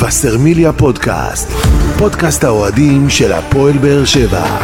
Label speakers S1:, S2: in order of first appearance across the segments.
S1: וסרמיליה פודקאסט, פודקאסט האוהדים של הפועל באר שבע.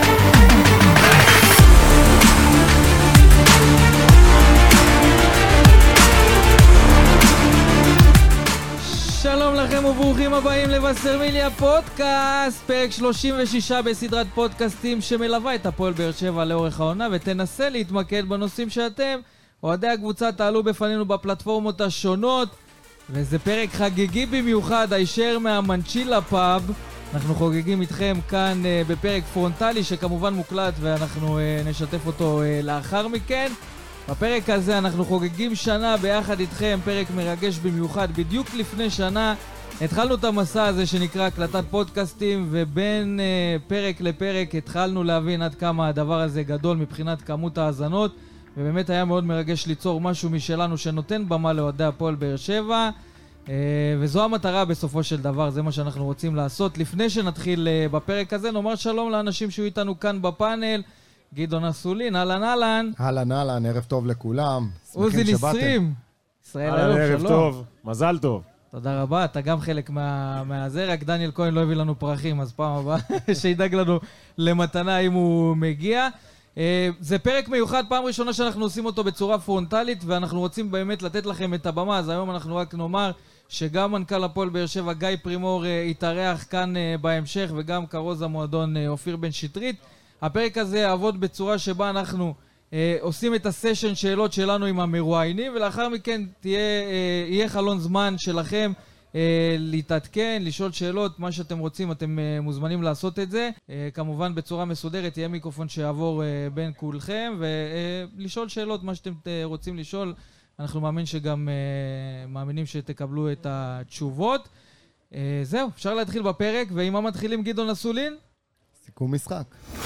S2: שלום לכם וברוכים הבאים לווסרמיליה פודקאסט, פרק 36 בסדרת פודקאסטים שמלווה את הפועל באר שבע לאורך העונה ותנסה להתמקד בנושאים שאתם, אוהדי הקבוצה, תעלו בפנינו בפלטפורמות השונות. וזה פרק חגיגי במיוחד, הישר מהמנצ'ילה פאב. אנחנו חוגגים איתכם כאן בפרק פרונטלי שכמובן מוקלט ואנחנו נשתף אותו לאחר מכן. בפרק הזה אנחנו חוגגים שנה ביחד איתכם, פרק מרגש במיוחד. בדיוק לפני שנה התחלנו את המסע הזה שנקרא הקלטת פודקאסטים, ובין פרק לפרק התחלנו להבין עד כמה הדבר הזה גדול מבחינת כמות האזנות, ובאמת היה מאוד מרגש ליצור משהו משלנו שנותן במה לאוהדי הפועל באר שבע, וזו המטרה בסופו של דבר, זה מה שאנחנו רוצים לעשות. לפני שנתחיל בפרק הזה נאמר שלום לאנשים שהיו איתנו כאן בפאנל. גדעון אסולין, אהלן אהלן.
S3: אהלן אהלן, ערב טוב לכולם.
S2: עוזי ניסרים. ישראל היום, שלום.
S4: ערב טוב, מזל טוב.
S2: תודה רבה, אתה גם חלק מהזה, רק דניאל כהן לא הביא לנו פרחים, אז פעם הבאה שידאג לנו למתנה אם הוא מגיע. זה פרק מיוחד, פעם ראשונה שאנחנו עושים אותו בצורה פרונטלית, ואנחנו רוצים באמת לתת לכם את הבמה, אז היום אנחנו רק נאמר שגם מנכ"ל הפועל באר שבע גיא פרימור יתארח כאן בהמשך, וגם כרוז המועדון אופיר בן שטרית. הפרק הזה יעבוד בצורה שבה אנחנו עושים את הסשן שאלות שלנו עם המרואיינים, ולאחר מכן יהיה חלון זמן שלכם להתעדכן, לשאול שאלות, מה שאתם רוצים, אתם מוזמנים לעשות את זה. כמובן בצורה מסודרת, יהיה מיקרופון שיעבור בין כולכם, ולשאול שאלות, מה שאתם רוצים לשאול. אנחנו מאמינים שתקבלו את התשובות. זהו, אפשר להתחיל בפרק, ועם מה מתחילים גדעון אסולין?
S3: סיכום משחק.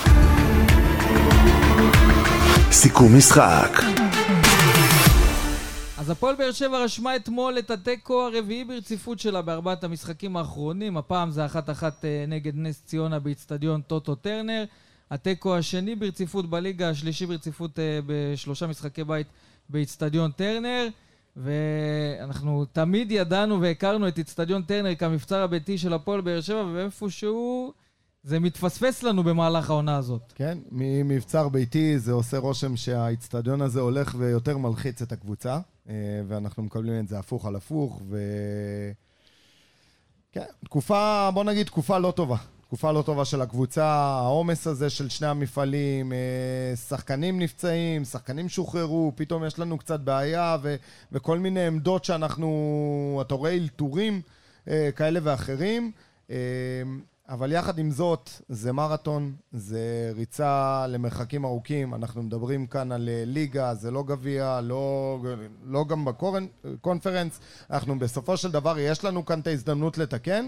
S1: סיכום משחק.
S2: אז הפועל באר שבע רשמה אתמול את התיקו הרביעי ברציפות שלה בארבעת המשחקים האחרונים. הפעם זה 1-1 נגד נס ציונה באצטדיון טוטו טרנר. התיקו השני ברציפות בליגה, השלישי ברציפות בשלושה משחקי בית באצטדיון טרנר. ואנחנו תמיד ידענו והכרנו את אצטדיון טרנר כמבצר הביתי של הפועל באר שבע, ואיפשהו זה מתפספס לנו במהלך העונה הזאת.
S3: כן, ממבצר ביתי זה עושה רושם שהאצטדיון הזה הולך ויותר מלחיץ את הקבוצה, ואנחנו מקבלים את זה הפוך על הפוך, כן, בוא נגיד תקופה לא טובה. תקופה לא טובה של הקבוצה, העומס הזה של שני המפעלים, שחקנים נפצעים, שחקנים שוחררו, פתאום יש לנו קצת בעיה, וכל מיני עמדות שאנחנו, אתה רואה, אלתורים כאלה ואחרים, אבל יחד עם זאת, זה מרתון, זה ריצה למרחקים ארוכים, אנחנו מדברים כאן על ליגה, זה לא גביע, לא גם בקונפרנס, אנחנו בסופו של דבר, יש לנו כאן את ההזדמנות לתקן,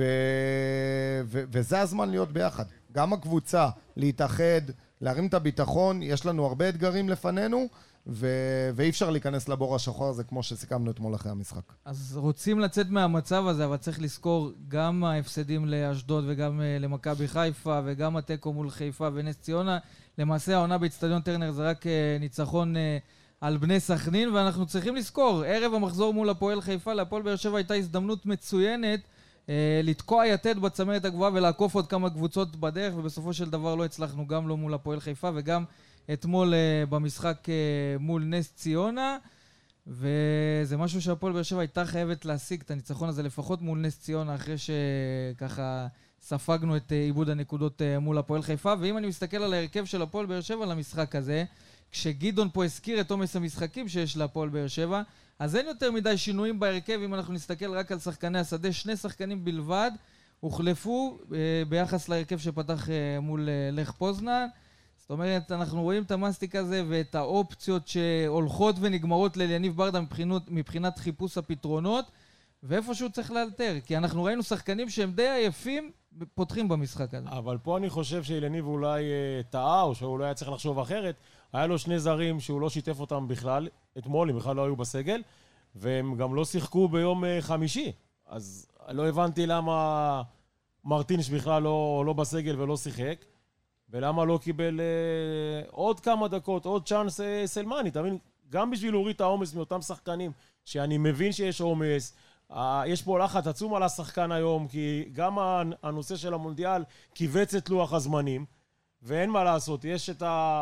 S3: וזה הזמן להיות ביחד. גם הקבוצה, להתאחד, להרים את הביטחון, יש לנו הרבה אתגרים לפנינו, ואי אפשר להיכנס לבור השחור הזה כמו שסיכמנו אתמול אחרי המשחק.
S2: אז רוצים לצאת מהמצב הזה, אבל צריך לזכור גם ההפסדים לאשדוד וגם למכבי חיפה וגם התיקו מול חיפה ונס ציונה. למעשה העונה באצטדיון טרנר זה רק ניצחון על בני סכנין, ואנחנו צריכים לזכור, ערב המחזור מול הפועל חיפה, להפועל באר שבע הייתה הזדמנות מצוינת לתקוע יתד בצמרת הגבוהה ולעקוף עוד כמה קבוצות בדרך, ובסופו של דבר לא הצלחנו, גם לא מול הפועל חיפה וגם אתמול במשחק מול נס ציונה, וזה משהו שהפועל באר שבע הייתה חייבת להשיג את הניצחון הזה לפחות מול נס ציונה, אחרי שככה ספגנו את איבוד הנקודות מול הפועל חיפה. ואם אני מסתכל על ההרכב של הפועל באר שבע למשחק הזה, כשגידון פה הזכיר את עומס המשחקים שיש להפועל באר שבע, אז אין יותר מדי שינויים בהרכב. אם אנחנו נסתכל רק על שחקני השדה, שני שחקנים בלבד הוחלפו ביחס להרכב שפתח מול לך פוזנן. זאת אומרת, אנחנו רואים את המסטיק הזה ואת האופציות שהולכות ונגמרות ליניב ברדה מבחינת חיפוש הפתרונות, ואיפשהו צריך לאלתר, כי אנחנו ראינו שחקנים שהם די עייפים פותחים במשחק הזה.
S4: אבל פה אני חושב שיניב אולי טעה, או שאולי היה צריך לחשוב אחרת. היה לו שני זרים שהוא לא שיתף אותם בכלל, אתמול הם בכלל לא היו בסגל, והם גם לא שיחקו ביום חמישי. אז לא הבנתי למה מרטינש בכלל לא בסגל ולא שיחק. ולמה לא קיבל עוד כמה דקות, עוד צ'אנס סלמני, אתה מבין? גם בשביל להוריד את העומס מאותם שחקנים, שאני מבין שיש עומס, יש פה לחץ עצום על השחקן היום, כי גם הנושא של המונדיאל קיבץ את לוח הזמנים, ואין מה לעשות, יש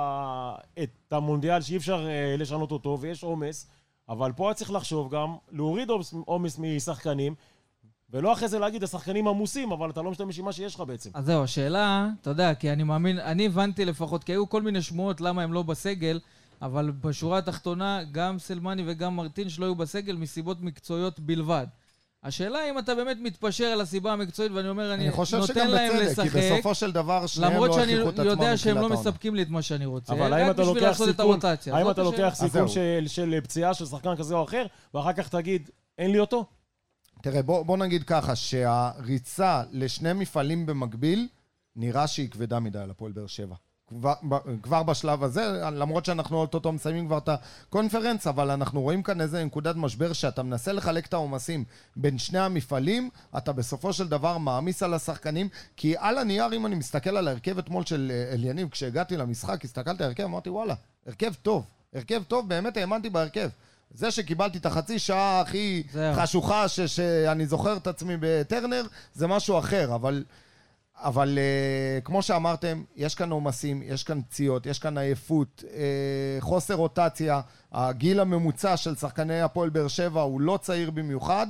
S4: את המונדיאל שאי אפשר לשנות אותו, ויש עומס, אבל פה צריך לחשוב גם להוריד עומס משחקנים, ולא אחרי זה להגיד, השחקנים עמוסים, אבל אתה לא משתמש עם מה שיש לך בעצם.
S2: אז זהו, השאלה, אתה יודע, כי אני מאמין, אני הבנתי לפחות, כי היו כל מיני שמועות למה הם לא בסגל, אבל בשורה התחתונה, גם סלמני וגם מרטין שלא היו בסגל מסיבות מקצועיות בלבד. השאלה אם אתה באמת מתפשר על הסיבה המקצועית, ואני אומר, אני נותן להם לשחק,
S3: כי בסופו של דבר שניהם לא
S2: למרות
S3: הכיחו את עצמם.
S2: שאני יודע שהם לא מספקים לי את מה שאני רוצה.
S4: אבל האם אתה לוקח סיכון
S2: של
S4: של פציעה של שחקן כזה או אחר, ואחר כך תגיד, אין לי אותו?
S3: תראה, בוא נגיד ככה, שהריצה לשני מפעלים במקביל, נראה שהיא כבדה מדי על הפועל באר שבע. כבר בשלב הזה, למרות שאנחנו אוטוטו מסיימים כבר את הקונפרנס, אבל אנחנו רואים כאן איזה נקודת משבר שאתה מנסה לחלק את העומסים בין שני המפעלים, אתה בסופו של דבר מעמיס על השחקנים, כי על הנייר, אם אני מסתכל על ההרכב אתמול של אליניב, כשהגעתי למשחק, הסתכלתי על ההרכב, אמרתי וואלה, הרכב טוב, באמת האמנתי בהרכב. זה שקיבלתי את החצי שעה הכי חשוכה שאני זוכר את עצמי בטרנר, זה משהו אחר, אבל כמו שאמרתם, יש כאן עומסים, יש כאן פציעות, יש כאן עייפות, חוסר רוטציה, הגיל הממוצע של שחקני הפועל באר שבע הוא לא צעיר במיוחד,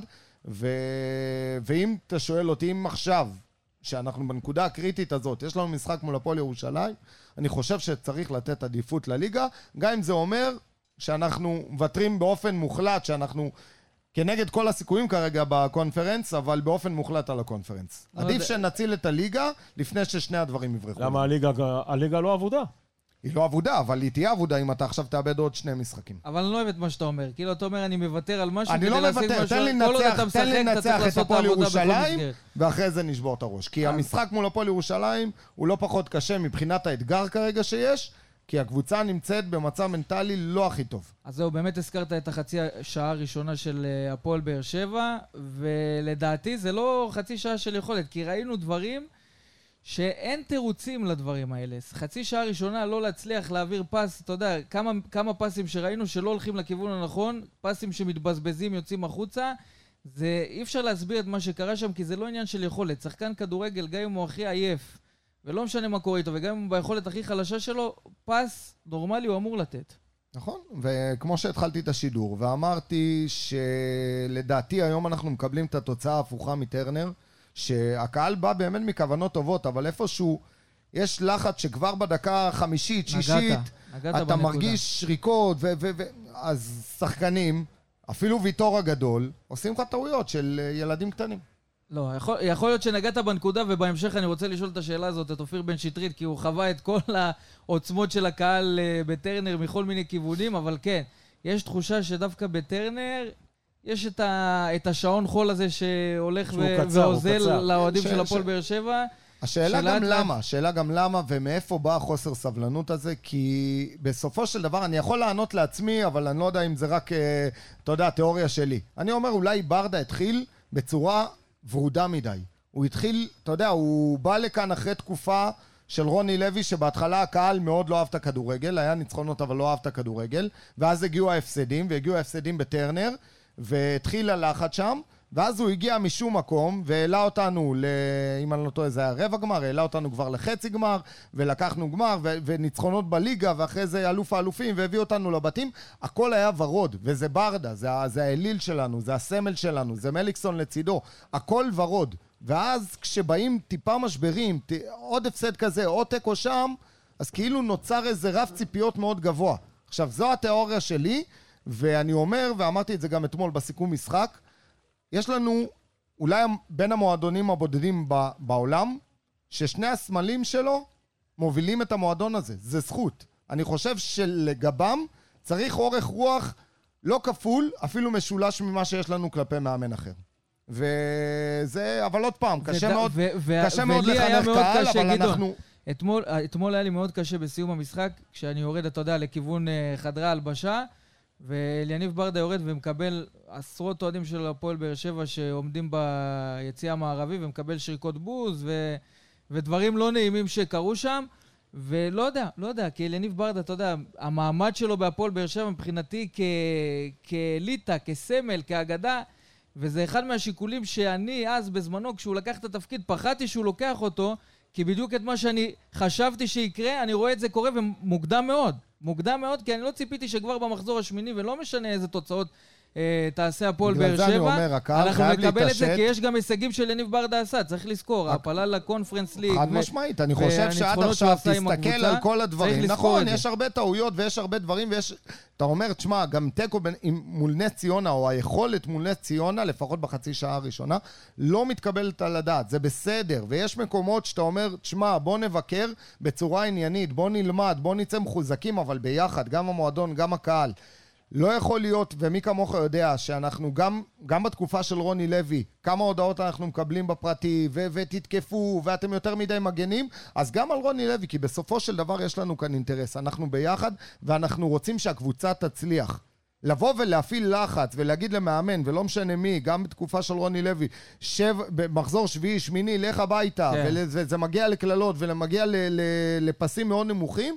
S3: ואם אתה שואל אותי, אם עכשיו, שאנחנו בנקודה הקריטית הזאת, יש לנו משחק מול הפועל ירושלים, אני חושב שצריך לתת עדיפות לליגה, גם אם זה אומר שאנחנו מוותרים באופן מוחלט, שאנחנו כנגד כל הסיכויים כרגע בקונפרנס, אבל באופן מוחלט על הקונפרנס. עדיף שנציל את הליגה לפני ששני הדברים יברחו.
S4: למה הליגה לא עבודה?
S3: היא לא עבודה, אבל היא תהיה עבודה אם אתה עכשיו תאבד עוד שני משחקים.
S2: אבל אני לא אוהב את מה שאתה אומר. כאילו אתה אומר, אני מוותר על משהו.
S3: אני לא מוותר, תן לי לנצח את הפועל ירושלים, ואחרי זה נשבור את הראש. כי המשחק מול הפועל ירושלים הוא לא פחות קשה מבחינת האתגר כרגע שיש, כי הקבוצה נמצאת במצב מנטלי לא הכי טוב.
S2: אז זהו, באמת הזכרת את החצי שעה הראשונה של הפועל באר שבע, ולדעתי זה לא חצי שעה של יכולת, כי ראינו דברים שאין תירוצים לדברים האלה. חצי שעה ראשונה לא להצליח להעביר פס, אתה יודע, כמה פסים שראינו שלא הולכים לכיוון הנכון, פסים שמתבזבזים יוצאים החוצה, זה אי אפשר להסביר את מה שקרה שם, כי זה לא עניין של יכולת. שחקן כדורגל, גם אם הוא הכי עייף, ולא משנה מה קורה איתו, וגם אם ביכולת הכי חלשה שלו, פס נורמלי הוא אמור לתת.
S3: נכון, וכמו שהתחלתי את השידור, ואמרתי שלדעתי היום אנחנו מקבלים את התוצאה ההפוכה מטרנר, שהקהל בא באמת מכוונות טובות, אבל איפשהו יש לחץ שכבר בדקה חמישית, שישית, אתה מרגיש שריקות, אז שחקנים, אפילו ויטור הגדול, עושים לך טעויות של ילדים קטנים.
S2: לא, יכול להיות שנגעת בנקודה, ובהמשך אני רוצה לשאול את השאלה הזאת, את אופיר בן שטרית, כי הוא חווה את כל העוצמות של הקהל בטרנר מכל מיני כיוונים, אבל כן, יש תחושה שדווקא בטרנר, יש את השעון חול הזה שהולך ועוזל לאוהדים של הפועל באר שבע.
S3: השאלה גם למה ומאיפה בא החוסר סבלנות הזה, כי בסופו של דבר אני יכול לענות לעצמי, אבל אני לא יודע אם זה רק, אתה יודע, התיאוריה שלי. אני אומר, אולי ברדה התחיל בצורה ורודה מדי. הוא התחיל, אתה יודע, הוא בא לכאן אחרי תקופה של רוני לוי, שבהתחלה הקהל מאוד לא אהב את הכדורגל, היה ניצחונות אבל לא אהב את הכדורגל, ואז הגיעו ההפסדים, והגיעו ההפסדים בטרנר, והתחיל הלחץ שם, ואז הוא הגיע משום מקום, והעלה אותנו, אם אני לא טועה, זה היה רבע גמר, העלה אותנו כבר לחצי גמר, ולקחנו גמר, וניצחונות בליגה, ואחרי זה אלוף האלופים, והביא אותנו לבתים, הכל היה ורוד, וזה ברדה, זה האליל שלנו, זה הסמל שלנו, זה מליקסון לצידו, הכל ורוד. ואז כשבאים טיפה משברים, עוד הפסד כזה, עוד תיקו שם, אז כאילו נוצר איזה רף ציפיות מאוד גבוה. עכשיו, זו התיאוריה שלי, ואני אומר, ואמרתי את זה גם אתמול בסיכום משחק, יש לנו אולי בין המועדונים הבודדים בעולם, ששני הסמלים שלו מובילים את המועדון הזה. זה זכות. אני חושב שלגבם צריך אורך רוח לא כפול, אפילו משולש ממה שיש לנו כלפי מאמן אחר. וזה, אבל עוד פעם, קשה מאוד לחנך קהל, אבל אנחנו...
S2: אתמול היה לי מאוד קשה בסיום המשחק, כשאני יורד, אתה יודע, לכיוון חדרי הלבשה, ואליניב ברדה יורד ומקבל עשרות אוהדים של הפועל באר שבע שעומדים ביציע המערבי, ומקבל שריקות בוז ודברים לא נעימים שקרו שם, ולא יודע, כי אליניב ברדה, אתה יודע, המעמד שלו בהפועל באר שבע מבחינתי כאליטה, כסמל, כאגדה, וזה אחד מהשיקולים שאני אז בזמנו, כשהוא לקח את התפקיד, פחדתי שהוא לוקח אותו, כי בדיוק את מה שאני חשבתי שיקרה, אני רואה את זה קורה, ומוקדם מאוד. מוקדם מאוד, כי אני לא ציפיתי שכבר במחזור השמיני, ולא משנה איזה תוצאות תעשה הפועל באר שבע, אנחנו נקבל את זה, כי יש גם הישגים של יניב ברדה עשה, צריך לזכור, הפעלה לקונפרנס ליג.
S3: חד משמעית, אני חושב שעד עכשיו תסתכל על כל הדברים. נכון, יש הרבה טעויות ויש הרבה דברים, אתה אומר, תשמע, גם טקו מול נס ציונה, או היכולת מול נס ציונה, לפחות בחצי שעה הראשונה, לא מתקבלת על הדעת, זה בסדר, ויש מקומות שאתה אומר, תשמע, בוא נבקר בצורה עניינית, בוא נלמד, בוא נצא מחוזקים, אבל ביחד, גם המועדון, גם הקהל. לא יכול להיות, ומי כמוך יודע, שאנחנו גם בתקופה של רוני לוי, כמה הודעות אנחנו מקבלים בפרטי, ותתקפו, ואתם יותר מדי מגנים, אז גם על רוני לוי, כי בסופו של דבר יש לנו כאן אינטרס, אנחנו ביחד, ואנחנו רוצים שהקבוצה תצליח. לבוא ולהפעיל לחץ, ולהגיד למאמן, ולא משנה מי, גם בתקופה של רוני לוי, במחזור שביעי, שמיני, לך הביתה, כן. וזה מגיע לכללות, ומגיע לפסים מאוד נמוכים,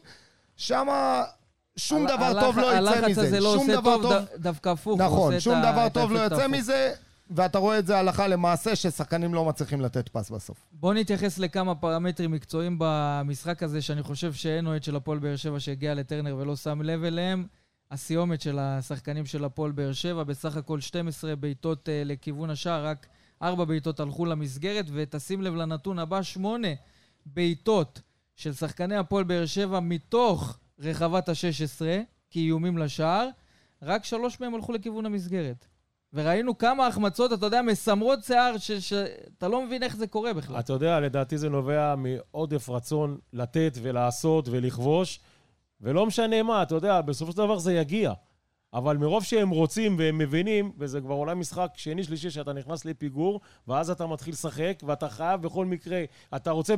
S3: שמה שום דבר טוב לא יצא מזה.
S2: הזה לא עושה טוב, דווקא הפוך.
S3: נכון, שום דבר טוב לא יוצא מזה, ואתה רואה את זה הלכה למעשה, ששחקנים לא מצליחים לתת פס בסוף.
S2: בוא נתייחס לכמה פרמטרים מקצועיים במשחק הזה, שאני חושב שאין אוהד של הפועל באר שבע שהגיע לטרנר ולא שם לב אליהם. הסיומת של השחקנים של הפועל באר שבע, בסך הכל 12 בעיטות לכיוון השער, רק 4 בעיטות הלכו למסגרת, ותשים לב לנתון הבא, 8 בעיטות של שחקני הפועל באר שבע מתוך רחבת ה-16, כאיומים לשער, רק 3 מהם הלכו לכיוון המסגרת. וראינו כמה החמצות, אתה יודע, מסמרות שיער, שאתה לא מבין איך זה קורה בכלל.
S4: אתה יודע, לדעתי זה נובע מעודף רצון לתת ולעשות ולכבוש, ולא משנה מה, אתה יודע, בסופו של דבר זה יגיע. אבל מרוב שהם רוצים והם מבינים, וזה כבר אולי משחק שני שלישי שאתה נכנס לפיגור, ואז אתה מתחיל לשחק, ואתה חייב בכל מקרה, אתה רוצה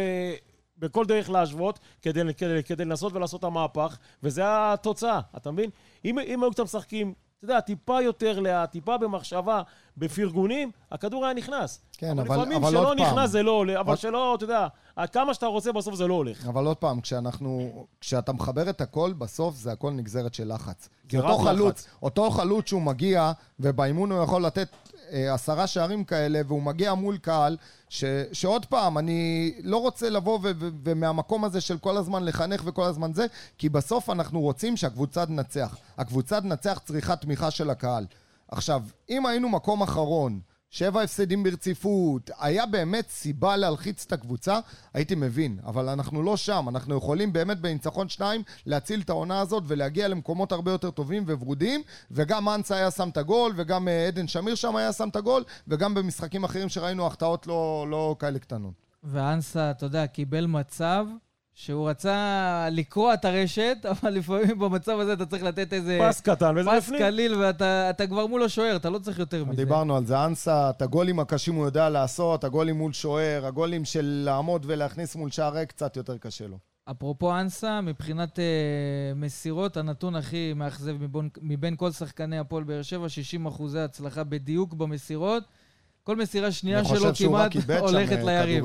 S4: בכל דרך להשוות, כדי לנסות ולעשות את המהפך, וזה התוצאה, אתה מבין? אם היו קצת משחקים, אתה יודע, טיפה יותר לאט, טיפה במחשבה, בפרגונים, הכדור היה נכנס.
S3: כן,
S4: אבל לפעמים שלא נכנס זה לא עולה, אבל שלא, אתה יודע, כמה שאתה רוצה בסוף זה לא הולך.
S3: אבל עוד פעם, כשאתה מחבר את הכל, בסוף זה הכל נגזרת של לחץ. כי אותו חלוץ שהוא מגיע, ובאימון הוא יכול לתת 10 שערים כאלה, והוא מגיע מול קהל, שעוד פעם, אני לא רוצה לבוא ומהמקום הזה של כל הזמן לחנך וכל הזמן זה, כי בסוף אנחנו רוצים שהקבוצה תנצח. הקבוצה תנצח צריכה תמיכה של הקהל. עכשיו, אם היינו מקום אחרון, 7 הפסדים ברציפות, היה באמת סיבה להלחיץ את הקבוצה, הייתי מבין, אבל אנחנו לא שם, אנחנו יכולים באמת בניצחון 2 להציל את העונה הזאת ולהגיע למקומות הרבה יותר טובים וורודיים, וגם אנסה היה שם את הגול, וגם עדן שמיר שם היה שם את הגול, וגם במשחקים אחרים שראינו החטאות לא כאלה קטנות.
S2: ואנסה, אתה יודע, קיבל מצב שהוא רצה לקרוא את הרשת, אבל לפעמים במצב הזה אתה צריך לתת איזה
S4: פס קטן, וזה
S2: פס קליל, ואתה כבר מול השוער, אתה לא צריך יותר מזה.
S3: דיברנו על זה, אנסה, את הגולים הקשים הוא יודע לעשות, הגולים מול שוער, הגולים של לעמוד ולהכניס מול שער ריק, קצת יותר קשה לו.
S2: אפרופו אנסה, מבחינת מסירות, הנתון הכי מאכזב מבין כל שחקני הפועל באר שבע, 60% הצלחה בדיוק במסירות, כל מסירה שנייה שלו כמעט הולכת ליריב.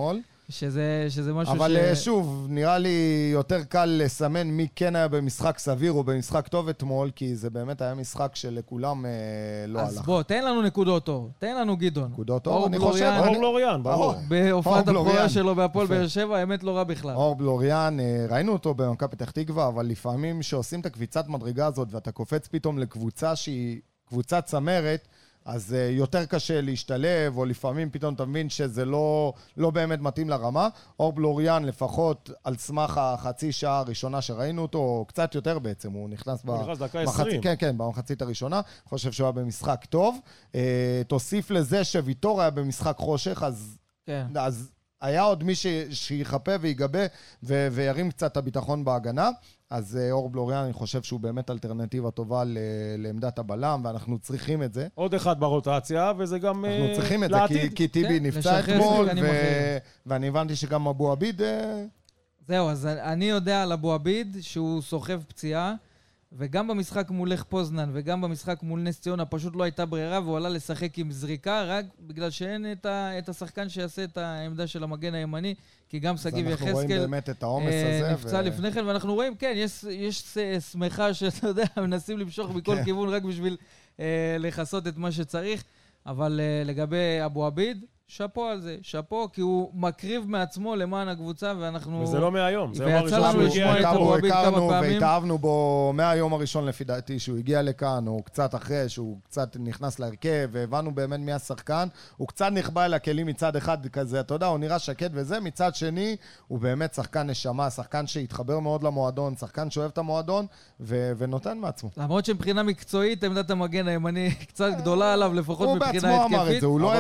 S2: שזה משהו
S3: אבל שוב, נראה לי יותר קל לסמן מי כן היה במשחק סביר או במשחק טוב אתמול, כי זה באמת היה משחק שלכולם לא הלך.
S2: אז בוא, תן לנו נקודות אור. תן לנו גדעון.
S3: נקודות אור, אני חושב.
S4: אור בלוריאן, ברור.
S2: בהופעת הבכורה שלו בהפועל באר שבע, האמת לא רע בכלל.
S3: אור בלוריאן, ראינו אותו במכבי פתח תקווה, אבל לפעמים שעושים את הקביצת מדרגה הזאת, ואתה קופץ פתאום לקבוצה שהיא קבוצת צמרת, אז יותר קשה להשתלב, או לפעמים פתאום אתה מבין שזה לא באמת מתאים לרמה. אור בלוריאן לפחות על סמך החצי שעה הראשונה שראינו אותו, או קצת יותר בעצם, הוא נכנס במחצית הראשונה, חושב שהוא היה במשחק טוב. תוסיף לזה שוויטור היה במשחק חושך, אז היה עוד מי שיחפה ויגבה וירים קצת הביטחון בהגנה. אז אור בלוריאן, אני חושב שהוא באמת אלטרנטיבה טובה לעמדת הבלם, ואנחנו צריכים את זה.
S4: עוד אחד ברוטציה, וזה גם לעתיד.
S3: אנחנו צריכים את זה, כי טיבי נפצע אתמול, ואני הבנתי שגם אבו עביד...
S2: זהו, אז אני יודע על אבו עביד שהוא סוחב פציעה, וגם במשחק מול לך פוזנן, וגם במשחק מול נס ציונה, פשוט לא הייתה ברירה, והוא עלה לשחק עם זריקה, רק בגלל שאין את השחקן שיעשה את העמדה של המגן הימני, כי גם סגיב יחזקאל
S3: אנחנו רואים באמת את העומס הזה.
S2: נפצע לפני כן, ואנחנו רואים, כן, יש שמחה שאתה יודע, מנסים למשוך מכל כיוון רק בשביל לחסות את מה שצריך. אבל לגבי אבו עביד, שפו על זה, שפו, כי הוא מקריב מעצמו למען הקבוצה, ואנחנו...
S4: וזה לא מהיום, זה
S2: ויצא לנו לשמוע את אבו עביד כמה פעמים.
S3: והתאהבנו בו מהיום הראשון לפי דעתי, שהוא הגיע לכאן, או קצת אחרי, שהוא קצת נכנס להרכב, והבנו באמת מי השחקן, הוא קצת נכבה אל הכלים מצד אחד כזה, אתה יודע, הוא נראה שקט וזה, מצד שני, הוא באמת שחקן נשמה, שחקן שהתחבר מאוד למועדון, שחקן שאוהב את המועדון, ונותן מעצמו.
S2: למרות שמבחינה מקצועית, עמדת המגן הימני קצת גדולה עליו, לפחות מבחינה התקפית.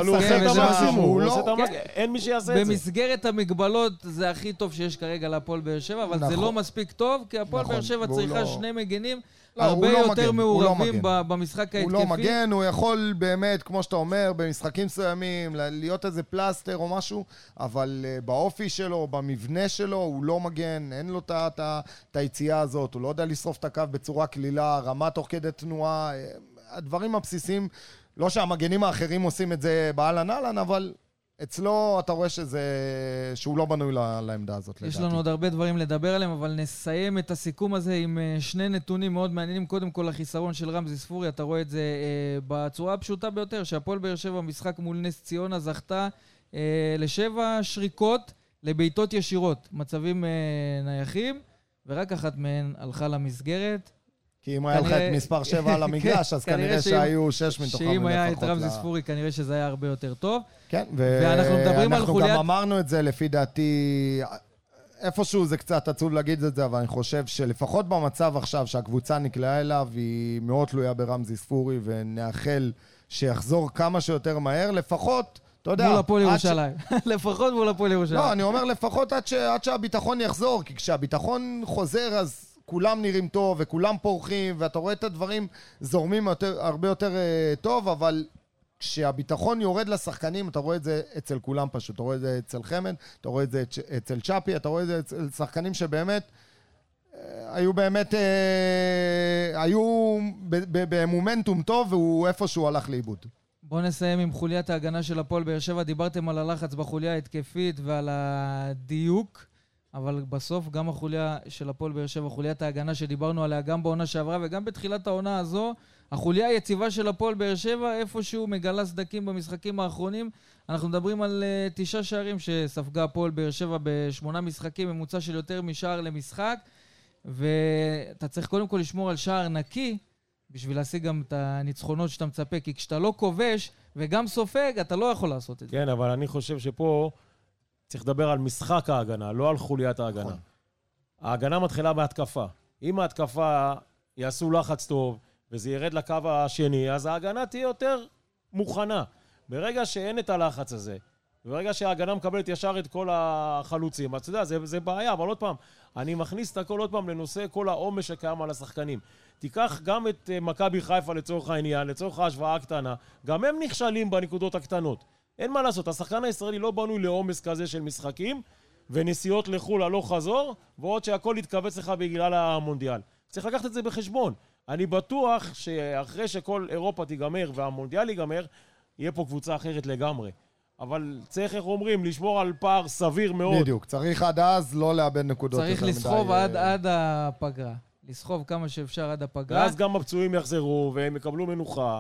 S4: אין מי שיעשה את זה.
S2: במסגרת המגבלות זה הכי טוב שיש כרגע להפועל באר שבע, אבל זה לא מספיק טוב, כי הפועל באר שבע צריכה שני מגנים הרבה יותר מעורבים במשחק ההתקפי.
S3: הוא לא מגן, הוא יכול באמת, כמו שאתה אומר, במשחקים מסוימים, להיות איזה פלסטר או משהו, אבל באופי שלו, במבנה שלו, הוא לא מגן, אין לו את היציאה הזאת, הוא לא יודע לשרוף את הקו בצורה כלילה, רמה תוך כדי תנועה, הדברים הבסיסיים, לא שהמגנים האחרים עושים את זה באלן אלן, אבל אצלו אתה רואה שהוא לא בנוי לעמדה הזאת.
S2: יש לנו עוד הרבה דברים לדבר עליהם, אבל נסיים את הסיכום הזה עם שני נתונים מאוד מעניינים. קודם כל, החיסרון של רמזי ספורי, אתה רואה את זה בצורה הפשוטה ביותר, שהפועל באר שבע משחק מול נס ציונה זכתה לשבע שריקות לבעיטות ישירות, מצבים נייחים, ורק אחת מהן הלכה למסגרת.
S3: כי אם היה לך את מספר 7 על המגרש, אז כנראה שהיו 6 מתוכם.
S2: שאם היה את רמזי ספורי, כנראה שזה היה הרבה יותר טוב.
S3: כן,
S2: ואנחנו מדברים על חוליית...
S3: אנחנו גם אמרנו את זה, לפי דעתי, איפשהו זה קצת עצוב להגיד את זה, אבל אני חושב שלפחות במצב עכשיו שהקבוצה נקלעה אליו, היא מאוד תלויה ברמזי ספורי, ונאחל שיחזור כמה שיותר מהר, לפחות...
S2: מול הפועל ירושלים. לפחות מול הפועל ירושלים.
S3: לא, אני אומר לפחות עד שהביטחון יחזור, כי כשהביטחון חוזר, אז כולם נראים טוב, וכולם פורחים, ואתה רואה את הדברים זורמים הרבה יותר טוב, אבל כשהביטחון יורד לשחקנים, אתה רואה את זה אצל כולם פשוט. אתה רואה את זה אצל חמד, אתה רואה את זה אצל צ'אפי, אתה רואה את זה אצל שחקנים שבאמת היו במומנטום טוב, והוא איפשהו הלך לאיבוד.
S2: בואו נסיים עם חוליית ההגנה של הפועל באר שבע. דיברתם על הלחץ בחוליה ההתקפית ועל הדיוק, אבל בסוף גם החוליה של הפועל באר שבע, חוליית ההגנה שדיברנו עליה גם בעונה שעברה וגם בתחילת העונה הזו, החוליה היציבה של הפועל באר שבע, איפשהו מגלה סדקים במשחקים האחרונים. אנחנו מדברים על 9 שערים שספגה הפועל באר שבע ב8 משחקים, ממוצע של יותר משער למשחק, ואתה צריך קודם כל לשמור על שער נקי, בשביל להשיג גם את הניצחונות שאתה מצפה, כי כשאתה לא כובש וגם סופג, אתה לא יכול לעשות את זה.
S4: כן, אבל אני חושב שפה צריך לדבר על משחק ההגנה, לא על חוליית ההגנה. ההגנה מתחילה בהתקפה. אם ההתקפה יעשו לחץ טוב, וזה ירד לקו השני, אז ההגנה תהיה יותר מוכנה. ברגע שאין את הלחץ הזה, ברגע שההגנה מקבלת ישר את כל החלוצים, אתה יודע, זה בעיה, אבל עוד פעם, אני מכניס את הכל עוד פעם לנושא כל העומס שקיים על השחקנים. תיקח גם את מכבי חיפה לצורך העניין, לצורך ההשוואה הקטנה, גם הם נכשלים בנקודות הקטנות. אין מה לעשות, השחקן הישראלי לא בנוי לעומס כזה של משחקים, ונסיעות לחול הלוך חזור, ועוד שהכל יתכווץ לך בגלל המונדיאל. צריך לקחת את זה בחשבון. אני בטוח שאחרי שכל אירופה תיגמר והמונדיאל ייגמר, יהיה פה קבוצה אחרת לגמרי. אבל צריך, איך אומרים, לשמור על פער סביר מאוד.
S3: בדיוק, צריך עד אז לא לאבד נקודות.
S2: צריך לסחוב עד הפגרה. לסחוב כמה שאפשר עד הפגרה.
S4: ואז גם הפצועים יחזרו והם יקבלו מנוחה.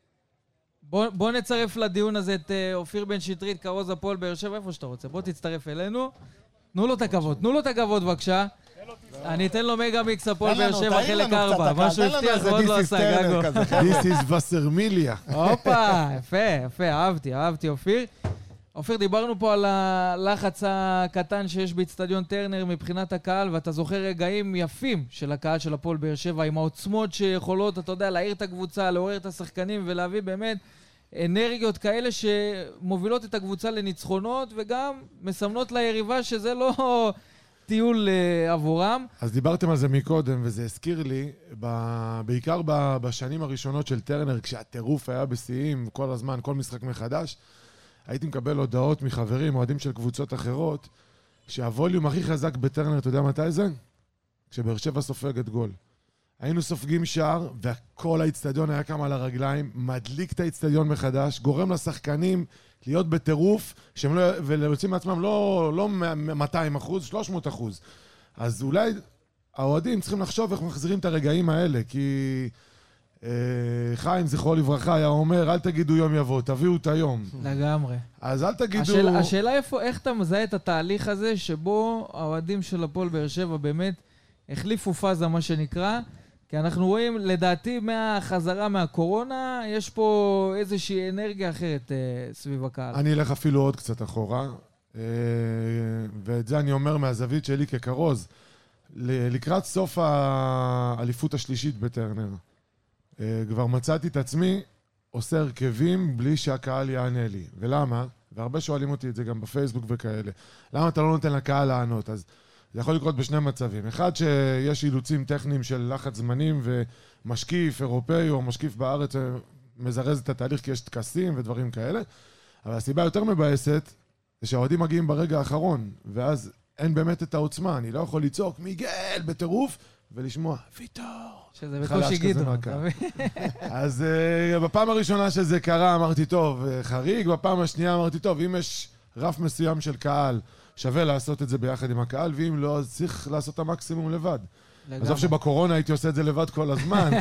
S2: בוא נצרף לדיון הזה את אופיר בן שטרית, כרוז הפועל באר שבע, איפה שאתה רוצה. בוא תצטרף אלינו. תנו לו את הכבוד בבקשה. אני אתן לו מגה מיקס הפועל באר שבע חלק 4. משהו הבטיח ועוד לא עשה, גגו.
S1: This is וסרמיליה.
S2: הופה, יפה, אהבתי אופיר. אופיר, דיברנו פה על הלחץ הקטן שיש באצטדיון טרנר מבחינת הקהל, ואתה זוכר רגעים יפים של הקהל של הפועל באר שבע, עם העוצמות שיכולות, אתה יודע, להעיר את הקבוצה, לעורר את השחקנים ולהביא באמת אנרגיות כאלה שמובילות את הקבוצה לניצחונות, וגם מסמנות ליריבה שזה לא טיול עבורם.
S1: אז דיברתם על זה מקודם, וזה הזכיר לי, בעיקר בשנים הראשונות של טרנר, כשהטירוף היה בשיאים כל הזמן, כל משחק מחדש, הייתי מקבל הודעות מחברים, אוהדים של קבוצות אחרות, שהווליום הכי חזק בטרנר, אתה יודע מתי זה? כשבאר שבע סופגת גול. היינו סופגים שער, וכל האצטדיון היה קם על הרגליים, מדליק את האצטדיון מחדש, גורם לשחקנים להיות בטירוף, ולהוצאים מעצמם לא 200%, 300%. אז אולי האוהדים צריכים לחשוב איך מחזירים את הרגעים האלה, כי חיים, זכרו לברכה, היה אומר, אל תגידו יום יבוא, תביאו את היום.
S2: לגמרי.
S1: אז אל תגידו...
S2: השאלה איך אתה מזהה את התהליך הזה, שבו האוהדים של הפועל באר שבע באמת החליפו פאזה, מה שנקרא, כי אנחנו רואים, לדעתי, מהחזרה מהקורונה, יש פה איזושהי אנרגיה אחרת סביב הקהל.
S1: אני אלך אפילו עוד קצת אחורה, ואת זה אני אומר מהזווית שלי כקרוז, לקראת סוף האליפות השלישית בטרנר. כבר מצאתי את עצמי עושה הרכבים בלי שהקהל יענה לי. ולמה? והרבה שואלים אותי את זה גם בפייסבוק וכאלה. למה אתה לא נותן לקהל לענות? אז זה יכול לקרות בשני מצבים. אחד, שיש אילוצים טכניים של לחץ זמנים ומשקיף אירופאי או משקיף בארץ מזרז את התהליך כי יש תקסים ודברים כאלה. אבל הסיבה יותר מבאסת זה שהאוהדים מגיעים ברגע האחרון, ואז אין באמת את העוצמה. אני לא יכול לצעוק מיגל בטירוף ולשמוע ויטור.
S2: שזה בקושי גידו.
S1: אז בפעם הראשונה שזה קרה אמרתי טוב, חריג, בפעם השנייה אמרתי טוב, אם יש רף מסוים של קהל, שווה לעשות את זה ביחד עם הקהל, ואם לא, אז צריך לעשות את המקסימום לבד. עזוב שבקורונה הייתי עושה את זה לבד כל הזמן.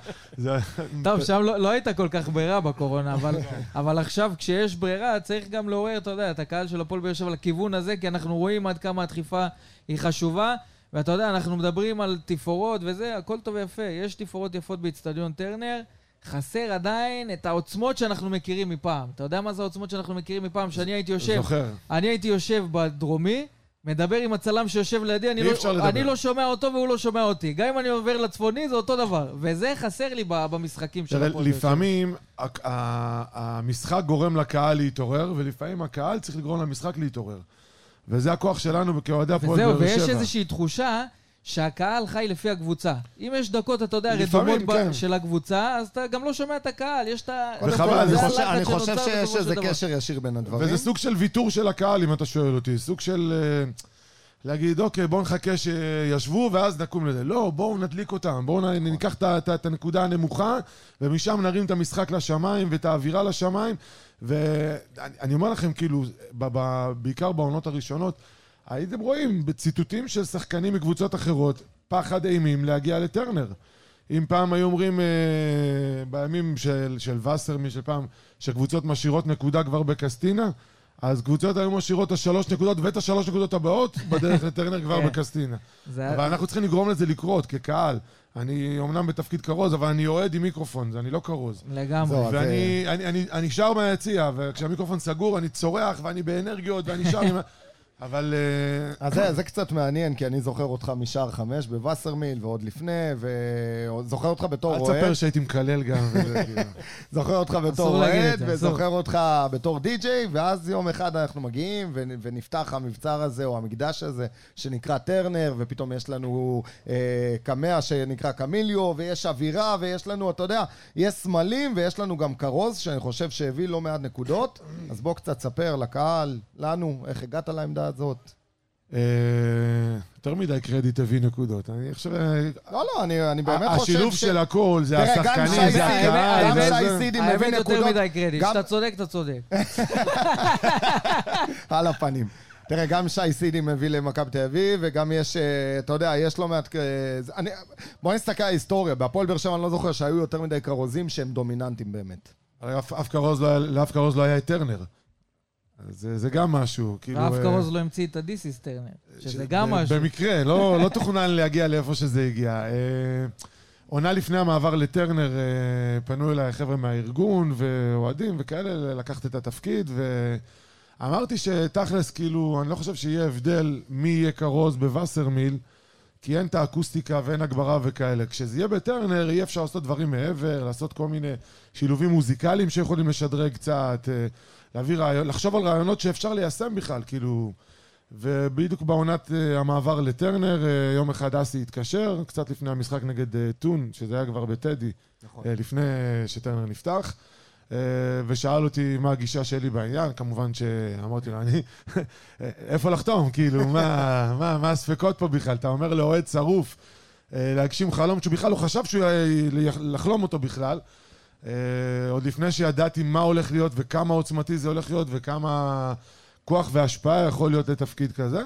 S2: טוב, שם לא הייתה כל כך ברירה בקורונה, אבל עכשיו כשיש ברירה צריך גם לעורר, אתה יודע, את הקהל של הפועל באר שבע לכיוון הזה, כי אנחנו רואים עד כמה הדחיפה היא חשובה, ואתה יודע, אנחנו מדברים על תפאורות וזה, הכל טוב ויפה. יש תפאורות יפות באצטדיון טרנר, חסר עדיין את העוצמות שאנחנו מכירים מפעם. אתה יודע מה זה העוצמות שאנחנו מכירים מפעם? שאני הייתי יושב,
S1: זוכר.
S2: אני הייתי יושב בדרומי, מדבר עם הצלם שיושב לידי, אני לא שומע אותו והוא לא שומע אותי. גם אם אני עובר לצפוני זה אותו דבר. וזה חסר לי במשחקים של הפועל.
S1: לפעמים המשחק גורם לקהל להתעורר, ולפעמים הקהל צריך לגרום למשחק להתעורר. וזה הכוח שלנו כאוהדי הפועל באר שבע.
S2: ויש איזושהי תחושה שהקהל חי לפי הקבוצה. אם יש דקות, אתה יודע, רדומות של הקבוצה, אז אתה גם לא שומע את הקהל, יש את ה...
S3: אני חושב שיש איזה קשר ישיר בין הדברים.
S1: וזה סוג של ויתור של הקהל, אם אתה שואל אותי. סוג של להגיד, אוקיי, בואו נחכה שישבו, ואז נקום לזה. לא, בואו נדליק אותם, בואו ניקח את הנקודה הנמוכה, ומשם נרים את המשחק לשמיים, ואת האווירה לשמיים. ואני אומר לכם, כאילו, בעיקר בעונות הראשונות, הייתם רואים בציטוטים של שחקנים מקבוצות אחרות, פחד אימים להגיע לטרנר. אם פעם היו אומרים, בימים של וסרמי, של פעם, שקבוצות משאירות נקודה כבר בקסטינה, אז קבוצות היו משאירות את 3 נקודות ואת 3 נקודות הבאות בדרך לטרנר כבר בקסטינה. אבל אנחנו צריכים לגרום לזה לקרות כקהל. אני אומנם בתפקיד קרוז, אבל אני אוהד עם מיקרופון, אני לא קרוז.
S2: לגמרי.
S1: ואני שר מהיציאה, וכשהמיקרופון סגור אני צורח ואני באנרגיות ואני שר אבל...
S3: אז זה קצת מעניין, כי אני זוכר אותך משער 5 בווסרמיל ועוד לפני, וזוכר אותך בתור אוהד.
S1: אל תספר שהייתי מקלל גם.
S3: זוכר אותך בתור אוהד, וזוכר אותך בתור די-ג'יי, ואז יום אחד אנחנו מגיעים, ונפתח המבצר הזה, או המקדש הזה, שנקרא טרנר, ופתאום יש לנו קמע שנקרא קמיליו, ויש אווירה, ויש לנו, אתה יודע, יש סמלים, ויש לנו גם קרוז, שאני חושב שהביא לא מעט נקודות. אז בוא קצת ספר לקהל, לנו, איך הגעת לעמדה הזאת.
S1: יותר מדי קרדיט הביא נקודות. אני חושב...
S3: לא, אני באמת חושב
S1: השילוב של הכל, זה השחקנים, זה הקהל.
S3: גם שי סידי מביא נקודות.
S2: יותר מדי קרדיט. כשאתה צודק, אתה צודק.
S3: על הפנים. תראה, גם שי סידי מביא למכבי תל אביב, וגם יש, אתה יודע, יש לא מעט... בוא נסתכל על ההיסטוריה. בהפועל באר שבע אני לא זוכר שהיו יותר מדי קרוזים שהם דומיננטים באמת.
S1: לאף קרוז לא היה את טרנר. זה גם משהו.
S2: ואף קרוז לא המציא את הדיסיס טרנר, שזה גם משהו.
S1: במקרה, לא תוכנן להגיע לאיפה שזה הגיע. עונה לפני המעבר לטרנר, פנו אליי חבר'ה מהארגון ואוהדים וכאלה, לקחת את התפקיד, ואמרתי שתכלס, כאילו, אני לא חושב שיהיה הבדל מי יהיה קרוז בווסרמיל, כי אין את האקוסטיקה ואין הגברה וכאלה. כשזה יהיה בטרנר, יהיה אפשר לעשות דברים מעבר, לעשות כל מיני שילובים מוזיקליים שיכולים לשדרג קצת, לחשוב על רעיונות שאפשר ליישם בכלל, כאילו, ובדיוק בעונת המעבר לטרנר, יום אחד אסי התקשר, קצת לפני המשחק נגד טון, שזה היה כבר בטדי, לפני שטרנר נפתח, ושאל אותי מה הגישה שלי בעניין, כמובן שאמרתי לו, איפה לחתום, כאילו, מה הספקות פה בכלל? אתה אומר לאוהד צרוף, להגשים חלום, שהוא בכלל לא חשב שהוא לחלום אותו בכלל, עוד לפני שידעתי מה הולך להיות וכמה עוצמתי זה הולך להיות וכמה כוח והשפעה יכול להיות לתפקיד כזה.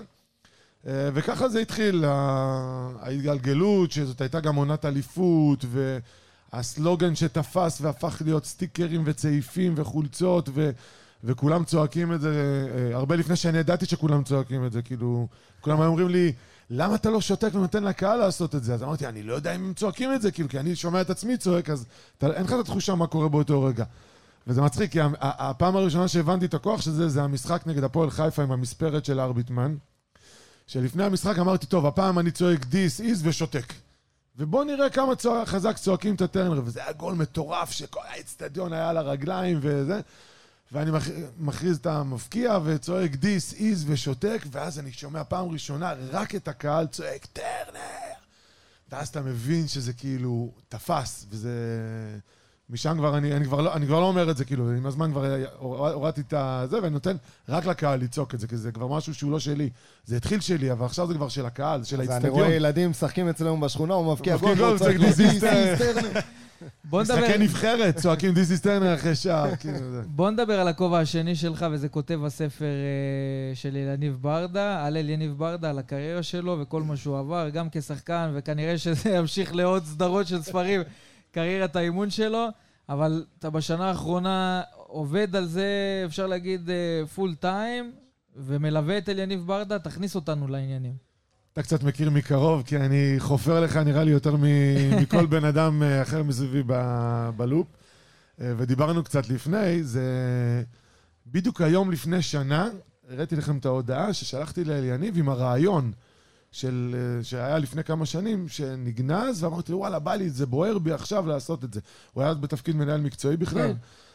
S1: וככה זה התחיל, ההתגלגלות, שזאת הייתה גם עונת אליפות, הסלוגן שתפס והפך להיות סטיקרים וצעיפים וחולצות וכולם צועקים את זה, הרבה לפני שאני ידעתי שכולם צועקים את זה, כאילו, כולם אומרים לי, למה אתה לא שותק ונותן לקהל לעשות את זה? אז אמרתי, אני לא יודע אם הם צועקים את זה, כאילו, כי אני שומע את עצמי צועק, אז אין לך את התחושה מה קורה באותו רגע. וזה מצחיק, כי הפעם הראשונה שהבנתי את הכוח של זה, זה המשחק נגד הפועל חיפה עם המספרת של ארביטמן, שלפני המשחק אמרתי, טוב, הפעם אני צועק דיס, איז ושותק. ובוא נראה כמה חזק צועקים את הטרנר, וזה היה גול מטורף, שכל האצטדיון היה על הרגליים וזה, ואני מכריז את המפקיע וצועק דיס, איז ושותק, ואז אני שומע פעם ראשונה רק את הקהל צועק טרנר. ואז אתה מבין שזה כאילו תפס, וזה... משם כבר אני כבר לא אומר את זה, כאילו, עם הזמן כבר הורדתי את זה, ואני נותן רק לקהל לצעוק את זה, כי זה כבר משהו שהוא לא שלי. זה התחיל שלי, אבל עכשיו זה כבר של הקהל, של האצטדיון.
S3: אני רואה ילדים משחקים אצלנו בשכונה, הוא מבקיע גול,
S1: הוא צועק דיס
S3: טרנר.
S1: משחקי נבחרת, צועקים דיס טרנר אחרי שער.
S2: בוא נדבר על הכובע השני שלך, וזה כותב הספר של יניב ברדה, הלל יניב ברדה, על הקריירה שלו וכל מה שהוא עבר, גם כשחקן, וכנראה שזה ימשיך לעוד סדרות של ספרים, קריירת האימון שלו, אבל אתה בשנה האחרונה עובד על זה, אפשר להגיד, פול טיים, ומלווה את יניב ברדה, תכניס אותנו לעניינים.
S1: אתה קצת מכיר מקרוב, כי אני חופר לך נראה לי יותר מכל בן אדם אחר מסביבי בלופ, ודיברנו קצת לפני, זה בדיוק היום לפני שנה, הראיתי לכם את ההודעה ששלחתי ליניב עם הרעיון, שהיה לפני כמה שנים, שנגנז, ואמרתי לו, וואלה, בא לי, זה בוער בי עכשיו לעשות את זה. הוא היה בתפקיד מנהל מקצועי בכלל,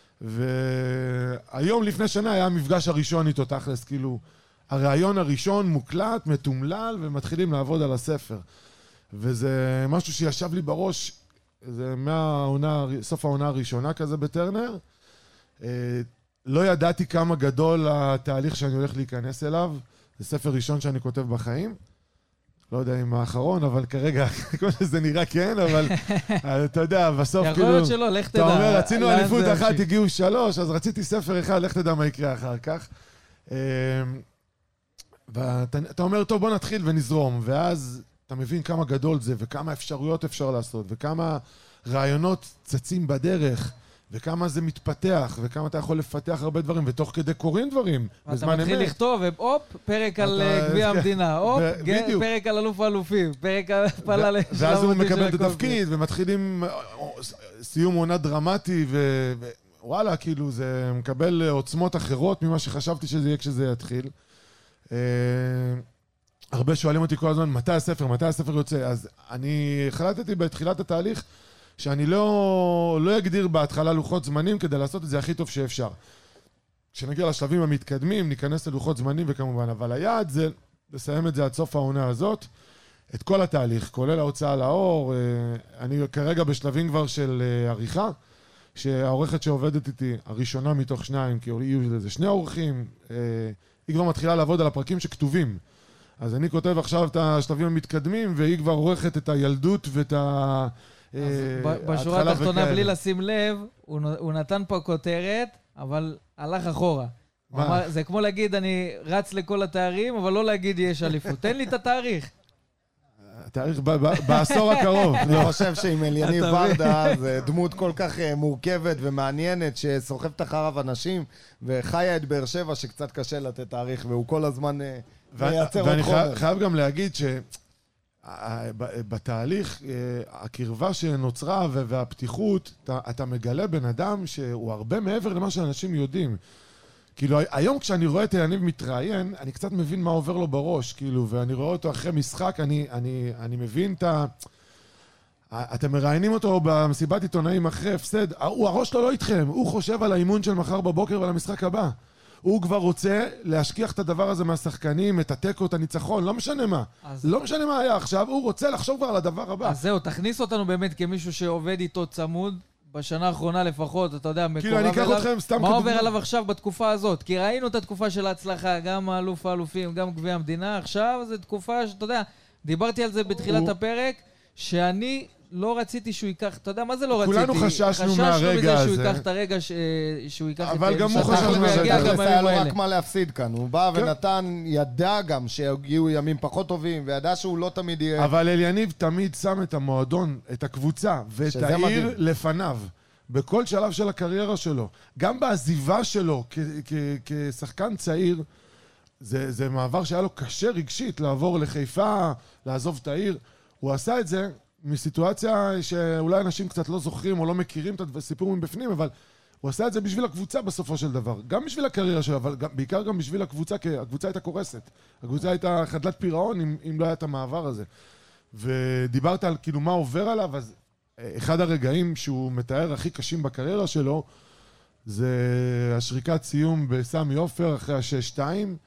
S1: והיום לפני שנה היה המפגש הראשון איתו, תכלס, כאילו, הרעיון הראשון מוקלט, מתומלל, ומתחילים לעבוד על הספר. וזה משהו שישב לי בראש, זה סוף העונה הראשונה כזה בטרנר. לא ידעתי כמה גדול התהליך שאני הולך להיכנס אליו, זה ספר ראשון שאני כותב בחיים. לא יודע אם האחרון, אבל כרגע, כמו שזה נראה כן, אבל אתה יודע, בסוף כאילו...
S2: יכול להיות שלא, לך תדע.
S1: אתה אומר, רצינו אליפות אחת, הגיעו 3, אז רציתי ספר אחד, לך תדע מה יקרה אחר כך. ואתה אומר, טוב, בוא נתחיל ונזרום, ואז אתה מבין כמה גדול זה, וכמה אפשרויות אפשר לעשות, וכמה רעיונות צצים בדרך, וכמה זה מתפתח, וכמה אתה יכול לפתח הרבה דברים, ותוך כדי קוראים דברים, בזמן אמת.
S2: אתה מתחיל לכתוב, והופ, פרק על גביע המדינה, הופ, פרק על אלוף האלופים, פרק על פלה לשלב.
S1: ואז הוא מקבל את התפקיד, ומתחילים סיום עונה דרמטי, ווואלה, כאילו, זה מקבל עוצמות אחרות ממה שחשבתי שזה יהיה כשזה יתחיל. הרבה שואלים אותי כל הזמן, מתי הספר יוצא? אז אני החלטתי בתחילת התהליך, שאני לא אגדיר בהתחלה לוחות זמנים כדי לעשות את זה הכי טוב שאפשר. כשנגיע לשלבים המתקדמים, ניכנס ללוחות זמנים וכמובן, אבל היעד זה לסיים את זה עד סוף העונה הזאת, את כל התהליך, כולל ההוצאה לאור, אני כרגע בשלבים כבר של עריכה, שהעורכת שעובדת איתי, הראשונה מתוך 2, כי יהיו לזה 2 עורכים, היא כבר מתחילה לעבוד על הפרקים שכתובים. אז אני כותב עכשיו את השלבים המתקדמים, והיא כבר עורכת את הילדות ואת ה...
S2: בשורה התחתונה, בלי לשים לב, הוא נתן פה כותרת, אבל הלך אחורה. זה כמו להגיד, אני רץ לכל התארים, אבל לא להגיד יש אליפות. תן לי את התאריך.
S1: התאריך בעשור הקרוב.
S3: אני חושב שעם יניב ברדה, זה דמות כל כך מורכבת ומעניינת, שסוחבת אחריו אנשים, וחיה את באר שבע שקצת קשה לתת תאריך, והוא כל הזמן מייצר עוד חומר.
S1: ואני חייב גם להגיד בתהליך, הקרבה שנוצרה והפתיחות, אתה מגלה בן אדם שהוא הרבה מעבר למה שאנשים יודעים. כאילו, היום כשאני רואה את יניב מתראיין, אני קצת מבין מה עובר לו בראש, כאילו, ואני רואה אותו אחרי משחק, אני מבין את ה... אתם מראיינים אותו במסיבת עיתונאים אחרי הפסד, הראש שלו לא איתכם, הוא חושב על האימון של מחר בבוקר ועל המשחק הבא. הוא כבר רוצה להשכיח את הדבר הזה מהשחקנים, את הטקו, את הניצחון, לא משנה מה. לא משנה מה היה עכשיו, הוא רוצה לחשוב כבר על הדבר הבא.
S2: אז זהו, תכניס אותנו באמת כמישהו שעובד איתו צמוד, בשנה האחרונה לפחות, אתה יודע,
S1: כאילו אני אקח אתכם סתם
S2: מה עובר עליו עכשיו בתקופה הזאת? כי ראינו את התקופה של ההצלחה, גם האלוף האלופים, גם גביע המדינה, עכשיו זו תקופה שאתה יודע, דיברתי על זה בתחילת הפרק, שאני לא רציתי שהוא ייקח, אתה יודע מה זה לא רציתי?
S1: כולנו חששנו מהרגע
S2: מזה שהוא
S1: הזה.
S2: ייקח את הרגע שהוא ייקח את...
S1: אבל גם הוא חשש
S2: ויגיע גם
S3: היה לו
S2: הימים
S3: רק
S2: האלה.
S3: מה להפסיד כאן. הוא בא
S1: כן.
S3: ונתן, ידע גם שיגיעו ימים פחות טובים, וידע שהוא לא תמיד יהיה...
S1: אבל אליניב תמיד שם את המועדון, את הקבוצה, ואת
S3: שזה
S1: העיר
S3: מדהים.
S1: לפניו. בכל שלב של הקריירה שלו. גם בעזיבה שלו כשחקן צעיר, זה מעבר שהיה לו קשה רגשית לעבור לחיפה, לעזוב את העיר. הוא עשה את זה מסיטואציה שאולי אנשים קצת לא זוכרים או לא מכירים את הסיפור מבפנים, אבל הוא עשה את זה בשביל הקבוצה בסופו של דבר. גם בשביל הקריירה שלו, אבל בעיקר גם בשביל הקבוצה, כי הקבוצה הייתה קורסת. הקבוצה הייתה חדלת פירעון אם לא היה את המעבר הזה. ודיברת על כאילו מה עובר עליו, אז אחד הרגעים שהוא מתאר הכי קשים בקריירה שלו, זה השריקת סיום בסמי עופר אחרי ה-6-2,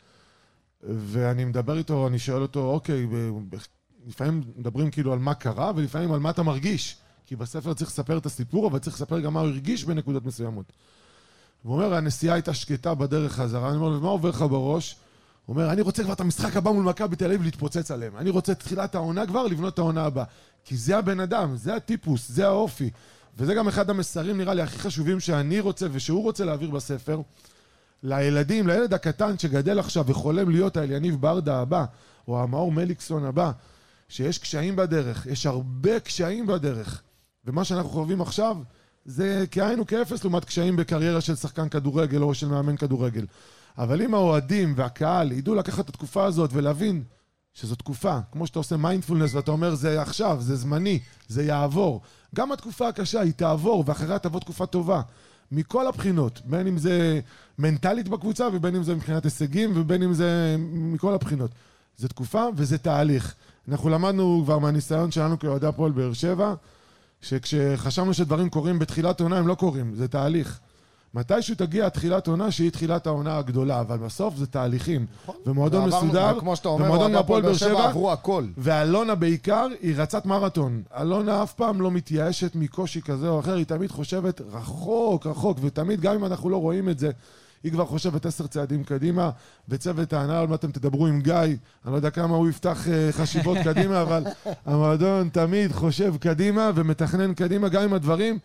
S1: ואני מדבר איתו, אני שואל אותו, אוקיי, לפעמים מדברים כאילו על מה קרה, ולפעמים על מה אתה מרגיש. כי בספר צריך לספר את הסיפור, אבל צריך לספר גם מה הוא הרגיש בנקודות מסוימות. הוא אומר, הנסיעה הייתה שקטה בדרך חזרה, אני אומר, מה עובר לך בראש? הוא אומר, אני רוצה כבר את המשחק הבא מול מכבי תל אביב להתפוצץ עליהם. אני רוצה תחילת העונה כבר, לבנות את העונה הבאה. כי זה הבן אדם, זה הטיפוס, זה האופי. וזה גם אחד המסרים, נראה לי, הכי חשובים שאני רוצה ושהוא רוצה להעביר בספר. לילדים, לילד הקטן שגדל עכשיו וחולם להיות האליניב ברדה הבא, או המאור מליקסון הבא, שיש קשיים בדרך, יש הרבה קשיים בדרך. ומה שאנחנו חווים עכשיו, זה כאין וכאפס לעומת קשיים בקריירה של שחקן כדורגל או של מאמן כדורגל. אבל אם האוהדים והקהל ידעו לקחת את התקופה הזאת ולהבין שזו תקופה, כמו שאתה עושה מיינדפולנס ואתה אומר זה עכשיו, זה זמני, זה יעבור. גם התקופה הקשה היא תעבור ואחריה תבוא תקופה טובה. מכל הבחינות, בין אם זה מנטלית בקבוצה ובין אם זה מבחינת הישגים ובין אם זה מכל הבחינות. זה תקופה וזה תהליך. אנחנו למדנו כבר מהניסיון שלנו כאוהדי הפועל באר שבע, שכשחשבנו שדברים קורים בתחילת עונה הם לא קורים, זה תהליך. מתישהו תגיע תחילת עונה שהיא תחילת העונה הגדולה, אבל בסוף זה תהליכים. ומועדון מסודר,
S3: כמו שאתה אומר,
S1: ומועדון הפועל באר שבע,
S3: עברו הכל.
S1: ואלונה בעיקר היא רצת מרתון. אלונה אף פעם לא מתייאשת מקושי כזה או אחר, היא תמיד חושבת רחוק, רחוק, ותמיד גם אם אנחנו לא רואים את זה, היא כבר חושבת 10 צעדים קדימה, וצוות ההנהלה, עוד מעט אתם תדברו עם גיא, אני לא יודע כמה הוא יפתח חשיבות קדימה, אבל המועדון תמיד חושב קדימה ומתכנן קדימה, גם עם הדברים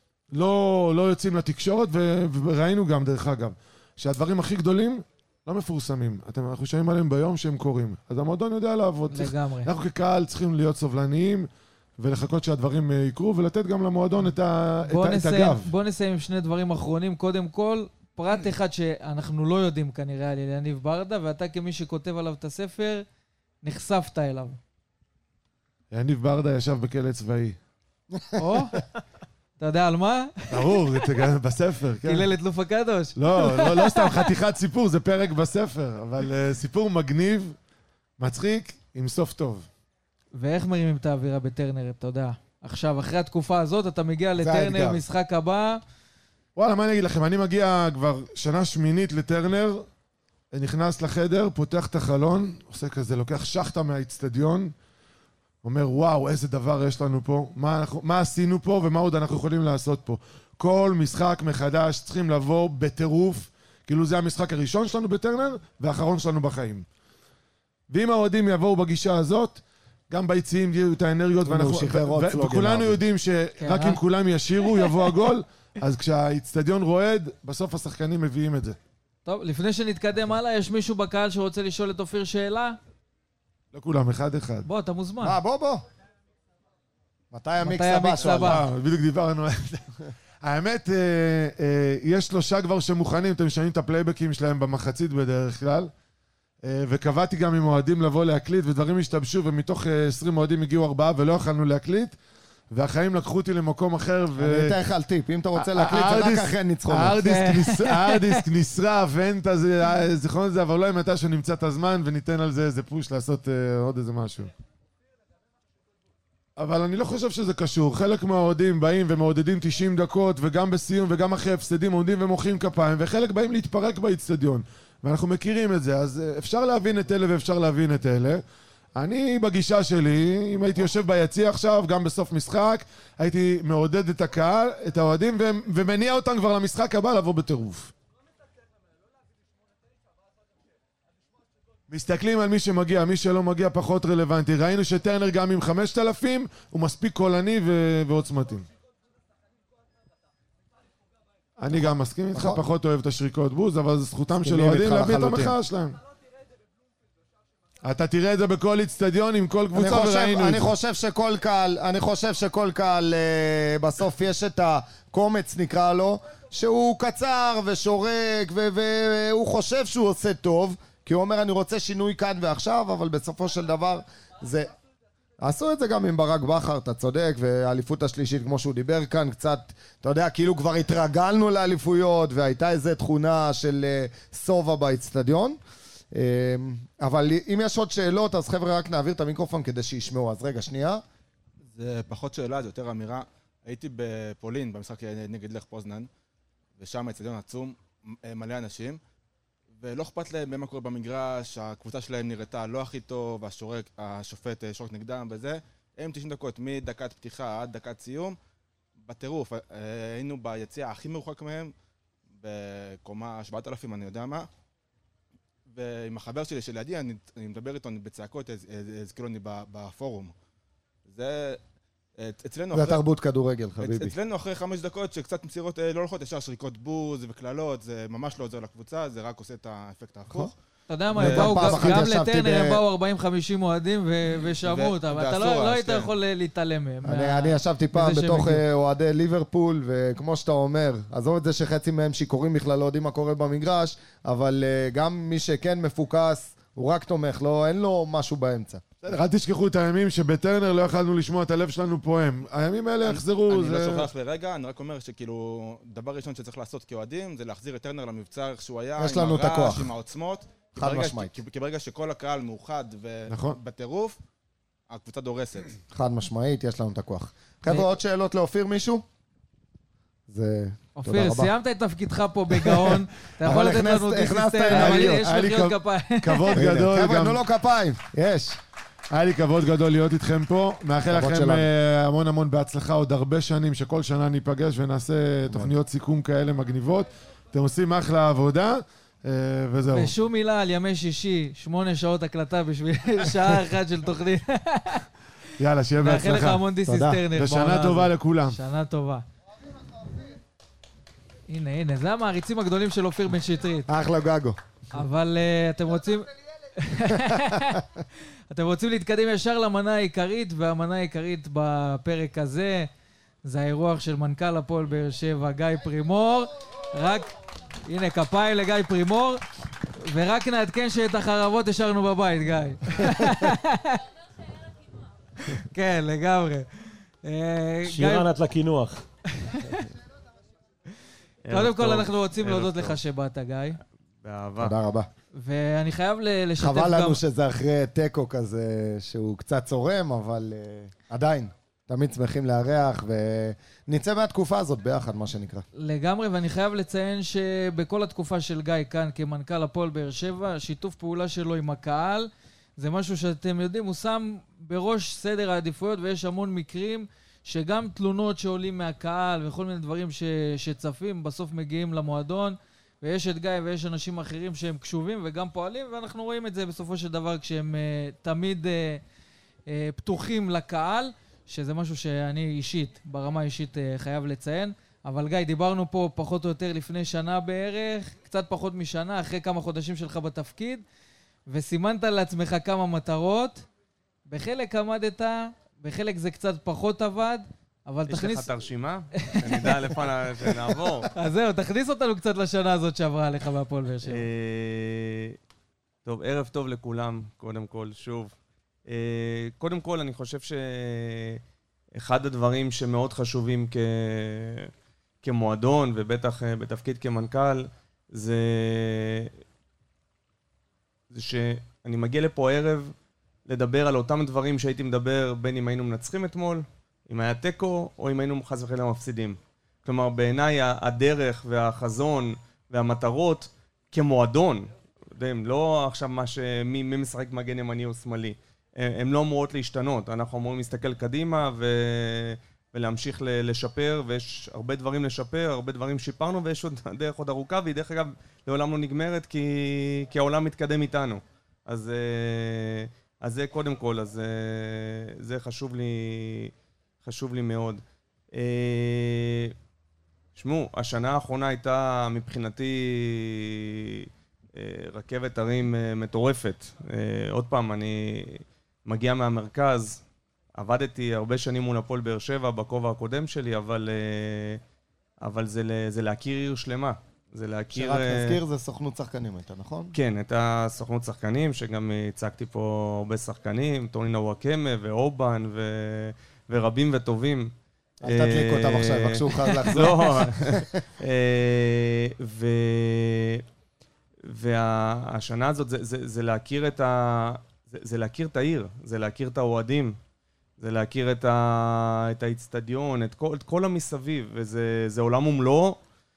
S1: לא יוצאים לתקשורת, וראינו גם דרך אגב, שהדברים הכי גדולים לא מפורסמים. אנחנו שומעים עליהם ביום שהם קורים. אז המועדון יודע לעבוד.
S2: לגמרי.
S1: אנחנו כקהל צריכים להיות סובלניים, ולחכות שהדברים יקרו, ולתת גם למועדון את הגב.
S2: בוא נסיים עם שני דברים אחרונים. קודם כל, פרט אחד שאנחנו לא יודעים כנראה על אליניב ברדה, ואתה כמי שכותב עליו את הספר, נחשפת אליו.
S1: אליניב ברדה ישב בכלא צבאי.
S2: או? אתה יודע על מה?
S1: ברור, זה בספר, כן.
S2: קילל את לוף הקדוש.
S1: לא סתם חתיכת סיפור, זה פרק בספר, אבל סיפור מגניב, מצחיק, עם סוף טוב.
S2: ואיך מרימים את האווירה בטרנר, אתה יודע? עכשיו, אחרי התקופה הזאת, אתה מגיע לטרנר, משחק הבא.
S1: וואלה, מה אני אגיד לכם? אני מגיע כבר שנה שמינית לטרנר, נכנס לחדר, פותח את החלון, עושה כזה, לוקח שחטה מהאצטדיון, אומר, וואו, איזה דבר יש לנו פה, מה עשינו פה ומה עוד אנחנו יכולים לעשות פה. כל משחק מחדש צריכים לבוא בטירוף, כאילו זה המשחק הראשון שלנו בטרנר והאחרון שלנו בחיים. ואם האוהדים יבואו בגישה הזאת, גם ביציעים יהיו את האנרגיות, וכולנו יודעים שרק אם כולם ישירו, יבוא הגול, אז כשהאצטדיון רועד, בסוף השחקנים מביאים את זה.
S2: טוב, לפני שנתקדם הלאה, יש מישהו בקהל שרוצה לשאול את אופיר שאלה?
S1: לא כולם, אחד.
S2: בוא, אתה מוזמן.
S3: בוא. מתי המיקס הבא?
S1: בדיוק דיברנו על זה. האמת, יש 3 כבר שמוכנים, אתם משנים את הפלייבקים שלהם במחצית בדרך כלל, וקבעתי גם עם אוהדים לבוא להקליט, ודברים השתבשו, ומתוך 20 אוהדים הגיעו 4 ולא יכלנו להקליט, והחיים לקחו אותי למקום אחר.
S3: אני אתן לך על טיפ, אם אתה רוצה להקליט, זה רק אחרי ניצחונות.
S1: הארדיסק נשרף, אין את הזיכרון הזה, אבל אולי מתי שנמצא את הזמן וניתן על זה איזה פוש לעשות עוד איזה משהו. אבל אני לא חושב שזה קשור. חלק מהאוהדים באים ומעודדים 90 דקות, וגם בסיום וגם אחרי הפסדים עומדים ומוחאים כפיים, וחלק באים להתפרק באצטדיון. ואנחנו מכירים את זה, אז אפשר להבין את אלה ואפשר להבין את אלה. אני בגישה שלי, אם הייתי יושב ביציע עכשיו, גם בסוף משחק, הייתי מעודד את הקהל, את האוהדים, ומניע אותם כבר למשחק הבא לבוא בטירוף. מסתכלים על מי שמגיע, מי שלא מגיע פחות רלוונטי. ראינו שטרנר גם עם 5,000, הוא מספיק קולני ועוצמתי. אני גם מסכים איתך, פחות אוהב את השריקות בוז, אבל זו זכותם של אוהדים להביא את המחאה שלהם. אתה תראה את זה בכל אצטדיון עם כל קבוצה וראינו את זה.
S3: אני חושב שכל קהל, בסוף יש את הקומץ נקרא לו, שהוא קצר ושורק והוא חושב שהוא עושה טוב, כי הוא אומר אני רוצה שינוי כאן ועכשיו, אבל בסופו של דבר זה... עשו את זה גם עם ברק בכר, אתה צודק, והאליפות השלישית כמו שהוא דיבר כאן, קצת, אתה יודע, כאילו כבר התרגלנו לאליפויות, והייתה איזו תכונה של סובה באצטדיון. אבל אם יש עוד שאלות, אז חבר'ה רק נעביר את המיקרופון כדי שישמעו. אז רגע, שנייה.
S5: זה פחות שאלה, זה יותר אמירה. הייתי בפולין, במשחק נגד לך פוזנן, ושם האצטדיון עצום, מלא אנשים, ולא אכפת להם במה קורה במגרש, הקבוצה שלהם נראתה לא הכי טוב, השופט שורק נגדם וזה. הם 90 דקות, מדקת פתיחה עד דקת סיום, בטירוף. היינו ביציאה הכי מרוחק מהם, בקומה 7,000, אני יודע מה. ועם החבר שלי שלידי, אני מדבר איתו בצעקות, הזכירו לי בפורום. זה אצלנו...
S3: זה תרבות כדורגל, חביבי.
S5: אצלנו אחרי 5 דקות שקצת מסירות לא הולכות, ישר שריקות בוז וכללות, זה ממש לא עוזר לקבוצה, זה רק עושה את האפקט ההפוך.
S2: אתה יודע מה, גם לטרנר הם באו 40-50 אוהדים ושמעו אותם, אבל אתה לא היית יכול להתעלם מהם.
S3: אני ישבתי פעם בתוך אוהדי ליברפול, וכמו שאתה אומר, עזוב את זה שחצי מהם שיכורים בכלל לא יודעים מה קורה במגרש, אבל גם מי שכן מפוקס, הוא רק תומך, אין לו משהו באמצע.
S1: אל תשכחו את הימים שבטרנר לא יכלנו לשמוע את הלב שלנו פועם. הימים האלה יחזרו.
S5: אני לא שוכח לרגע, אני רק אומר שכאילו, דבר ראשון שצריך לעשות כאוהדים, זה להחזיר את טרנר למבצע איך שהוא היה,
S3: עם הרעש,
S5: עם העוצמות.
S3: חד משמעית.
S5: כי ברגע שכל הקהל מאוחד ובטירוף, הקבוצה דורסת.
S3: חד משמעית, יש לנו את הכוח. חבר'ה, עוד שאלות לאופיר מישהו? זה...
S2: אופיר, סיימת את תפקידך פה בגאון. אתה יכול לתת לנו דיסטר, אבל יש מחיאות כפיים.
S1: כבוד גדול.
S3: חבר'ה, תנו לו כפיים. יש.
S1: היה לי כבוד גדול להיות איתכם פה. מאחל לכם המון המון בהצלחה, עוד הרבה שנים, שכל שנה ניפגש ונעשה תוכניות סיכום כאלה מגניבות. אתם עושים אחלה עבודה. וזהו.
S2: ושום מילה על ימי שישי, 8 שעות הקלטה בשביל שעה אחת של תוכנית.
S1: יאללה, שיהיה בהצלחה.
S2: מאחל לך המון דיסטרנר.
S1: ושנה טובה לכולם.
S2: שנה טובה. הנה, זה המעריצים הגדולים של אופיר בן שטרית.
S3: אחלה גגו.
S2: אבל אתם רוצים להתקדם ישר למנה העיקרית, והמנה העיקרית בפרק הזה, זה האירוח של מנכ"ל הפועל באר שבע, גיא פרימור. הנה, כפיים לגיא פרימור, ורק נעדכן שאת החרבות השארנו בבית, גיא. כן, לגמרי.
S4: שירה נת לקינוח.
S2: קודם כל, אנחנו רוצים להודות לך שבאת, גיא.
S6: באהבה.
S3: תודה רבה.
S2: ואני חייב לשתף גם...
S3: חבל לנו שזה אחרי טקו כזה, שהוא קצת צורם, אבל עדיין. תמיד שמחים לארח, ונצא מהתקופה הזאת ביחד, מה שנקרא.
S2: לגמרי, ואני חייב לציין שבכל התקופה של גיא כאן, כמנכ"ל הפועל באר שבע, שיתוף פעולה שלו עם הקהל, זה משהו שאתם יודעים, הוא שם בראש סדר העדיפויות, ויש המון מקרים שגם תלונות שעולים מהקהל, וכל מיני דברים שצפים, בסוף מגיעים למועדון, ויש את גיא ויש אנשים אחרים שהם קשובים וגם פועלים, ואנחנו רואים את זה בסופו של דבר כשהם תמיד פתוחים לקהל, שזה משהו שאני אישית, ברמה אישית חייב לציין. אבל גיא, דיברנו פה פחות או יותר לפני שנה בערך, קצת פחות משנה, אחרי כמה חודשים שלך בתפקיד, וסימנת לעצמך כמה מטרות. בחלק עמדת, בחלק זה קצת פחות עבד, אבל תכניס...
S6: יש לך את הרשימה? שאני יודע לפעמים שנעבור.
S2: אז זהו, תכניס אותנו קצת לשנה הזאת שעברה עליך בהפועל באר שבע.
S6: טוב, ערב טוב לכולם, קודם כל, שוב. קודם כל, אני חושב שאחד הדברים שמאוד חשובים כמועדון, ובטח בתפקיד כמנכ"ל, זה שאני מגיע לפה ערב לדבר על אותם דברים שהייתי מדבר בין אם היינו מנצחים אתמול, אם היה טקו, או אם היינו חס וחלילה מפסידים. כלומר, בעיניי הדרך והחזון והמטרות כמועדון, לא עכשיו מי משחק מגן ימני או שמאלי, הן לא אמורות להשתנות. אנחנו אמורים להסתכל קדימה ולהמשיך לשפר, ויש הרבה דברים לשפר, הרבה דברים שיפרנו, ויש עוד דרך עוד ארוכה, והיא דרך אגב לעולם לא נגמרת, כי העולם מתקדם איתנו. אז זה קודם כל, אז זה חשוב לי מאוד. שמעו, השנה האחרונה הייתה מבחינתי רכבת הרים מטורפת. עוד פעם, אני מגיע מהמרכז, עבדתי הרבה שנים מול הפועל באר שבע בכובע הקודם שלי, אבל זה להכיר עיר שלמה. זה להכיר...
S3: שרק נזכיר, זה סוכנות שחקנים הייתה, נכון?
S6: כן, הייתה סוכנות שחקנים, שגם הצגתי פה הרבה שחקנים, טוני וואקמה ואובן ורבים וטובים.
S3: אל תדליק אותם עכשיו, בבקשו לך לחזור.
S6: לא, והשנה הזאת זה להכיר זה להכיר את העיר, זה להכיר את האוהדים, זה להכיר את האצטדיון, את כל המסביב, וזה עולם ומלואו,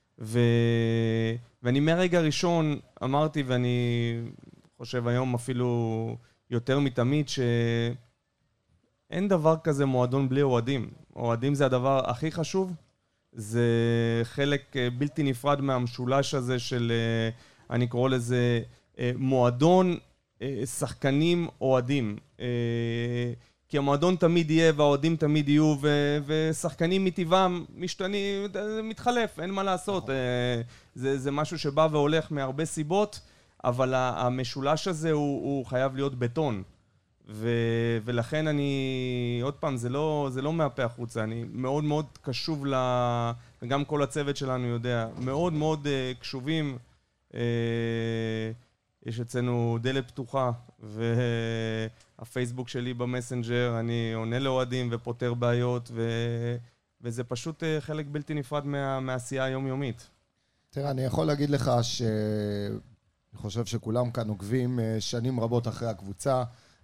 S6: ואני מהרגע הראשון אמרתי, ואני חושב היום אפילו יותר מתמיד, שאין דבר כזה מועדון בלי אוהדים. אוהדים זה הדבר הכי חשוב, זה חלק בלתי נפרד מהמשולש הזה של, אני קורא לזה, מועדון, שחקנים, אוהדים. כי המועדון תמיד יהיה והאוהדים תמיד יהיו, ושחקנים מטבעם משתנים, מתחלף, אין מה לעשות. זה משהו שבא והולך מהרבה סיבות, אבל המשולש הזה הוא חייב להיות בטון. ולכן אני, עוד פעם, זה לא מהפה החוצה, אני מאוד מאוד קשוב וגם כל הצוות שלנו יודע, מאוד מאוד קשובים. יש אצלנו דלת פתוחה, והפייסבוק שלי במסנג'ר, אני עונה לאוהדים ופותר בעיות, וזה פשוט חלק בלתי נפרד מהעשייה היומיומית.
S3: תראה, אני יכול להגיד לך שאני חושב שכולם כאן עוקבים שנים רבות אחרי הקבוצה,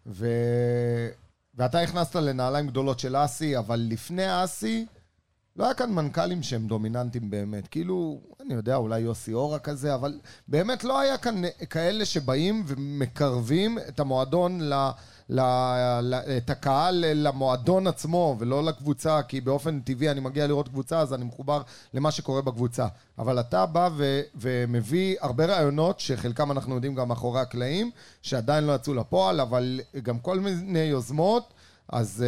S3: ואתה הכנסת לנעליים גדולות של אסי, אבל לפני אסי לא היה כאן מנכ"לים שהם דומיננטים באמת. כאילו, אני יודע, אולי יוסי אורה כזה, אבל באמת לא היה כאן כאלה שבאים ומקרבים את המועדון, את הקהל למועדון עצמו, ולא לקבוצה, כי באופן טבעי אני מגיע לראות קבוצה, אז אני מחובר למה שקורה בקבוצה. אבל אתה בא ומביא הרבה רעיונות, שחלקם אנחנו יודעים גם מאחורי הקלעים, שעדיין לא יצאו לפועל, אבל גם כל מיני יוזמות, אז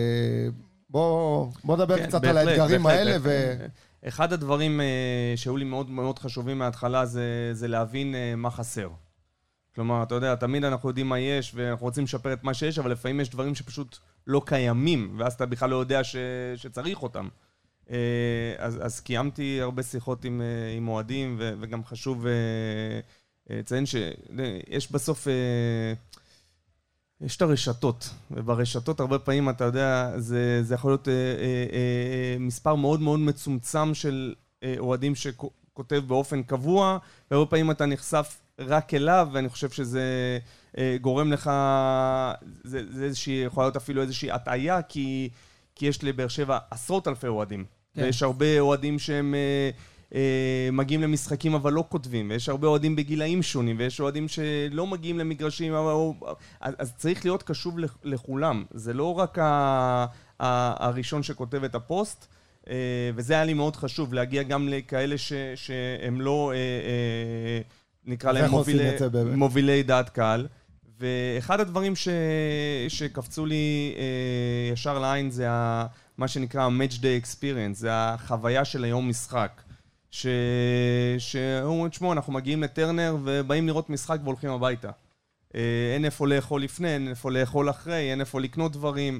S3: בוא נדבר קצת על האתגרים האלה.
S6: אחד הדברים שהיו לי מאוד מאוד חשובים מההתחלה, זה להבין מה חסר. כלומר, אתה יודע, תמיד אנחנו יודעים מה יש, ואנחנו רוצים לשפר את מה שיש, אבל לפעמים יש דברים שפשוט לא קיימים, ואז אתה בכלל לא יודע שצריך אותם. אז קיימתי הרבה שיחות עם אוהדים, וגם חשוב לציין שיש בסוף, יש את הרשתות, וברשתות הרבה פעמים, אתה יודע, זה יכול להיות מספר מאוד מאוד מצומצם של אוהדים שכותב באופן קבוע, והרבה פעמים אתה נחשף רק אליו, ואני חושב שזה גורם לך, זה יכולה להיות אפילו איזושהי הטעיה, כי יש לבאר שבע עשרות אלפי אוהדים, ויש הרבה אוהדים שהם מגיעים למשחקים אבל לא כותבים, ויש הרבה אוהדים בגילאים שונים, ויש אוהדים שלא מגיעים למגרשים, אז צריך להיות קשוב לכולם. זה לא רק הראשון שכותב את הפוסט, וזה היה לי מאוד חשוב, להגיע גם לכאלה שהם לא, נקרא להם מובילי דעת קהל. ואחד הדברים שקפצו לי ישר לעין זה מה שנקרא Match Day Experience, זה החוויה של היום משחק. שאומרים, תשמעו, אנחנו מגיעים לטרנר ובאים לראות משחק והולכים הביתה. אין איפה לאכול לפני, אין איפה לאכול אחרי, אין איפה לקנות דברים.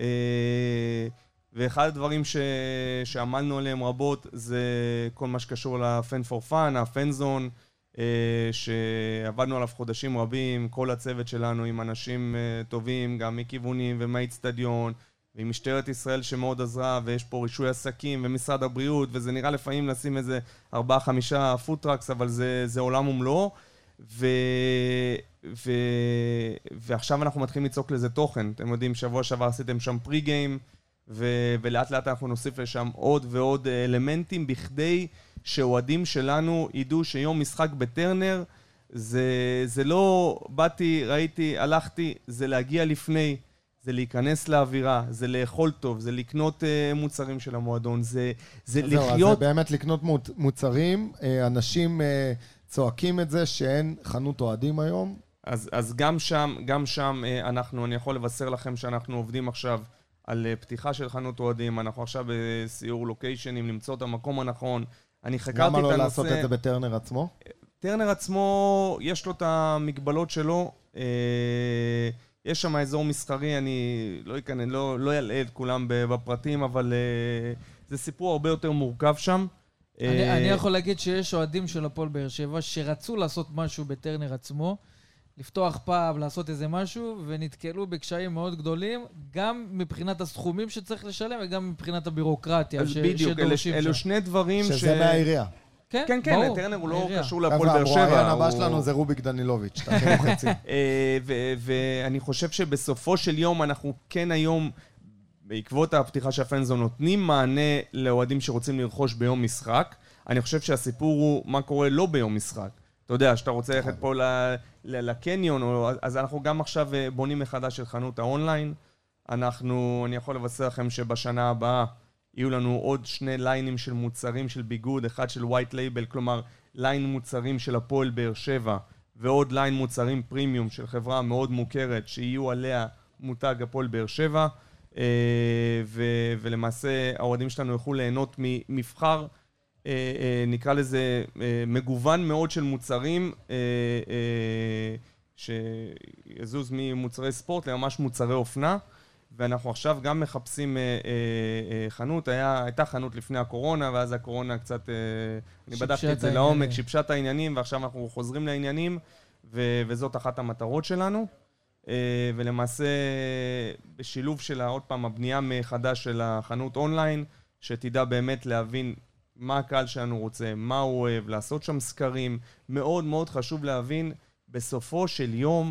S6: ואחד הדברים שעמלנו עליהם רבות זה כל מה שקשור לפן פור פן, הפן זון, שעבדנו עליו חודשים רבים, כל הצוות שלנו עם אנשים טובים, גם מכיוונים ומהאצטדיון, ועם משטרת ישראל שמאוד עזרה, ויש פה רישוי עסקים ומשרד הבריאות, וזה נראה לפעמים לשים איזה 4-5 פוטרקס, אבל זה עולם ומלואו, ועכשיו אנחנו מתחילים לצעוק לזה תוכן. אתם יודעים, שבוע שעבר עשיתם שם פרי-גיים, ולאט לאט אנחנו נוסיף לשם עוד ועוד אלמנטים, בכדי שאוהדים שלנו ידעו שיום משחק בטרנר, זה לא באתי, ראיתי, הלכתי, זה להגיע לפני, זה להיכנס לאווירה, זה לאכול טוב, זה לקנות מוצרים של המועדון, זה לחיות...
S3: זה באמת לקנות מוצרים, אנשים צועקים את זה שאין חנות אוהדים היום.
S6: אז גם שם אני יכול לבשר לכם שאנחנו עובדים עכשיו על פתיחה של חנות אוהדים, אנחנו עכשיו בסיור לוקיישנים, למצוא את המקום הנכון. אני חקרתי את הנושא.
S3: למה לא לעשות את זה בטרנר עצמו?
S6: טרנר עצמו, יש לו את המגבלות שלו, יש שם אזור מסחרי, אני לא ילאה את כולם בפרטים, אבל זה סיפור הרבה יותר מורכב שם.
S2: אני יכול להגיד שיש אוהדים של הפועל באר שבע שרצו לעשות משהו בטרנר עצמו, לפתוח פאב, לעשות איזה משהו, ונתקלו בקשיים מאוד גדולים, גם מבחינת הסכומים שצריך לשלם, וגם מבחינת הבירוקרטיה שדורשים שם.
S6: אלו שני דברים
S3: שזה מהעירייה.
S6: כן, טרנר הוא לא קשור להפועל באר שבע.
S3: והמרואיין הבא שלנו זה רוביק דנילוביץ', תחילו חצי.
S6: ואני חושב שבסופו של יום אנחנו כן היום, בעקבות הפתיחה של הפנזון, נותנים מענה לאוהדים שרוצים לרכוש ביום משחק. אני חושב שהסיפור הוא מה קורה לא ביום משחק. אתה יודע, שאתה רוצה ללכת פה לקניון, אז אנחנו גם עכשיו בונים מחדש של חנות האונליין. אני יכול לבשר לכם שבשנה הבאה יהיו לנו עוד 2 ליינים של מוצרים של ביגוד, אחד של ווייט לייבל, כלומר ליין מוצרים של הפועל באר שבע, ועוד ליין מוצרים פרימיום של חברה מאוד מוכרת, שיהיו עליה מותג הפועל באר שבע, ולמעשה האוהדים שלנו יוכלו ליהנות ממבחר, נקרא לזה מגוון מאוד של מוצרים, שיזוז ממוצרי ספורט לממש מוצרי אופנה, ואנחנו עכשיו גם מחפשים חנות, הייתה חנות לפני הקורונה, ואז הקורונה קצת, אני בדקתי את זה לעומק, שיבשה את העניינים, ועכשיו אנחנו חוזרים לעניינים, וזאת אחת המטרות שלנו, ולמעשה בשילוב של עוד פעם הבנייה מחדש של החנות אונליין, שתדע באמת להבין מה הקהל שלנו רוצה, מה הוא אוהב, לעשות שם סקרים, מאוד מאוד חשוב להבין בסופו של יום,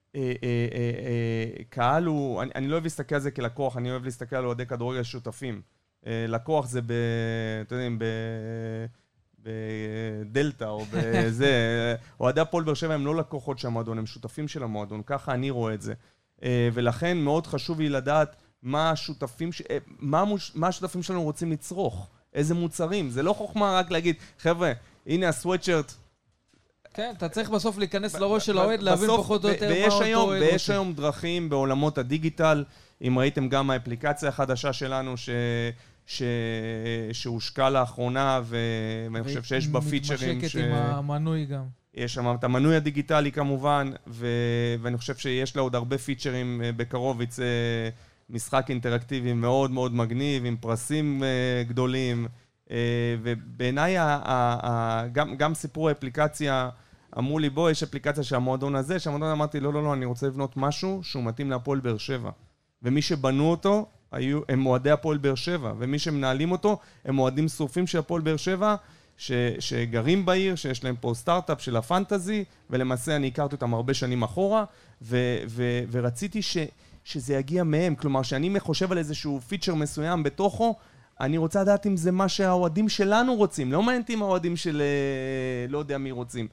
S6: קהל הוא, אני לא אוהב להסתכל על זה כלקוח, אני אוהב להסתכל על אוהדי כדורגל שותפים. לקוח זה אתם יודעים, בדלטה או בזה, אוהדי הפועל באר שבע הם לא לקוחות של המועדון, הם שותפים של המועדון, ככה אני רואה את זה. ולכן מאוד חשוב לי לדעת מה השותפים שלנו רוצים לצרוך, איזה מוצרים. זה לא חוכמה רק להגיד, חבר'ה, הנה הסוואטשרט,
S2: כן, אתה צריך בסוף להיכנס לראש של האוהד, להבין פחות או יותר מה אותו אוהד רוצה.
S6: ויש היום דרכים בעולמות הדיגיטל, אם ראיתם גם האפליקציה החדשה שלנו שהושקה לאחרונה, ואני חושב שיש בה פיצ'רים
S2: מתמשקת עם המנוי גם.
S6: יש שם את המנוי הדיגיטלי כמובן, ואני חושב שיש לה עוד הרבה פיצ'רים, בקרוב יצא משחק אינטראקטיבי מאוד מאוד מגניב, עם פרסים גדולים, ובעיניי גם סיפור האפליקציה, אמרו לי בוא יש אפליקציה שהמועדון הזה, שהמועדון אמרתי לא, אני רוצה לבנות משהו שהוא מתאים להפועל באר שבע, ומי שבנו אותו הם מועדי הפועל באר שבע, ומי שמנהלים אותו הם מועדים שרופים של הפועל באר שבע, שגרים בעיר, שיש להם פה סטארט-אפ של הפנטזי, ולמעשה אני הכרתי אותם הרבה שנים אחורה, ורציתי שזה יגיע מהם, כלומר שאני חושב על איזשהו פיצ'ר מסוים בתוכו, אני רוצה לדעת אם זה מה שהאוהדים שלנו רוצים, לא מעניין אם האוהדים של לא יודע מי רוצים.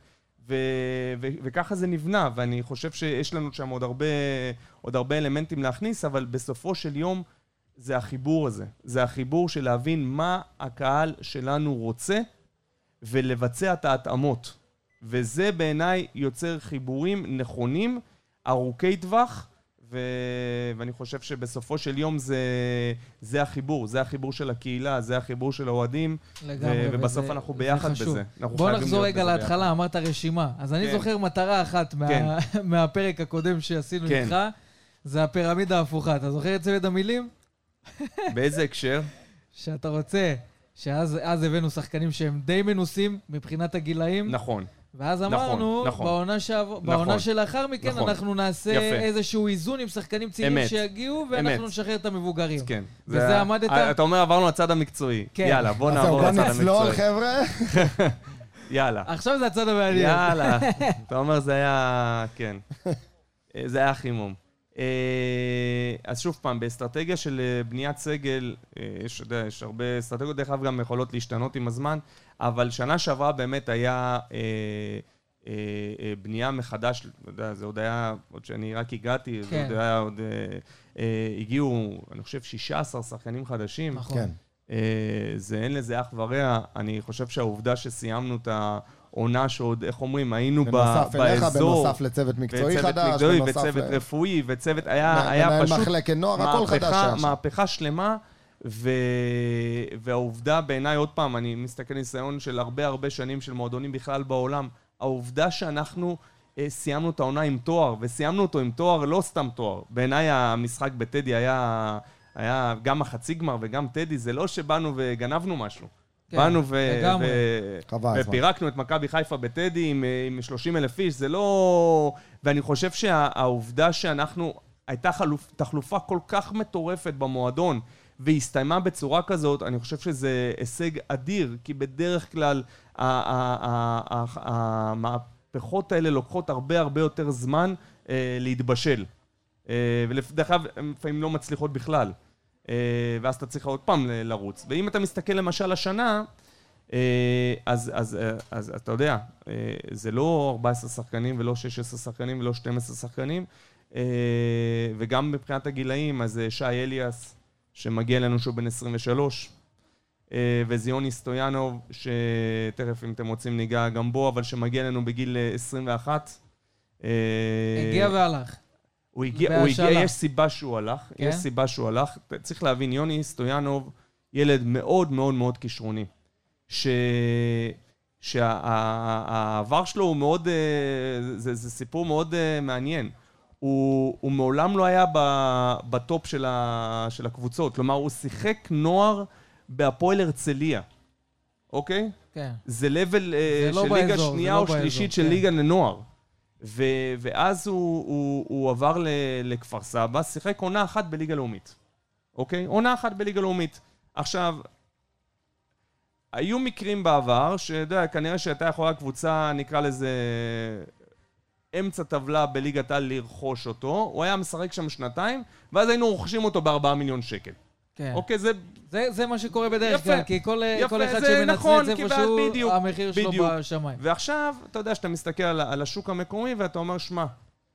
S6: וככה זה נבנה, ואני חושב שיש לנו שם עוד הרבה אלמנטים להכניס, אבל בסופו של יום זה החיבור הזה. זה החיבור של להבין מה הקהל שלנו רוצה, ולבצע את ההתאמות. וזה בעיניי יוצר חיבורים נכונים, ארוכי טווח, ואני חושב שבסופו של יום זה החיבור, זה החיבור של הקהילה, זה החיבור של האוהדים, ובסוף אנחנו ביחד בזה.
S2: בוא נחזור רגע להתחלה, אמרת רשימה. אז אני זוכר מטרה אחת מהפרק הקודם שעשינו איתך, זה הפירמידה ההפוכה. אתה זוכר את צוות המילים?
S6: באיזה הקשר?
S2: שאתה רוצה, שאז הבאנו שחקנים שהם די מנוסים מבחינת הגילאים.
S6: נכון.
S2: ואז אמרנו, בעונה שלאחר מכן אנחנו נעשה איזשהו איזון עם שחקנים צעירים שיגיעו, ואנחנו נשחרר את המבוגרים.
S6: כן.
S2: וזה עמדת...
S6: אתה אומר, עברנו לצד המקצועי. יאללה, בוא נעבור לצד המקצועי.
S3: אז נצלול, חבר'ה.
S6: יאללה.
S2: עכשיו זה הצד המעניין.
S6: יאללה. אתה אומר, זה היה... כן. זה היה חימום. אז שוב פעם, באסטרטגיה של בניית סגל, יש הרבה אסטרטגיות, דרך אגב גם יכולות להשתנות עם הזמן, אבל שנה שעברה באמת היה בנייה מחדש, זה עוד היה, עוד שאני רק הגעתי, זה עוד היה עוד, הגיעו, אני חושב, 16 שחקנים חדשים.
S2: נכון.
S6: זה אין לזה אח ורע, אני חושב שהעובדה שסיימנו את עונה שעוד, איך אומרים, היינו
S3: בנוסף אליך,
S6: באזור.
S3: בנוסף לצוות מקצועי חדש,
S6: וצוות רפואי, וצוות היה פשוט...
S3: מנהל מחלקת נוער, הכל חדש.
S6: מהפכה שלמה, והעובדה בעיניי, עוד פעם, אני מסתכל ניסיון של הרבה שנים של מועדונים בכלל בעולם, העובדה שאנחנו סיימנו את העונה עם תואר, וסיימנו אותו עם תואר, לא סתם תואר. בעיניי המשחק בטדי היה גם החצי גמר וגם טדי, זה לא שבאנו וגנבנו משהו. באנו ופירקנו את מכבי חיפה בטדי עם 30,000 איש, זה לא... ואני חושב שהעובדה שאנחנו, הייתה תחלופה כל כך מטורפת במועדון, והסתיימה בצורה כזאת, אני חושב שזה הישג אדיר, כי בדרך כלל המהפכות האלה לוקחות הרבה יותר זמן להתבשל. ולדרך כלל, לפעמים לא מצליחות בכלל. ואז אתה צריך עוד פעם לרוץ. ואם אתה מסתכל למשל השנה, אז אתה יודע, זה לא 14 שחקנים ולא 16 שחקנים ולא 12 שחקנים, וגם מבחינת הגילאים, אז שי אליאס, שמגיע לנו שהוא בן 23, וזיוני סטויאנוב, שתכף אם אתם רוצים ניגע גם בו, אבל שמגיע לנו בגיל 21.
S2: הגיע והלך.
S6: הוא הגיע, יש סיבה שהוא הלך, יש סיבה שהוא הלך. צריך להבין, יוני סטויאנוב, ילד מאוד כישרוני, שהעבר שלו הוא מאוד, זה סיפור מאוד מעניין. הוא מעולם לא היה בטופ של הקבוצות, כלומר הוא שיחק נוער בהפועל הרצליה, אוקיי?
S2: כן.
S6: זה לבל של ליגה שנייה או שלישית של ליגה לנוער. ואז הוא עבר לכפר סבא, שיחק עונה אחת בליגה לאומית. אוקיי? עונה אחת בליגה לאומית. עכשיו, היו מקרים בעבר, כנראה שהייתה יכולה קבוצה, נקרא לזה, אמצע טבלה בליגת העל לרכוש אותו, הוא היה משחק שם 2, ואז היינו רוכשים אותו ב4 מיליון שקל.
S2: כן.
S6: אוקיי,
S2: זה מה שקורה בדרך כלל, כי כל אחד שמנצל את איפשהו, המחיר שלו בשמיים.
S6: ועכשיו, אתה יודע שאתה מסתכל על השוק המקומי, ואתה אומר, שמה,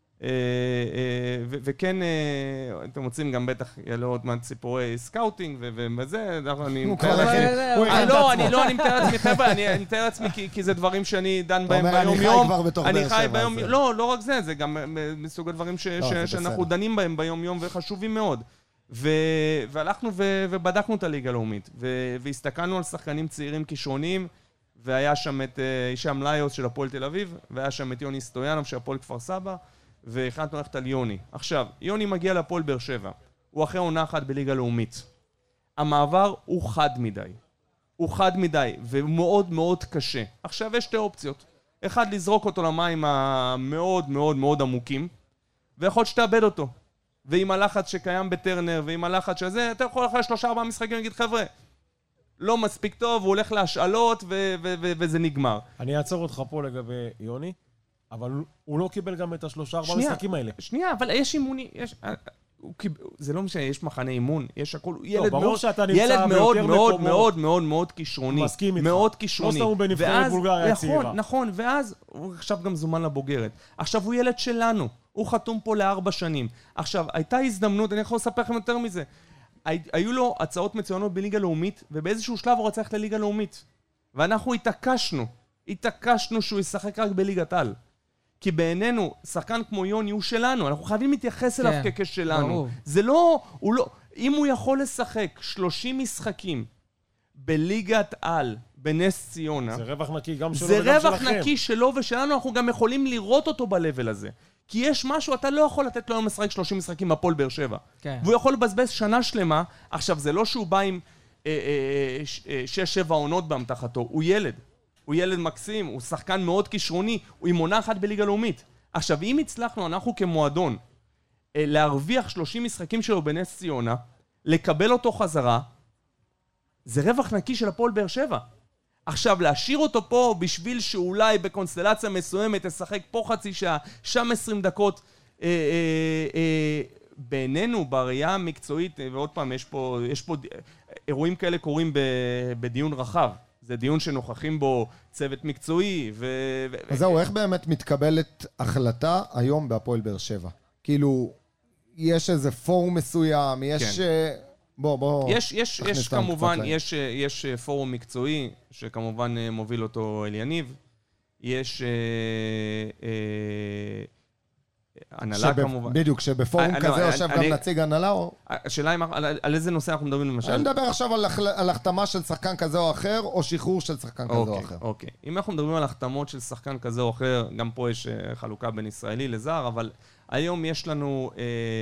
S6: וכן, אתם רוצים גם בטח, יעלו עוד מעט סיפורי סקאוטינג, וזה, אני מתאר לעצמי, חבר'ה, אני מתאר לעצמי, כי זה דברים שאני דן בהם ביום-יום. אני חי ביום-יום, לא רק זה גם מסוג הדברים שאנחנו דנים בהם ביום-יום, וחשובים מאוד. והלכנו ובדקנו את הליגה הלאומית, והסתכלנו על שחקנים צעירים כישרוניים, והיה שם את הישאם ליוס של הפועל תל אביב, והיה שם את יוני סטויאנוב של הפועל כפר סבא, והחלטנו ללכת על יוני. עכשיו, יוני מגיע לפועל באר שבע, הוא אחרי עונה אחת בליגה לאומית. המעבר הוא חד מדי, ומאוד קשה. עכשיו יש שתי אופציות. אחד, לזרוק אותו למים המאוד עמוקים, ויכול שתאבד אותו. ועם הלחץ שקיים בטרנר, ועם הלחץ שזה, אתה יכול אחרי 3-4 משחקים להגיד, חבר'ה, לא מספיק טוב, הוא הולך להשאלות, וזה נגמר.
S4: אני אעצור אותך פה לגבי יוני, אבל הוא לא קיבל גם את 3-4 משחקים האלה.
S6: שנייה, אבל יש אימוני, זה לא משנה, יש מחנה אימון, יש הכל, ילד מאוד כישרוני.
S4: מסכים איתך.
S6: מאוד כישרוני.
S4: לא סתם הוא בנבחרת בולגריה הצעירה.
S6: נכון, ואז הוא עכשיו גם זומן לבוגרת. עכשיו הוא ילד שלנו. הוא חתום פה ל4 שנים. עכשיו, הייתה הזדמנות, אני יכול לספר לכם יותר מזה. היו לו הצעות מצוינות בליגה לאומית, ובאיזשהו שלב הוא רצה ללכת לליגה לאומית. ואנחנו התעקשנו שהוא ישחק רק בליגת העל. כי בעינינו, שחקן כמו יוני הוא שלנו, אנחנו חייבים להתייחס אליו כשלנו. זה לא, אם הוא יכול לשחק 30 משחקים בליגת העל, בנס ציונה,
S4: זה רווח נקי גם שלו
S6: וגם שלכם.
S4: זה רווח
S6: נקי שלו ושלנו, אנחנו גם יכולים לראות אותו בלבל הזה. כי יש משהו, אתה לא יכול לתת לו היום לשחק 30 משחקים בפועל באר שבע. כן. והוא יכול לבזבז שנה שלמה. עכשיו, זה לא שהוא בא עם 6-7 עונות באמתחתו. הוא ילד מקסים, הוא שחקן מאוד כישרוני, הוא עם עונה אחת בליגה לאומית. עכשיו, אם הצלחנו, אנחנו כמועדון, להרוויח 30 משחקים שלו בנס ציונה, לקבל אותו חזרה, זה רווח נקי של הפועל באר שבע. עכשיו, להשאיר אותו פה בשביל שאולי בקונסטלציה מסוימת תשחק פה חצי שעה, שם 20 דקות, בעינינו, בראייה המקצועית, ועוד פעם, יש פה אירועים כאלה קורים בדיון רחב. זה דיון שנוכחים בו צוות מקצועי
S3: אז זהו, איך באמת מתקבלת החלטה היום בהפועל באר שבע? כאילו, יש איזה פורום מסוים, יש... בוא.
S6: יש כמובן, יש פורום מקצועי, שכמובן מוביל אותו אליניב, יש הנהלה כמובן.
S3: בדיוק, שבפורום כזה יושב גם נציג הנהלה או...
S6: השאלה היא על איזה נושא אנחנו מדברים למשל?
S3: אני מדבר עכשיו על החתמה של שחקן כזה או אחר, או שחרור של שחקן כזה או אחר.
S6: אוקיי. אם אנחנו מדברים על החתמות של שחקן כזה או אחר, גם פה יש חלוקה בין ישראלי לזר, אבל היום יש לנו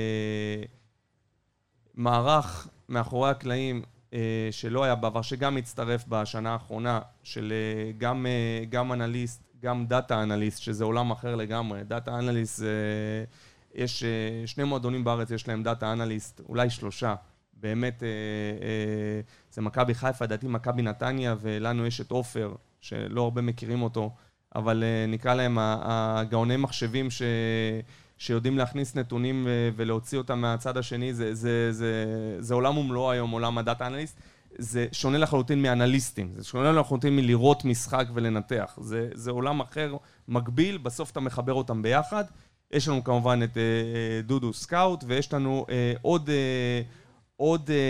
S6: מערך מאחורי הקלעים שלא היה בעבר, שגם הצטרף בשנה האחרונה, של גם אנליסט, גם דאטה אנליסט, שזה עולם אחר לגמרי. דאטה אנליסט, יש 2 מועדונים בארץ, יש להם דאטה אנליסט, אולי 3. באמת, זה מכבי חיפה, דעתי מכבי נתניה, ולנו יש את אופר, שלא הרבה מכירים אותו, אבל נקרא להם הגאוני מחשבים שיודעים להכניס נתונים ולהוציא אותם מהצד השני. זה עולם ומלואו היום, עולם הדאטה אנליסט. זה שונה לחלוטין מאנליסטים, זה שונה לחלוטין מלראות משחק ולנתח. זה עולם אחר, מקביל, בסוף אתה מחבר אותם ביחד. יש לנו כמובן את דודו סקאוט, ויש לנו עוד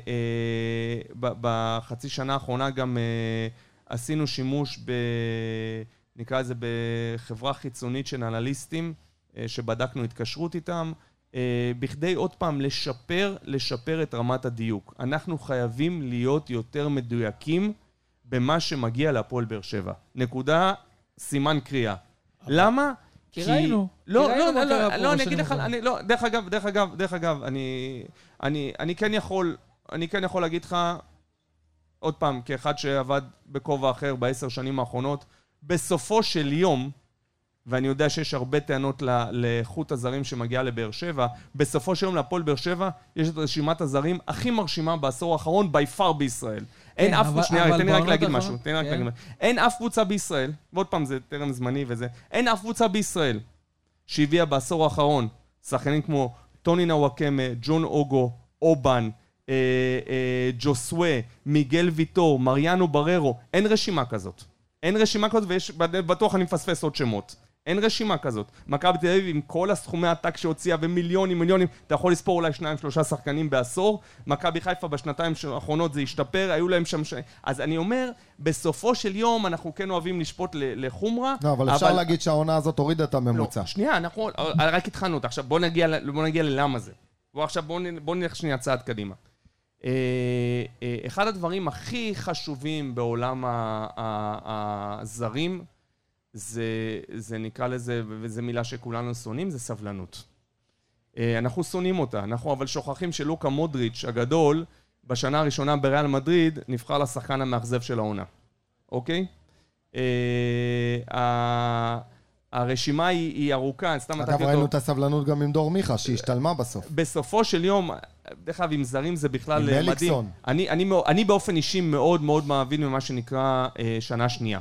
S6: בחצי שנה האחרונה גם עשינו שימוש נקרא לזה בחברה חיצונית של אנליסטים, שבדקנו התקשרות איתם, בכדי עוד פעם לשפר את רמת הדיוק. אנחנו חייבים להיות יותר מדויקים במה שמגיע להפועל באר שבע. נקודה, סימן קריאה. למה?
S2: כי ראינו.
S6: לא, אני אגיד לך, דרך אגב, אני כן יכול להגיד לך, עוד פעם, כאחד שעבד בכובע אחר ב10 שנים האחרונות, בסופו של יום, ואני יודע שיש הרבה טענות לאיכות הזרים שמגיעה לבאר שבע, בסופו של יום להפועל באר שבע יש את רשימת הזרים הכי מרשימה בעשור האחרון, by far בישראל. אין אף קבוצה, שנייה, תן לי רק להגיד משהו, אין אף קבוצה בישראל, ועוד פעם זה טרם זמני וזה, אין אף קבוצה בישראל שהביאה בעשור האחרון שחקנים כמו טוני נוואקמה, ג'ון אוגו, אובן, ג'וסווה, מיגל ויטור, מריאנו בררו, אין רשימה כזאת. אין רשימה כזאת, ובטוח אני מפספס עוד שמות. אין רשימה כזאת. מכבי תל אביב עם כל הסכומי העתק שהוציאה ומיליונים, אתה יכול לספור אולי 2-3 שחקנים בעשור. מכבי חיפה בשנתיים האחרונות זה השתפר, היו להם שם אז אני אומר, בסופו של יום אנחנו כן אוהבים לשפוט לחומרה.
S3: לא, אבל אפשר להגיד שהעונה הזאת הורידה את הממוצע.
S6: לא, שנייה, אנחנו רק התחלנו אותה. עכשיו בוא נגיע ללמה זה. בוא נלך שנייה צעד קדימה. אחד הדברים הכי חשובים בעולם הזרים, זה נקרא לזה, וזו מילה שכולנו שונאים, זה סבלנות. אנחנו שונאים אותה, אנחנו אבל שוכחים שלוקה מודריץ' הגדול, בשנה הראשונה בריאל מדריד, נבחר לשחקן המאכזב של העונה. אוקיי? הרשימה היא ארוכה, סתם
S3: אגב ראינו את הסבלנות גם עם דור מיכה, שהשתלמה בסוף.
S6: בסופו של יום, דרך אגב, עם זרים זה בכלל מדהים. אני באופן אישי מאוד מאוד מאמין ממה שנקרא שנה שנייה.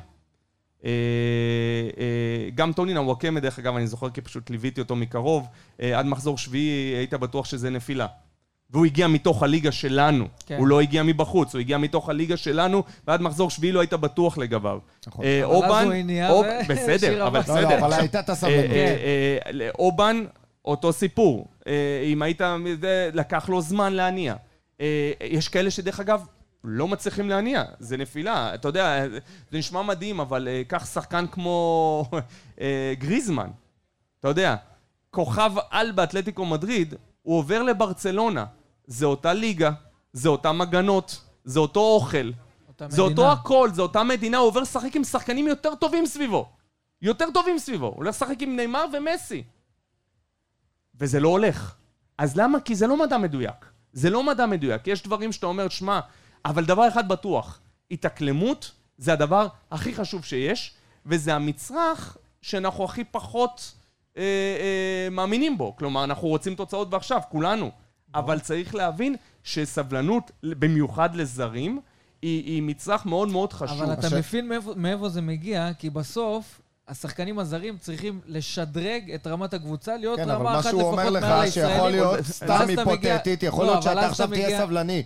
S6: גם טוני נוואקמה, דרך אגב, אני זוכר כי פשוט ליוויתי אותו מקרוב, עד מחזור שביעי היית בטוח שזה נפילה. והוא הגיע מתוך הליגה שלנו, הוא לא הגיע מבחוץ, הוא הגיע מתוך הליגה שלנו, ועד מחזור שביעי לא היית בטוח לגביו.
S2: אובן,
S6: בסדר, אבל בסדר.
S3: אבל הייתה את הסבלנות.
S6: אובן, אותו סיפור. אם היית, לקח לו זמן להניע. יש כאלה שדרך אגב, לא מצליחים להניע, זה נפילה. אתה יודע, זה נשמע מדהים, אבל כך שחקן כמו גריזמן. אתה יודע, כוכב על באתלטיקו מדריד, הוא עובר לברצלונה, זה אותה ליגה, זה אותם הגנות, זה אותו אוכל, זה אותו הכל, זה אותה מדינה, הוא עובר לשחק עם שחקנים יותר טובים סביבו. יותר טובים סביבו, הוא הולך לשחק עם ניימר ומסי. וזה לא הולך. אז למה? כי זה לא מדע מדויק. זה לא מדע מדויק. יש דברים שאתה אומר, שמה, אבל דבר אחד בטוח, התאקלמות זה הדבר הכי חשוב שיש, וזה המצרך שאנחנו הכי פחות מאמינים בו. כלומר, אנחנו רוצים תוצאות ועכשיו, כולנו. אבל צריך להבין שסבלנות, במיוחד לזרים, היא מצרך מאוד מאוד חשוב.
S2: אבל אתה מבין מאיפה זה מגיע, כי בסוף השחקנים הזרים צריכים לשדרג את רמת הקבוצה, להיות רמה אחת לפחות מעל הישראלים.
S3: כן, אבל מה שהוא אומר לך שיכול להיות סתם היפותטית, יכול להיות שאתה עכשיו תהיה סבלני.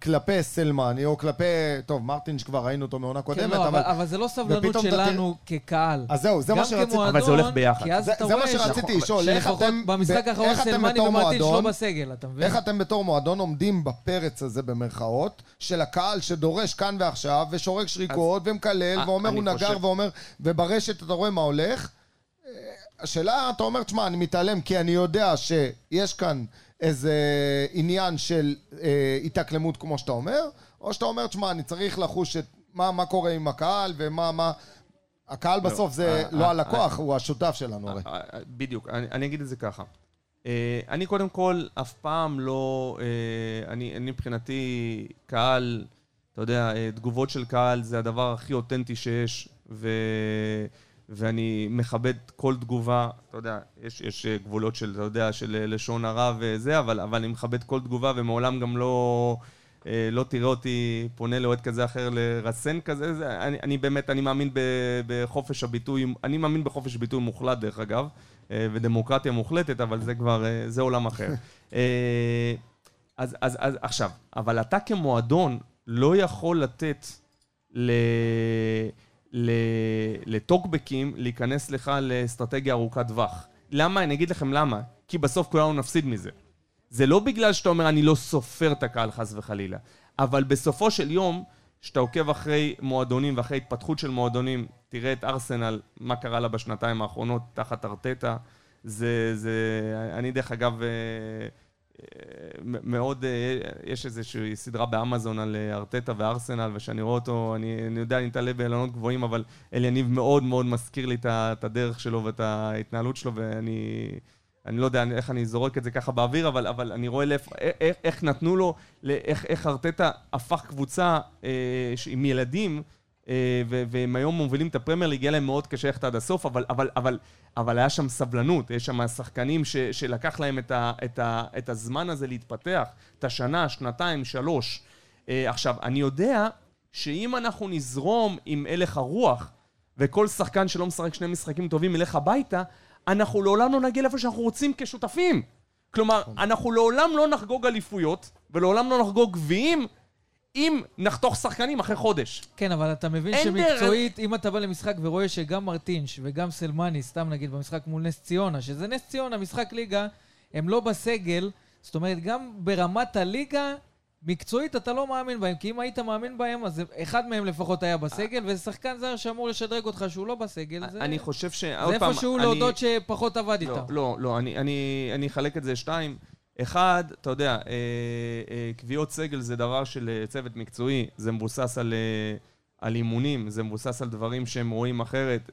S3: כלפי סלמני, או כלפי, טוב, מרטין שכבר ראינו אותו מעונה קודמת,
S2: כן, לא, אבל זה לא סבלנות שלנו כקהל.
S3: אז זהו, זה מה שרציתי.
S6: אבל זה הולך ביחד.
S2: כי אז אתה
S3: זה מה
S2: רואה
S3: שרציתי לשאול, איך אתם...
S2: במשחק האחרון סלמני ומרטין שלא בסגל, אתה מבין?
S3: איך אתם בתור מועדון עומדים בפרץ הזה במרכאות, של הקהל שדורש כאן ועכשיו, ושורק שריקות, ומקלל, ואומר הוא נגר, ואומר, וברשת אתה רואה מה הולך. השאלה, אתה אומר, תשמע, אני מתעלם, כי אני יודע שיש כאן איזה עניין של התאקלמות, כמו שאתה אומר, או שאתה אומר, תשמע, אני צריך לחוש את מה קורה עם הקהל, ומה... הקהל בסוף זה לא הלקוח, הוא השותף שלנו.
S6: בדיוק, אני אגיד את זה ככה. אני קודם כל אף פעם לא... אני מבחינתי קהל, אתה יודע, תגובות של קהל זה הדבר הכי אותנטי שיש, ואני מכבד כל תגובה, אתה יודע, יש גבולות של, אתה יודע, של לשון הרע וזה, אבל אני מכבד כל תגובה, ומעולם גם לא תראה אותי פונה לאוהד כזה אחר לרסן כזה. אני באמת, אני מאמין בחופש הביטוי, אני מאמין בחופש ביטוי מוחלט דרך אגב, ודמוקרטיה מוחלטת, אבל זה כבר, זה עולם אחר. אז עכשיו, אבל אתה כמועדון לא יכול לתת לטוקבקים להיכנס לך לאסטרטגיה ארוכת טווח. למה? אני אגיד לכם למה. כי בסוף כולנו נפסיד מזה. זה לא בגלל שאתה אומר אני לא סופר את הקהל חס וחלילה, אבל בסופו של יום, שאתה עוקב אחרי מועדונים ואחרי התפתחות של מועדונים, תראה את ארסנל, מה קרה לה בשנתיים האחרונות תחת ארטטה, אני דרך אגב מאוד, יש איזושהי סדרה באמזון על ארטטה וארסנל, ושאני רואה אותו, אני יודע, אני אתעלה באילנות גבוהים, אבל אליניב מאוד מאוד מזכיר לי את הדרך שלו ואת ההתנהלות שלו, אני לא יודע איך אני זורק את זה ככה באוויר, אבל אני רואה איך נתנו לו, איך ארטטה הפך קבוצה עם ילדים, והם היום מובילים את הפרמייר ליג, הגיע להם מאוד קשה ללכת עד הסוף, אבל היה שם סבלנות, יש שם שחקנים שלקח להם את הזמן הזה להתפתח, את השנה, שנתיים, 3. עכשיו, אני יודע שאם אנחנו נזרום עם הלך הרוח, וכל שחקן שלא משחק 2 משחקים טובים ילך הביתה, אנחנו לעולם לא נגיע לאיפה שאנחנו רוצים כשותפים. כלומר, אנחנו לעולם לא נחגוג אליפויות, ולעולם לא נחגוג גביעים, אם נחתוך שחקנים אחרי חודש.
S2: כן, אבל אתה מבין שמקצועית, אם אתה בא למשחק ורואה שגם מרטינש וגם סלמני, סתם נגיד במשחק מול נס ציונה, שזה נס ציונה, משחק ליגה, הם לא בסגל, זאת אומרת, גם ברמת הליגה, מקצועית אתה לא מאמין בהם, כי אם היית מאמין בהם, אז אחד מהם לפחות היה בסגל, ושחקן זר שאמור לשדרג אותך שהוא לא בסגל,
S6: אני חושב
S2: זה איפשהו להודות שפחות עבד איתה.
S6: לא, אני אחלק את זה 2. 1, אתה יודע, קביעות סגל זה דבר של צוות מקצועי, זה מבוסס על אימונים, זה מבוסס על דברים שהם רואים אחרת.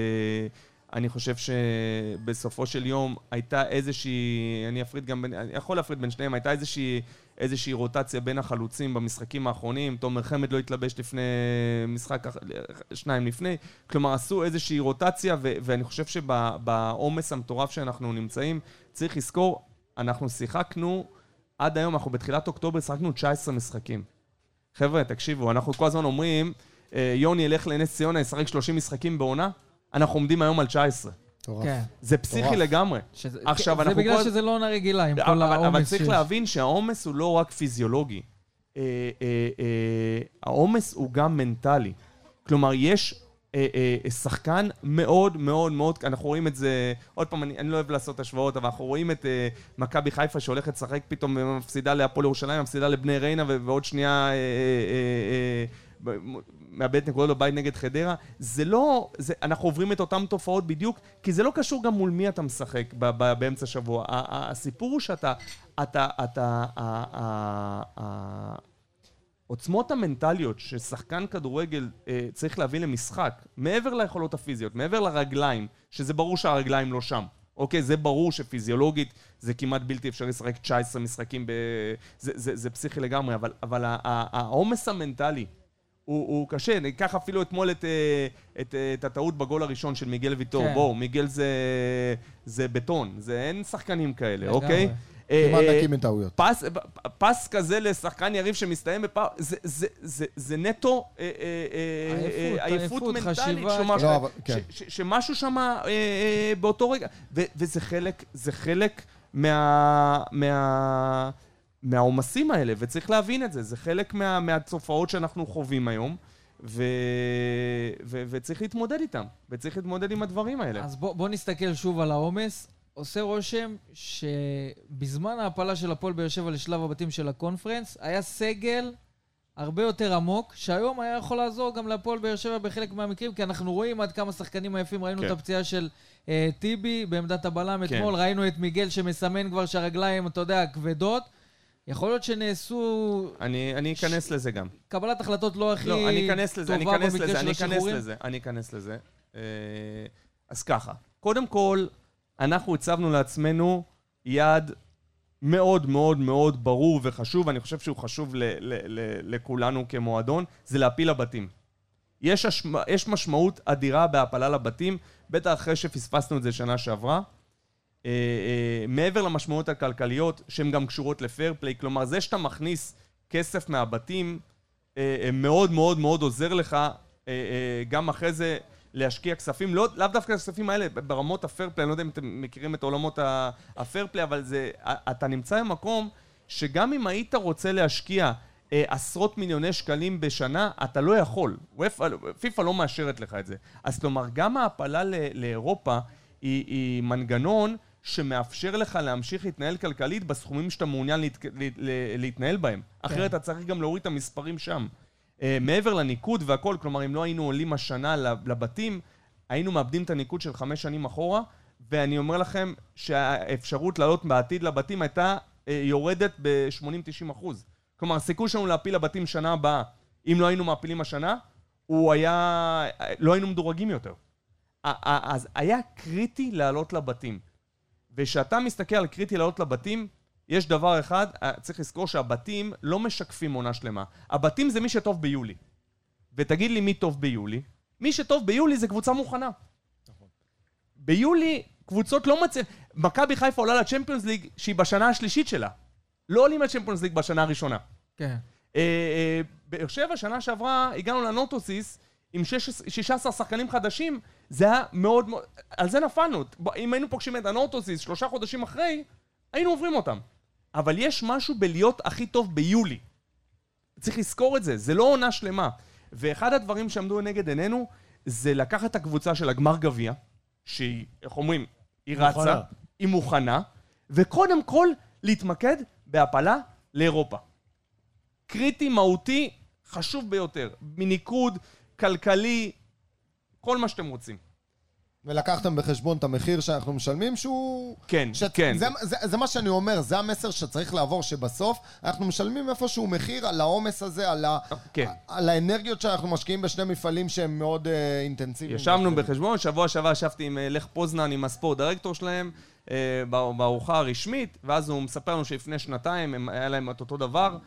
S6: אני חושב שבסופו של יום הייתה איזושהי, אני יכול להפריד בין שניהם, הייתה איזושהי רוטציה בין החלוצים במשחקים האחרונים, תומר חמד לא התלבש לפני משחק, 2 לפני, כלומר עשו איזושהי רוטציה, ואני חושב שבעומס המטורף שאנחנו נמצאים, צריך לזכור, אנחנו שיחקנו, עד היום, אנחנו בתחילת אוקטובר שיחקנו 19 משחקים. חבר'ה, תקשיבו, אנחנו כל הזמן אומרים, יוני ילך לנס ציונה, ישחק 30 משחקים בעונה, אנחנו עומדים היום על 19.
S2: כן.
S6: זה פסיכי לגמרי.
S2: עכשיו, זה בגלל שזה לא עונה רגילה, עם כל העומס.
S6: אבל צריך להבין שהעומס הוא לא רק פיזיולוגי. העומס הוא גם מנטלי. כלומר, יש שחקן מאוד מאוד מאוד, אנחנו רואים את זה, עוד פעם, אני לא אוהב לעשות השוואות, אבל אנחנו רואים את מכבי חיפה שהולכת לשחק פתאום, מפסידה להפועל ירושלים, מפסידה לבני ריינה, ועוד שנייה מאבדת נקודות בבית נגד חדרה. זה לא, אנחנו עוברים את אותם תופעות בדיוק, כי זה לא קשור גם מול מי אתה משחק באמצע שבוע. הסיפור הוא שאתה, עוצמות המנטליות ששחקן כדורגל צריך להביא למשחק, מעבר ליכולות הפיזיות, מעבר לרגליים, שזה ברור שהרגליים לא שם. אוקיי, זה ברור שפיזיולוגית זה כמעט בלתי אפשרי לשחק 19 משחקים, זה פסיכי לגמרי, אבל העומס המנטלי הוא קשה. ניקח אפילו אתמול את הטעות בגול הראשון של מיגל ויטור. בואו, מיגל זה בטון, אין שחקנים כאלה, אוקיי?
S3: כמעט נקים עם טעויות.
S6: פס כזה לשחקן יריב שמסתיים בפער, זה נטו עייפות מנטלית, שמשהו שם באותו רגע, וזה חלק מהעומסים האלה, וצריך להבין את זה. זה חלק מהתופעות שאנחנו חווים היום, וצריך להתמודד איתם, וצריך להתמודד עם הדברים האלה.
S2: אז בוא נסתכל שוב על העומס. עושה רושם שבזמן ההפלה של הפועל באר שבע לשלב הבתים של הקונפרנס, היה סגל הרבה יותר עמוק, שהיום היה יכול לעזור גם להפועל באר שבע בחלק מהמקרים, כי אנחנו רואים עד כמה שחקנים היפים, ראינו את הפציעה של טיבי בעמדת הבלם אתמול, ראינו את מיגל שמסמן כבר שהרגליים, אתה יודע, כבדות. יכול להיות שנעשו...
S6: אני אכנס לזה גם.
S2: קבלת החלטות לא הכי טובה במקרה של השחרורים.
S6: אני אכנס לזה. אז ככה, קודם כל, אנחנו הצבנו לעצמנו יעד מאוד מאוד מאוד ברור וחשוב, ואני חושב שהוא חשוב לכולנו כמועדון, זה להפיל לבתים. יש משמעות אדירה בהפלה לבתים, בטח אחרי שפספסנו את זה שנה שעברה, מעבר למשמעות הכלכליות, שהן גם קשורות לפייר פליי, כלומר זה שאתה מכניס כסף מהבתים, מאוד מאוד מאוד עוזר לך, גם אחרי זה להשקיע כספים, לאו דווקא הכספים האלה, ברמות הפייר פליי, אני לא יודע אם אתם מכירים את עולמות הפייר פליי, אבל אתה נמצא במקום שגם אם היית רוצה להשקיע עשרות מיליוני שקלים בשנה, אתה לא יכול. פיפה לא מאשרת לך את זה. אז כלומר, גם ההפלה לאירופה היא מנגנון שמאפשר לך להמשיך להתנהל כלכלית בסכומים שאתה מעוניין להתנהל בהם. אחרת אתה צריך גם להוריד את המספרים שם. מעבר לניקוד והכל, כלומר, אם לא היינו עולים השנה לבתים, היינו מאבדים את הניקוד של 5 שנים אחורה, ואני אומר לכם שהאפשרות לעלות בעתיד לבתים הייתה יורדת ב-80-90%. כלומר, הסיכוי שלנו להפיל לבתים שנה הבאה, אם לא היינו מעפילים השנה, לא היינו מדורגים יותר. אז היה קריטי לעלות לבתים. ושאתה מסתכל על קריטי לעלות לבתים, יש דבר אחד, צריך לזכור שהבתים לא משקפים עונה שלמה. הבתים זה מי שטוב ביולי. ותגיד לי מי טוב ביולי. מי שטוב ביולי זה קבוצה מוכנה. ביולי קבוצות לא מצליח... מכבי חיפה עולה לצ'מפיונס ליג שהיא בשנה השלישית שלה. לא עולים לצ'מפיונס ליג בשנה הראשונה.
S2: כן.
S6: באר שבע, שנה שעברה, הגענו לנוטוסיס עם 16 שחקנים חדשים, זה היה מאוד... על זה נפלנו. אם היינו פוגשים את הנוטוסיס 3 חודשים אחרי, היינו עוברים אותם. אבל יש משהו בלהיות הכי טוב ביולי. צריך לזכור את זה, זה לא עונה שלמה. ואחד הדברים שעמדו נגד עינינו, זה לקחת את הקבוצה של הגמר גביע, שהיא, איך אומרים, היא רצה, היא מוכנה, וקודם כל להתמקד בהפלה לאירופה. קריטי, מהותי, חשוב ביותר. מניקוד, כלכלי, כל מה שאתם רוצים.
S3: ולקחתם בחשבון את המחיר שאנחנו משלמים, שהוא...
S6: כן, כן.
S3: זה מה שאני אומר, זה המסר שצריך לעבור, שבסוף אנחנו משלמים איפשהו מחיר על העומס הזה, על האנרגיות שאנחנו משקיעים בשני מפעלים שהם מאוד אינטנסיביים.
S6: ישבנו בחשבון, שבוע שפתי עם לך פוזנן, עם הספורט דירקטור שלהם, בארוחה הרשמית, ואז הוא מספר לנו שלפני 2 היה להם את אותו דבר,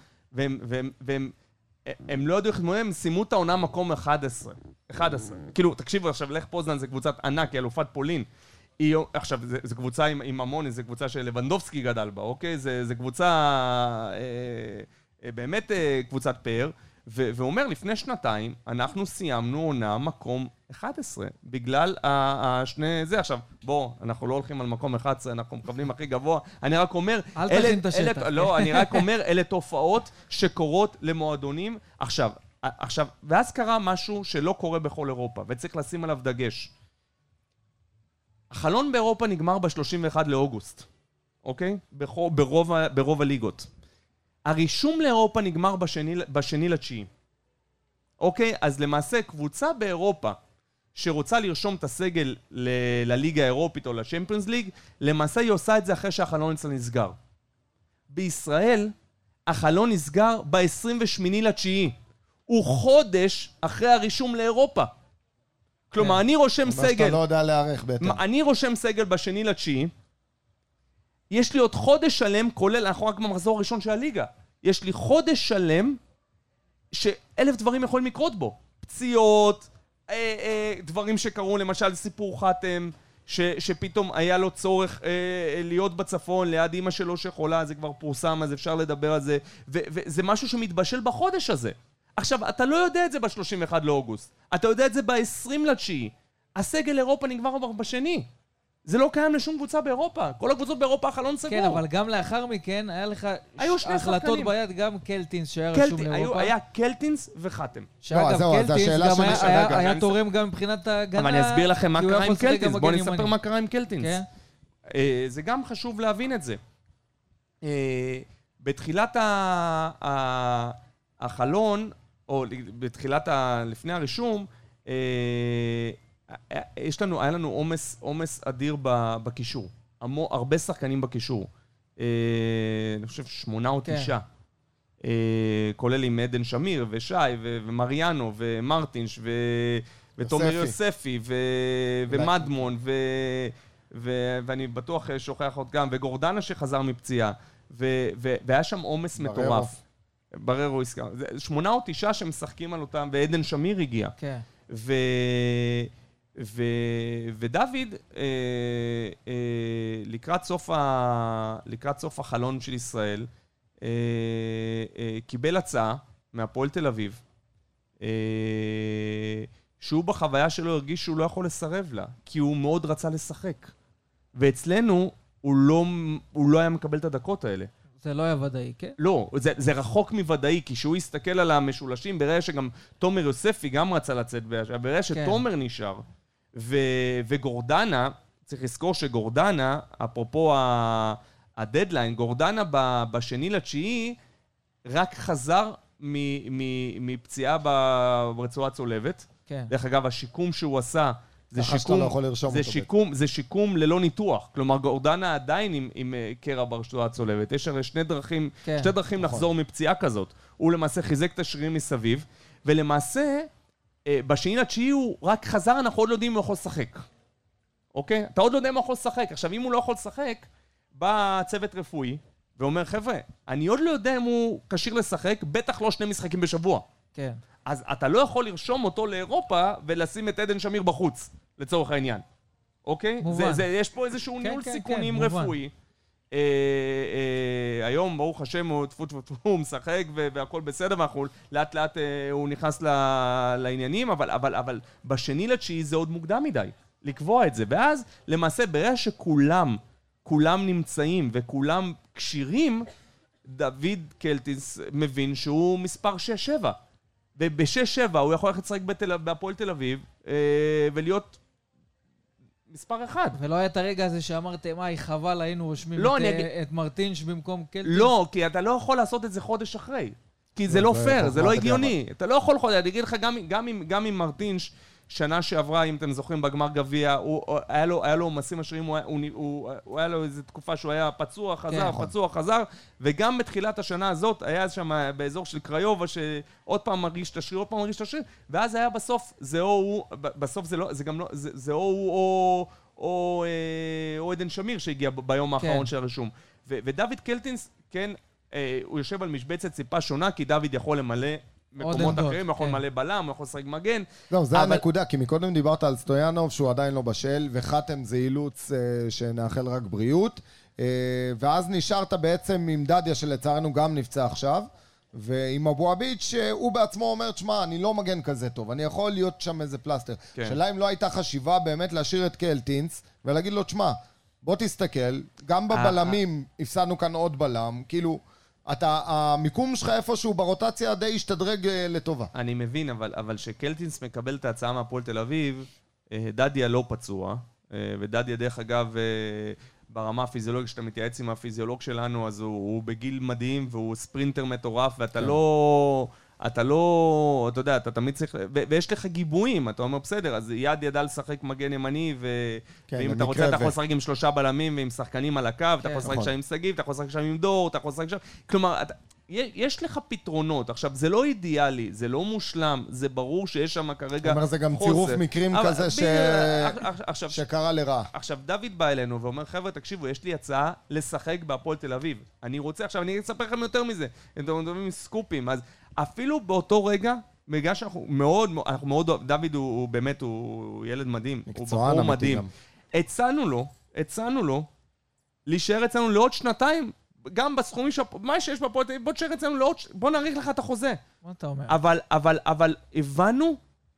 S6: והם לא ידעו איך הם סיימו את העונה מקום 11. כאילו, תקשיבו עכשיו, לך פוזנן זה קבוצת ענק, היא אלופת פולין. עכשיו, זו קבוצה עם המוני, זו קבוצה שלבנדובסקי גדל בה, אוקיי? זו קבוצה, באמת קבוצת פאר. והוא אומר, לפני 2 אנחנו סיימנו עונה מקום 11, בגלל השני זה. עכשיו, בוא, אנחנו לא הולכים על מקום 11, אנחנו מכוונים הכי גבוה. אני רק אומר...
S2: אל תכין את השטח.
S6: לא, אני רק אומר, אלה תופעות שקורות למועדונים. עכשיו, ואז קרה משהו שלא קורה בכל אירופה, וצריך לשים עליו דגש. החלון באירופה נגמר ב-31 לאוגוסט, אוקיי? ברוב הליגות. הרישום לאירופה נגמר בשני לתשיעי. אוקיי? אז למעשה קבוצה באירופה שרוצה לרשום את הסגל לליגה האירופית או לצ'מפיונס ליג, למעשה היא עושה את זה אחרי שהחלון אצלה נסגר. בישראל החלון נסגר ב-28 לתשיעי. הוא חודש אחרי הרישום לאירופה. כלומר, אני רושם סגל...
S3: שאתה לא יודע להערך בהתאם.
S6: אני רושם סגל בשני לתשיעי, יש לי עוד חודש שלם, כולל, אנחנו רק במחזור הראשון של הליגה, יש לי חודש שלם ש1,000 דברים יכולים לקרות בו. פציעות, דברים שקרו, למשל סיפור חתם, שפתאום היה לו צורך להיות בצפון ליד אמא שלו שחולה, זה כבר פורסם, אז אפשר לדבר על זה, וזה משהו שמתבשל בחודש הזה. עכשיו, אתה לא יודע את זה ב-31 לאוגוסט, אתה יודע את זה ב-20 לתשיעי. הסגל אירופה נגמר בשני. זה לא קיים לשום קבוצה באירופה. כל הקבוצות באירופה החלון סגור.
S2: כן, אבל גם לאחר מכן היה לך החלטות ביד, גם קלטינס שהיה רשום לאירופה.
S6: היה קלטינס וחתם.
S2: שאגב, קלטינס גם היה תורם גם מבחינת ההגנה.
S6: אבל אני אסביר לכם מה קרה עם קלטינס. בואו נספר מה קרה עם קלטינס. זה גם חשוב להבין את זה. בתחילת החלון, או לפני הרישום, היה לנו עומס אדיר בקישור. הרבה שחקנים בקישור. אני חושב 8 או 9. כולל עם עדן שמיר ושי ומריאנו ומרטינש ותומר יוספי ומדמון ואני בטוח שוכח עוד גם, וגורדנה שחזר מפציעה. והיה שם עומס מטורף. בררו הזכר. 8 או 9 שמשחקים על אותם, ועדן שמיר הגיע.
S2: כן.
S6: ודוד, לקראת סוף החלון של ישראל, קיבל הצעה מהפועל תל אביב, שהוא בחוויה שלו הרגיש שהוא לא יכול לסרב לה, כי הוא מאוד רצה לשחק. ואצלנו הוא לא היה מקבל את הדקות האלה.
S2: זה לא היה ודאי, כן?
S6: לא, זה רחוק מוודאי, כי שהוא הסתכל על המשולשים, ברגע שגם תומר יוספי גם רצה לצאת, ברגע שתומר נשאר, וגורדנה, צריך לזכור שגורדנה, אפרופו הדדליין, גורדנה בשני לתשיעי, רק חזר מפציעה ברצועה צולבת.
S2: כן.
S6: דרך אגב, השיקום שהוא עשה, זה שיקום ללא ניתוח. כלומר, גורדנה עדיין עם קרע ברצועה הצולבת. יש הרי שתי דרכים לחזור מפציעה כזאת. הוא למעשה חיזק את השרירים מסביב, ולמעשה, בשני לתשיעי הוא רק חזר, אנחנו עוד לא יודעים אם הוא יכול לשחק. אוקיי? אתה עוד לא יודע אם הוא יכול לשחק. עכשיו, אם הוא לא יכול לשחק, בא צוות רפואי, ואומר, חבר'ה, אני עוד לא יודע אם הוא כשיר לשחק, בטח לא 2 משחקים בשבוע.
S2: כן.
S6: אז אתה לא יכול לרשום אותו לאירופה ולשים את עדן שמיר בחוץ, לצורך העניין. אוקיי?
S2: מובן.
S6: יש פה איזשהו ניהול סיכונים רפואי. היום, ברוך השם, הוא משחק והכל בסדר, ואנחנו לאט לאט הוא נכנס לעניינים, אבל בשני לתשיעי זה עוד מוקדם מדי, לקבוע את זה. ואז, למעשה, ברגע שכולם נמצאים וכולם כשירים, דוד קלטינס מבין שהוא מספר 6-7. וב-6-7 הוא יכול ללכת לשחק בהפועל תל אביב ולהיות מספר 1.
S2: ולא היה את הרגע הזה שאמרתם, חבל, היינו רושמים את מרטינש במקום קלטינס?
S6: לא, כי אתה לא יכול לעשות את זה חודש אחרי. כי זה לא פייר, זה לא הגיוני. אתה לא יכול חודש, אני אגיד לך, גם עם מרטינש, שנה שעברה, אם אתם זוכרים, בגמר גביע, היה לו עומסים השרירים, היה לו איזו תקופה שהוא היה פצוע, חזר, וגם בתחילת השנה הזאת, היה שם באזור של קריובה, שעוד פעם מרגיש את השריר, ואז היה בסוף, זה או הוא או עדן שמיר שהגיע ביום האחרון של הרשום. ודוד קלטינס, כן, הוא יושב על משבצת ציפה שונה, כי דוד יכול למלא מקומות אחרים, יכול מלא בלם, יכול לשחק מגן.
S3: לא, זה הנקודה, כי מקודם דיברת על סטויאנוב שהוא עדיין לא בשל, וחתם זה אילוץ שנאחל רק בריאות, ואז נשארת בעצם עם דדיה שלצערנו גם נפצע עכשיו, ועם אבו עביד שהוא בעצמו אומר, תשמע, אני לא מגן כזה טוב, אני יכול להיות שם איזה פלסטר. שאלה אם לא הייתה חשיבה באמת להשאיר את קלטינס, ולהגיד לו, תשמע, בוא תסתכל, גם בבלמים הפסדנו כאן עוד בלם, כאילו, המיקום שלך איפשהו ברוטציה די השתדרג לטובה.
S6: אני מבין, אבל שקלטינס מקבל את ההצעה מהפועל תל אביב, דדיה לא פצוע, ודדיה דרך אגב, ברמה הפיזיולוגית, שאתה מתייעץ עם הפיזיולוג שלנו, אז הוא בגיל מדהים, והוא ספרינטר מטורף, ואתה אתה יודע, אתה תמיד צריך, ויש לך גיבויים, אתה אומר בסדר, אז יד ידע לשחק מגן ימני, ואם אתה רוצה, אתה יכול לשחק עם 3 בלמים ועם שחקנים על הקו, אתה יכול לשחק שם עם סגיב, אתה יכול לשחק שם עם דור, אתה יכול לשחק שם, כלומר, יש לך פתרונות. עכשיו, זה לא אידיאלי, זה לא מושלם, זה ברור שיש שם כרגע
S3: חוסר. זה גם צירוף מקרים כזה שקרה לרע.
S6: עכשיו, דוד בא אלינו ואומר, חבר'ה, תקשיבו, יש לי הצעה לשחק בהפועל תל אביב. אני רוצה, עכשיו, אני אספר לכם יותר מזה. אתם מדברים עם סקופים, אז אפילו באותו רגע, בגלל שאנחנו מאוד, דוד הוא באמת, הוא ילד מדהים, הוא בחור מדהים. הצענו לו, להישאר אצלנו לעוד 2, גם בסכומים מה שיש בפועל, בוא תשאר אצלנו לעוד, בוא נאריך לך את החוזה.
S2: מה אתה אומר?
S6: אבל הבנו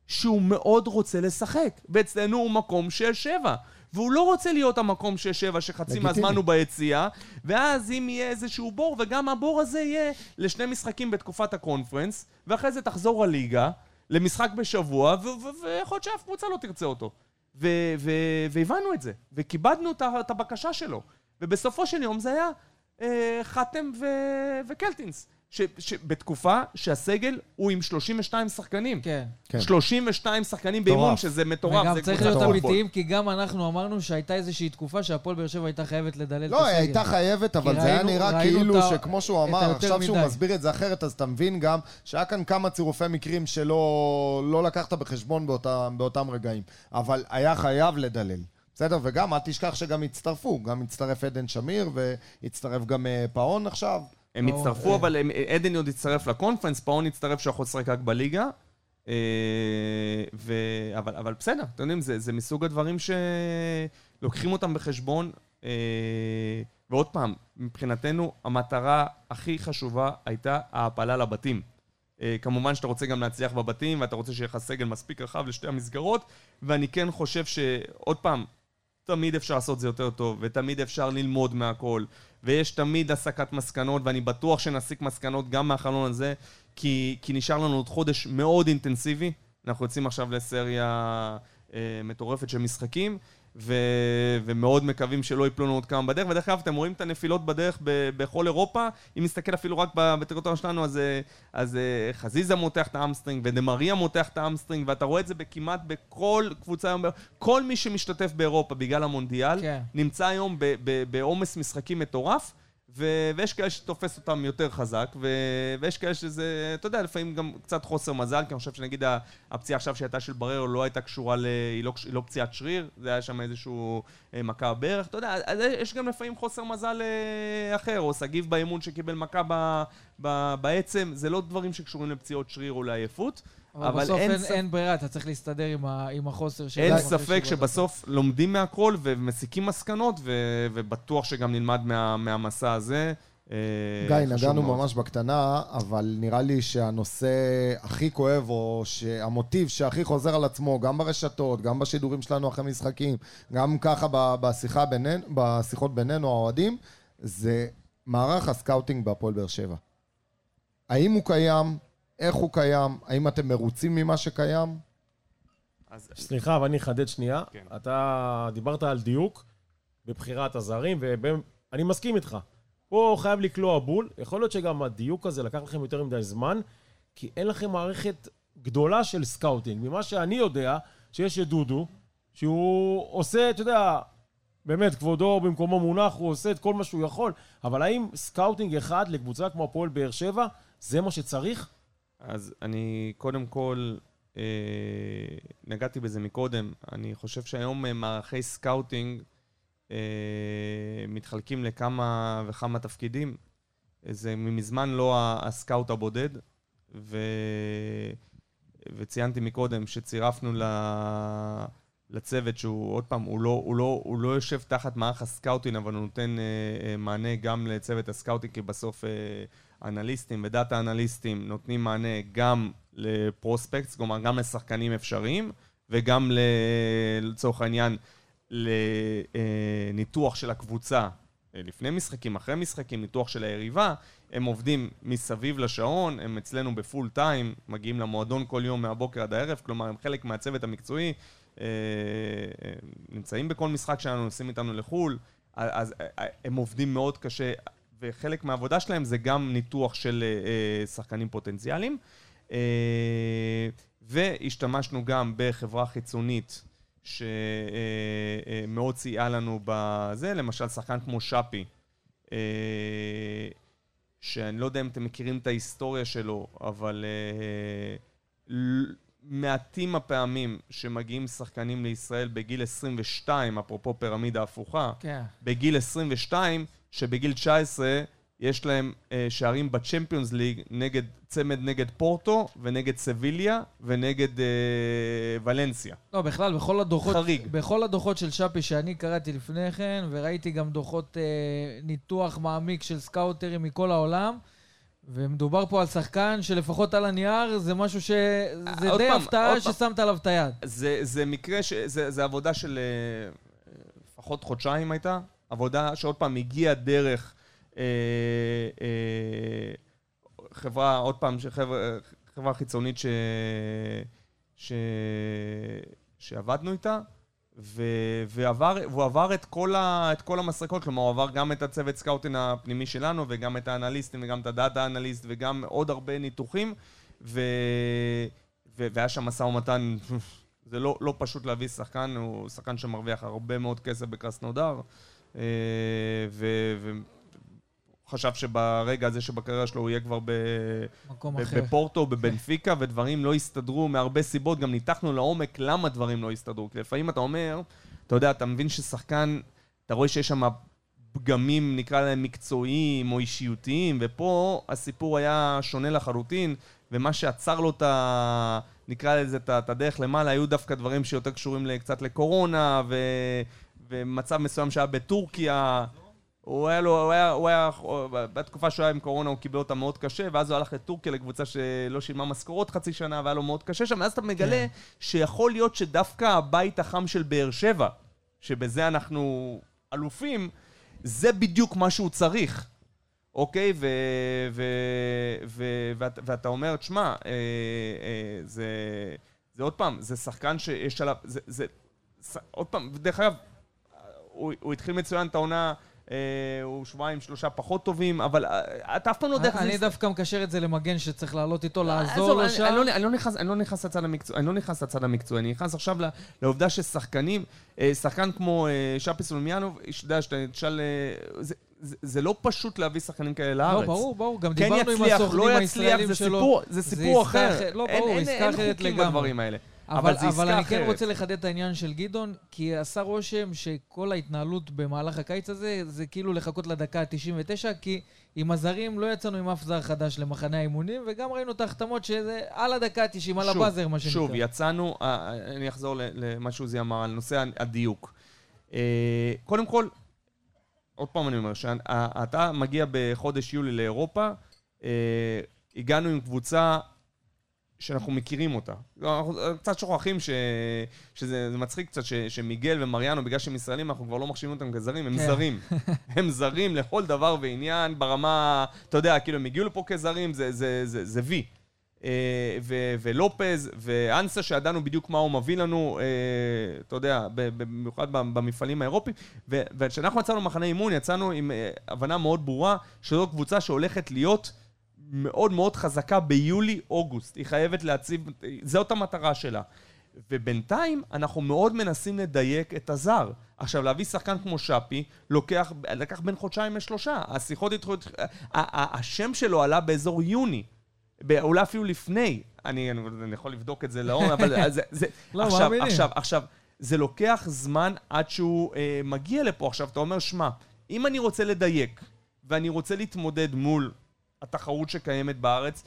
S6: שהוא מאוד רוצה לשחק, ואצלנו הוא מקום 6-7, והוא לא רוצה להיות המקום 6-7 שחצי מהזמן הוא ביציאה, ואז אם יהיה איזשהו בור, וגם הבור הזה יהיה לשני משחקים בתקופת הקונפרנס, ואחרי זה תחזור הליגה, למשחק בשבוע, ויכול להיות שאף קבוצה לא תרצה אותו. והבנו את זה, וכיבדנו את הבקשה שלו. ובסופו של יום זה היה חתם וקלטינס. שבתקופה שהסגל הוא עם 32 שחקנים.
S2: כן.
S6: 32 שחקנים באימון, שזה מטורף.
S2: וגם צריך להיות אמיתיים, כי גם אנחנו אמרנו שהייתה איזושהי תקופה שהפועל באר שבע הייתה חייבת לדלל את הסגל.
S3: לא, היא הייתה חייבת, אבל זה היה נראה כאילו שכמו שהוא אמר, עכשיו שהוא מסביר את זה אחרת, אז אתה מבין גם שהיה כאן כמה צירופי מקרים שלא לקחת בחשבון באותם רגעים. אבל היה חייב לדלל. בסדר, וגם אל תשכח שגם הצטרפו. גם הצטרף עדן שמיר, והצטרף גם פאון עכשיו.
S6: הם הצטרפו, אבל עדן עוד הצטרף לקונפרנס, פאון הצטרף שיכול לשחק רק בליגה, אבל בסדר, אתם יודעים, זה מסוג הדברים שלוקחים אותם בחשבון, ועוד פעם, מבחינתנו, המטרה הכי חשובה הייתה ההפלה לבתים. כמובן שאתה רוצה גם להצליח בבתים, ואתה רוצה שיהיה לך סגל מספיק רחב לשתי המסגרות, ואני כן חושב שעוד פעם, תמיד אפשר לעשות זה יותר טוב, ותמיד אפשר ללמוד מהכל, ויש תמיד הסקת מסקנות, ואני בטוח שנסיק מסקנות גם מהחלון הזה, כי נשאר לנו עוד חודש מאוד אינטנסיבי, אנחנו יוצאים עכשיו לסריה מטורפת של משחקים, ומאוד מקווים שלא יפלו לנו עוד כמה בדרך, ודרך כלל אתם רואים את הנפילות בדרך בכל אירופה, אם נסתכל אפילו רק בטריטוריה שלנו, אז חזיזה מותח את האמסטרינג, ודמריה מותח את האמסטרינג, ואתה רואה את זה כמעט בכל קבוצה היום, כל מי שמשתתף באירופה בגלל המונדיאל, נמצא היום בעומס משחקים מטורף, ויש כאלה שתופס אותם יותר חזק, ויש כאלה שזה, אתה יודע, לפעמים גם קצת חוסר מזל, כי אני חושב שנגיד הפציעה עכשיו שהייתה של ברר לא הייתה קשורה, היא לא פציעת שריר, זה היה שם איזשהו מכה בערך, אתה יודע, יש גם לפעמים חוסר מזל אחר, או סגיב באימון שקיבל מכה בעצם, זה לא דברים שקשורים לפציעות שריר או לעייפות,
S2: אבל בסוף אין ברירה, אתה צריך להסתדר עם החוסר של...
S6: אין ספק שבסוף לומדים מהכל ומסיקים מסקנות, ובטוח שגם נלמד מהמסע הזה.
S3: גיא, נגענו ממש בקטנה, אבל נראה לי שהנושא הכי כואב, או שהמוטיב שהכי חוזר על עצמו, גם ברשתות, גם בשידורים שלנו אחרי משחקים, גם ככה בשיחות בינינו, האוהדים, זה מערך הסקאוטינג בהפועל באר שבע. האם הוא קיים? איך הוא קיים? האם אתם מרוצים ממה שקיים?
S4: סליחה, אבל אני אחדד שנייה. אתה דיברת על דיוק בבחירת הזרים, ואני מסכים איתך. פה חייב לקלוע בול. יכול להיות שגם הדיוק הזה לקח לכם יותר מדי זמן, כי אין לכם מערכת גדולה של סקאוטינג. ממה שאני יודע, שיש את דודו, שהוא עושה, אתה יודע, באמת, כבודו במקומו מונח, הוא עושה את כל מה שהוא יכול, אבל האם סקאוטינג אחד לקבוצה כמו הפועל באר שבע, זה מה שצריך?
S6: אז אני קודם כל נגעתי בזה מקודם, אני חושב שהיום מערכי סקאוטינג מתחלקים לכמה וכמה תפקידים, זה מזמן לא הסקאוט הבודד, וציינתי מקודם שצירפנו לצוות שהוא עוד פעם, הוא לא יושב תחת מערך הסקאוטינג, אבל הוא נותן מענה גם לצוות הסקאוטינג, כי בסוף אנליסטים ודאטה אנליסטים נותנים מענה גם לפרוספקטס, כלומר גם לשחקנים אפשריים, וגם לצורך העניין לניתוח של הקבוצה לפני משחקים, אחרי משחקים, ניתוח של היריבה, הם עובדים מסביב לשעון, הם אצלנו בפול טיים, מגיעים למועדון כל יום מהבוקר עד הערב, כלומר הם חלק מהצוות המקצועי, נמצאים בכל משחק שלנו, נוסעים איתנו לחול, אז הם עובדים מאוד קשה, וחלק מהעבודה שלהם זה גם ניתוח של שחקנים פוטנציאליים, והשתמשנו גם בחברה חיצונית שמאוד סייעה לנו בזה, למשל שחקן כמו שפי, שאני לא יודע אם אתם מכירים את ההיסטוריה שלו, אבל מעטים הפעמים שמגיעים שחקנים לישראל בגיל 22, אפרופו פירמידה הפוכה, בגיל 22, שבגיל 19 יש להם שערים בצ'מפיונס ליג נגד צמד נגד פורטו ונגד סביליה ונגד ולנסיה.
S2: לא, בכלל, בכל הדוחות של שפי שאני קראתי לפני כן, וראיתי גם דוחות ניתוח מעמיק של סקאוטרים מכל העולם, ומדובר פה על שחקן שלפחות על הנייר זה משהו זה די הפתעה ששמת עליו את היד.
S6: זה מקרה, זה עבודה של לפחות חודשיים הייתה, עבודה שעוד פעם הגיעה דרך חברה, עוד פעם, חברה חיצונית שעבדנו איתה, והוא עבר את כל המסרקות, כלומר הוא עבר גם את הצוות סקאוטין הפנימי שלנו, וגם את האנליסטים, וגם את הדאטה אנליסט, וגם עוד הרבה ניתוחים, והיה שם משא ומתן, זה לא פשוט להביא שחקן, הוא שחקן שמרוויח הרבה מאוד כסף בקרסנודר, חשב שברגע הזה שבקריירה שלו הוא יהיה כבר בפורטו, בבנפיקה, ודברים לא הסתדרו מהרבה סיבות, גם ניתחנו לעומק למה דברים לא הסתדרו. כי לפעמים אתה אומר, אתה יודע, אתה מבין ששחקן, אתה רואה שיש שם פגמים, נקרא להם מקצועיים או אישיותיים, ופה הסיפור היה שונה לחלוטין, ומה שעצר לו נקרא לזה את הדרך למעלה, היו דווקא דברים שיותר קשורים קצת לקורונה, ומצב מסוים שהיה בטורקיה, הוא היה, בתקופה שהוא היה עם קורונה הוא קיבל אותה מאוד קשה, ואז הוא הלך לטורקיה לקבוצה שלא שילמה משכורות חצי שנה, והיה לו מאוד קשה שם, ואז אתה מגלה שיכול להיות שדווקא הבית החם של באר שבע, שבזה אנחנו אלופים, זה בדיוק מה שהוא צריך, אוקיי? ואתה אומר, תשמע, זה עוד פעם, זה שחקן שיש עליו, עוד פעם, דרך אגב, הוא התחיל מצוין את העונה, הוא שבועיים, שלושה פחות טובים, אבל אתה אף פעם לא דרך זה...
S2: אני דווקא מקשר את זה למגן שצריך לעלות איתו, לעזור לו שם.
S6: אני לא נכנס לצד המקצועי, אני נכנס עכשיו לעובדה ששחקנים, שחקן כמו שפי סולומיאנוב, תשאל, זה לא פשוט להביא שחקנים כאלה לארץ.
S2: לא, ברור, גם דיברנו עם הסוכנים הישראלים שלו.
S6: זה סיפור אחר.
S2: לא, ברור, עסקה אחרת לגמרי.
S6: בדברים האלה.
S2: אבל אני כן רוצה לחדד את העניין של גדעון, כי עשה רושם שכל ההתנהלות במהלך הקיץ הזה, זה כאילו לחכות לדקה ה-99, כי עם הזרים לא יצאנו עם אף זר חדש למחנה האימונים, וגם ראינו את ההחתמות שזה על הדקה ה-90, על הבאזר, מה שנקרא.
S6: שוב, יצאנו, אני אחזור למה שעוזי אמר, על נושא הדיוק. קודם כל, עוד פעם אני אומר, שאתה מגיע בחודש יולי לאירופה, הגענו עם קבוצה שאנחנו מכירים אותה. אנחנו קצת שוכחים שזה מצחיק קצת שמיגל ומריאנו, בגלל שהם ישראלים, אנחנו כבר לא מחשיבים אותם כזרים, הם זרים. הם זרים לכל דבר ועניין ברמה, אתה יודע, כאילו הם הגיעו לפה כזרים, זה וי. ולופז ואנסה, שידענו בדיוק מה הוא מביא לנו, אתה יודע, במיוחד במפעלים האירופיים, וכשאנחנו יצאנו מחנה אימון, יצאנו עם הבנה מאוד ברורה, שזו קבוצה שהולכת להיות מאוד מאוד חזקה ביולי-אוגוסט. היא חייבת להציב, זאת המטרה שלה. ובינתיים אנחנו מאוד מנסים לדייק את הזר. עכשיו, להביא שחקן כמו שפי, לקח בין חודשיים לשלושה. השיחות התחילו, השם שלו עלה באזור יוני. אולי אפילו לפני. אני יכול לבדוק את זה לעומק, אבל זה... עכשיו, זה לוקח זמן עד שהוא מגיע לפה. עכשיו, אתה אומר, שמע, אם אני רוצה לדייק, ואני רוצה להתמודד מול התחרות שקיימת בארץ,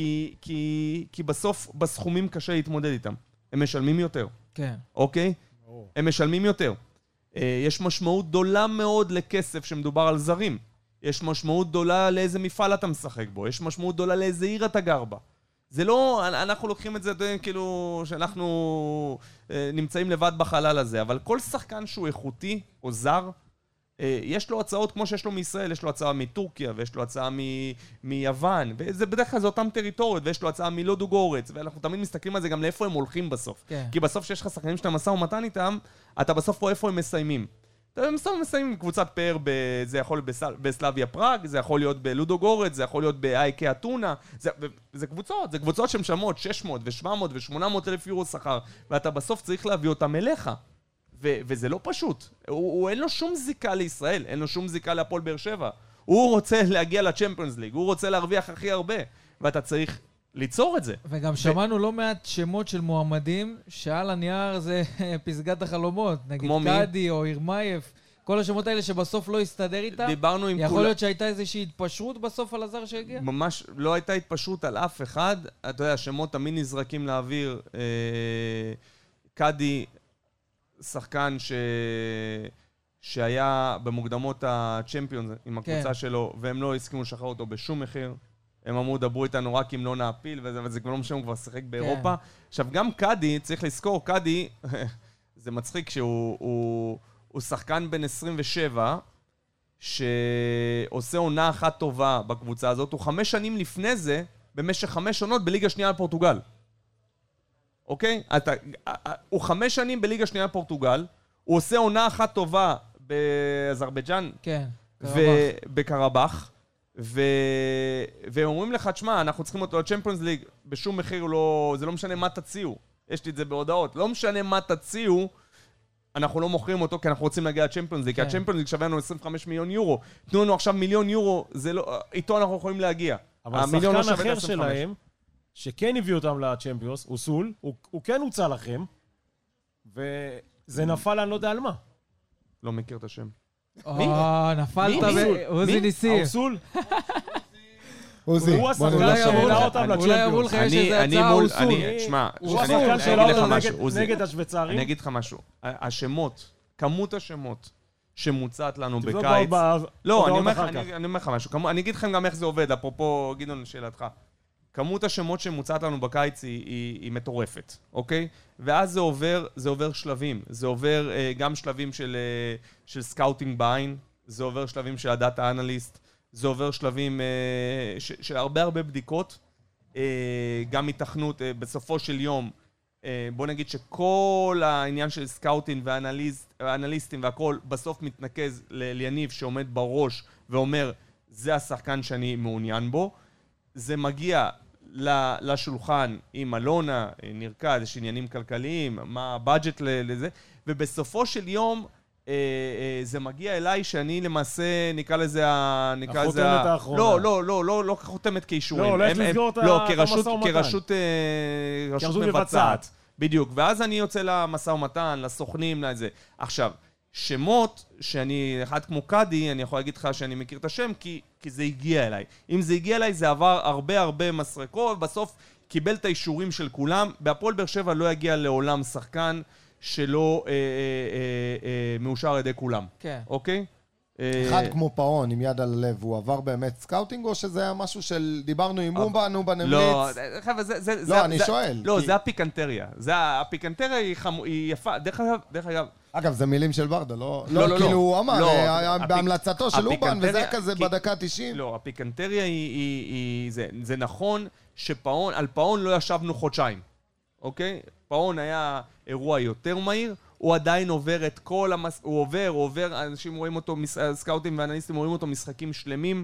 S6: כי בסוף בסכומים קשה להתמודד איתם. הם משלמים יותר.
S2: כן.
S6: אוקיי? הם משלמים יותר. יש משמעות גדולה מאוד לכסף שמדובר על זרים. יש משמעות גדולה לאיזה מפעל אתה משחק בו. יש משמעות גדולה לאיזה עיר אתה גר בה. זה לא, אנחנו לוקחים את זה כאילו שאנחנו נמצאים לבד בחלל הזה, אבל כל שחקן שהוא איכותי או זר, יש לו הצעות כמו שיש לו מישראל, יש לו הצעה מטורקיה, ויש לו הצעה מיוון, וזה בדרך כלל זה אותם טריטוריות, ויש לו הצעה מלודו גורץ, ואנחנו תמיד מסתכלים על זה גם לאיפה הם הולכים בסוף. כן. כי בסוף שיש לך שחקנים שאתה משא ומתן איתם, אתה בסוף רואה איפה הם מסיימים. הם מסיימים עם קבוצת פאר, זה יכול להיות בסלאביה פראג, זה יכול להיות בלודו גורץ, זה יכול להיות באייקה אתונה, זה קבוצות שמשלמות 600 ו-700 ו-800 אלף יורו שכר, ואתה בסוף צריך להביא אותם אליך. וזה לא פשוט. הוא אין לו שום זיקה לישראל, אין לו שום זיקה להפועל באר שבע. הוא רוצה להגיע לצ'מפיונס ליג, הוא רוצה להרוויח הכי הרבה, ואתה צריך ליצור את זה.
S2: וגם שמענו לא מעט שמות של מועמדים, שעל הנייר זה פסגת החלומות, נגיד קאדי או ירמייף, כל השמות האלה שבסוף לא הסתדר איתה.
S6: דיברנו עם
S2: יכול להיות שהייתה איזושהי התפשרות בסוף על הזר שהגיע?
S6: ממש לא הייתה התפשרות על אף אחד. אתה יודע, השמות תמיד נזרקים לאוויר. קאדי, שחקן שהיה במוקדמות הצ'מפיונס עם הקבוצה שלו, והם לא הסכימו לשחרר אותו בשום מחיר. הם אמרו, דברו איתנו רק אם לא נעפיל, וזה כבר לא משנה, הוא כבר שיחק באירופה. עכשיו, גם קאדי, צריך לזכור, קאדי, זה מצחיק שהוא שחקן בן 27, שעושה עונה אחת טובה בקבוצה הזאת, הוא 5 שנים לפני זה, במשך 5 עונות בליגה שנייה לפורטוגל. אוקיי? הוא 5 שנים בליגה שנייה לפורטוגל, הוא עושה עונה אחת טובה באזרבייג'אן,
S2: כן,
S6: בקרבח, ואומרים לך, תשמע, אנחנו צריכים אותו לצ'מפיונס ליג, בשום מחיר זה לא משנה מה תציעו, יש לי את זה בהודעות, לא משנה מה תציעו, אנחנו לא מוכרים אותו כי אנחנו רוצים להגיע לצ'מפיונס ליג, כי הצ'מפיונס ליג שווה לנו 25 מיליון יורו, תנו לנו עכשיו מיליון יורו, איתו אנחנו יכולים להגיע.
S4: אבל שחקן אחר שלהם, שכן הביאו אותם לצ'מפיונס, הוא סול, הוא כן הוצא לכם, וזה נפל, אני לא יודע על מה.
S6: לא מכיר את השם.
S2: נפלת עוזי ניסים.
S4: סול?
S3: עוזי,
S4: הוא השחקן שהעלה אותם לצ'מפיונס.
S2: אולי אמרו לך יש איזה הצעה, הוא סול.
S6: תשמע,
S4: הוא השחקן שהעלה אותם נגד השוויצרים.
S6: אני אגיד לך משהו. השמות, כמות השמות שמוצעת לנו בקיץ... לא, אני אומר לך משהו. אני אגיד לכם גם איך זה עובד, אפרופו, גדעון, שאלתך. כמות השמות שמוצעת לנו בקיץ היא מטורפת, אוקיי? ואז זה עובר שלבים. זה עובר גם שלבים של סקאוטינג בעין, זה עובר שלבים של הדאטה אנליסט, זה עובר שלבים של הרבה בדיקות, גם התכנות, בסופו של יום, בוא נגיד שכל העניין של סקאוטינג ואנליסטים והכל בסוף מתנקז ליניב שעומד בראש ואומר, זה השחקן שאני מעוניין בו. זה מגיע לשולחן עם אלונה, נרקד, יש עניינים כלכליים, מה הבאג'ט לזה, ובסופו של יום זה מגיע אליי שאני למעשה, נקרא לזה
S4: החותמת האחרונה.
S6: לא חותמת כאישורים.
S4: לא, הולך לסגור את המשא ומתן.
S6: כרשות מבצעת. בדיוק, ואז אני יוצא למשא ומתן, לסוכנים, לזה. עכשיו, שמות שאני, אחד כמו קאדי, אני יכול להגיד לך שאני מכיר את השם, כי זה הגיע אליי. אם זה הגיע אליי, זה עבר הרבה מסרקות, ובסוף קיבל את האישורים של כולם. בהפועל באר שבע לא יגיע לעולם שחקן שלא מאושר על ידי כולם.
S2: כן.
S6: אוקיי?
S3: אחד כמו פאון עם יד על הלב, הוא עבר באמת סקאוטינג או שזה היה משהו של דיברנו עם מובה, נובה נמליץ?
S6: לא,
S3: לא, אני שואל.
S6: לא, זה הפיקנטריה. הפיקנטריה היא יפה. דרך אגב,
S3: אגב, זה מילים של ברדה, לא כאילו הוא אמר, בהמלצתו של אובן, וזה היה כזה בדקה 90.
S6: לא, הפיקנטריה היא, זה נכון שעל פאון לא ישבנו חודשיים, אוקיי? פאון היה אירוע יותר מהיר, הוא עדיין עובר את כל הוא עובר, אנשים רואים אותו, סקאוטים ואנליסטים רואים אותו משחקים שלמים,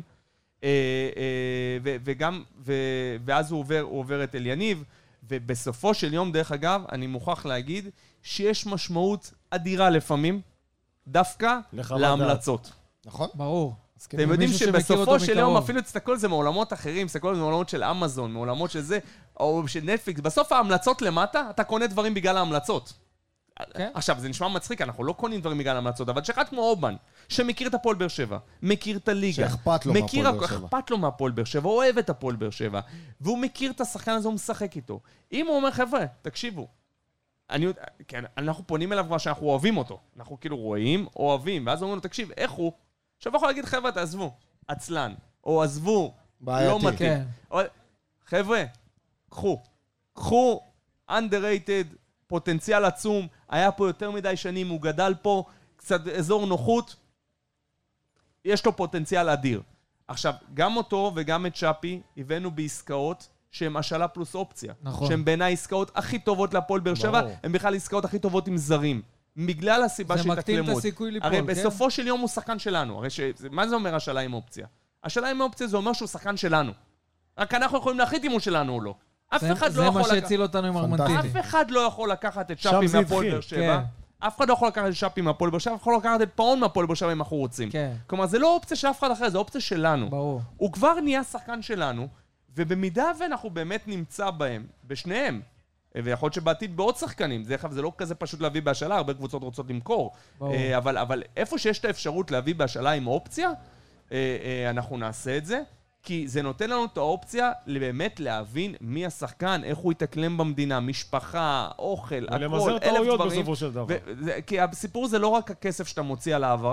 S6: ואז הוא עובר את אליניב, ובסופו של יום, דרך אגב, אני מוכרח להגיד שיש משמעות אדירה לפעמים, דווקא להמלצות.
S3: נכון?
S2: ברור.
S6: אתם יודעים שבסופו של יום, אפילו תסתכל על זה מעולמות אחרים, תסתכל על זה מעולמות של אמזון, מעולמות של זה, או של נטפליקס, בסוף ההמלצות למטה, אתה קונה דברים בגלל ההמלצות. עכשיו, זה נשמע מצחיק, אנחנו לא קונים דברים בגלל ההמלצות, אבל שאחד כמו אובן, שמכיר את הפועל באר שבע, מכיר את הליגה,
S3: שאכפת לו מהפועל באר שבע.
S6: אכפת לו מהפועל באר שבע, אוהב את הפועל באר שבע, והוא מכיר את השחקן הזה, הוא משחק איתו. אם הוא אומר, חבר'ה, תקשיבו, אנחנו פונים אליו כבר שאנחנו אוהבים אותו. אנחנו כאילו רואים, אוהבים, ואז אומרים לו, תקשיב, איך הוא? עכשיו יכול להגיד, חבר'ה, תעזבו, עצלן, או עזבו, לא מתאים. חבר'ה, קחו, underrated, פוטנציאל עצום, היה פה יותר מדי שנים, הוא גדל פה, קצת אזור נוחות, יש לו פוטנציאל אדיר. עכשיו, גם אותו וגם את שפי הבאנו בעסקאות שהן השאלה פלוס אופציה. נכון. שהן בעיניי עסקאות הכי טובות להפועל באר שבע, הן בכלל עסקאות הכי טובות עם זרים. בגלל הסיבה של התקלמות.
S2: זה מקטין את הסיכוי ליפול,
S6: הרי בסופו של יום הוא שחקן שלנו. הרי מה זה אומר השאלה עם אופציה? השאלה עם אופציה זה אומר שהוא שחקן שלנו. רק אנחנו יכולים להחליט אם הוא שלנו או לא. אף אחד לא יכול
S2: זה מה שהציל אותנו עם ארמנטיני.
S6: אף אחד לא יכול לקחת את שפי מהפועל באר שבע. אף אחד לא יכול לקחת את שפי מהפועל באר שבע, אף אחד לא לקחת את פאון מהפועל באר שבע אם אנחנו רוצים. כלומר, זה לא אופציה של אף אחד אחר, זה אופציה שלנו.
S2: ברור.
S6: הוא כבר נהיה שחקן שלנו, ובמידה ואנחנו באמת נמצא בהם, בשניהם, ויכול להיות שבעתיד בעוד שחקנים, זה לא כזה פשוט להביא בהשאלה, הרבה קבוצות רוצות למכור. אבל איפה שיש את האפשרות להביא בהשאלה עם אופציה, אנחנו נעשה את זה. כי זה נותן לנו את האופציה באמת להבין מי השחקן, איך הוא יתקלם במדינה, משפחה, אוכל, הכל,
S4: ולמזער טעויות בסופו של דבר.
S6: כי הסיפור זה לא רק הכסף שאתה מוציא על העברה,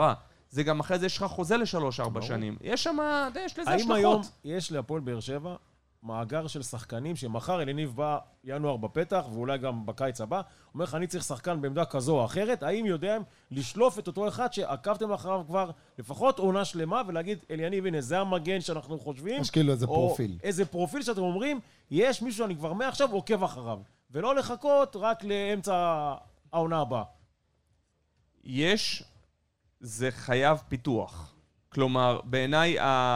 S6: זה גם אחרי זה יש לך חוזה ל3-4 שנים. יש שם, יש לזה השלכות.
S4: האם היום יש להפועל באר שבע מאגר של שחקנים שמחר אליניב בא ינואר בפתח, ואולי גם בקיץ הבא, אומר לך, אני צריך שחקן בעמדה כזו או אחרת, האם יודעים לשלוף את אותו אחד שעקבתם אחריו כבר לפחות עונה שלמה, ולהגיד, אליניב, הנה, זה המגן שאנחנו חושבים,
S3: יש כאילו איזה פרופיל.
S4: איזה פרופיל שאתם אומרים, יש מישהו אני כבר מעכשיו עוקב אחריו, ולא לחכות רק לאמצע העונה הבאה.
S6: זה חייב פיתוח. כלומר, בעיניי,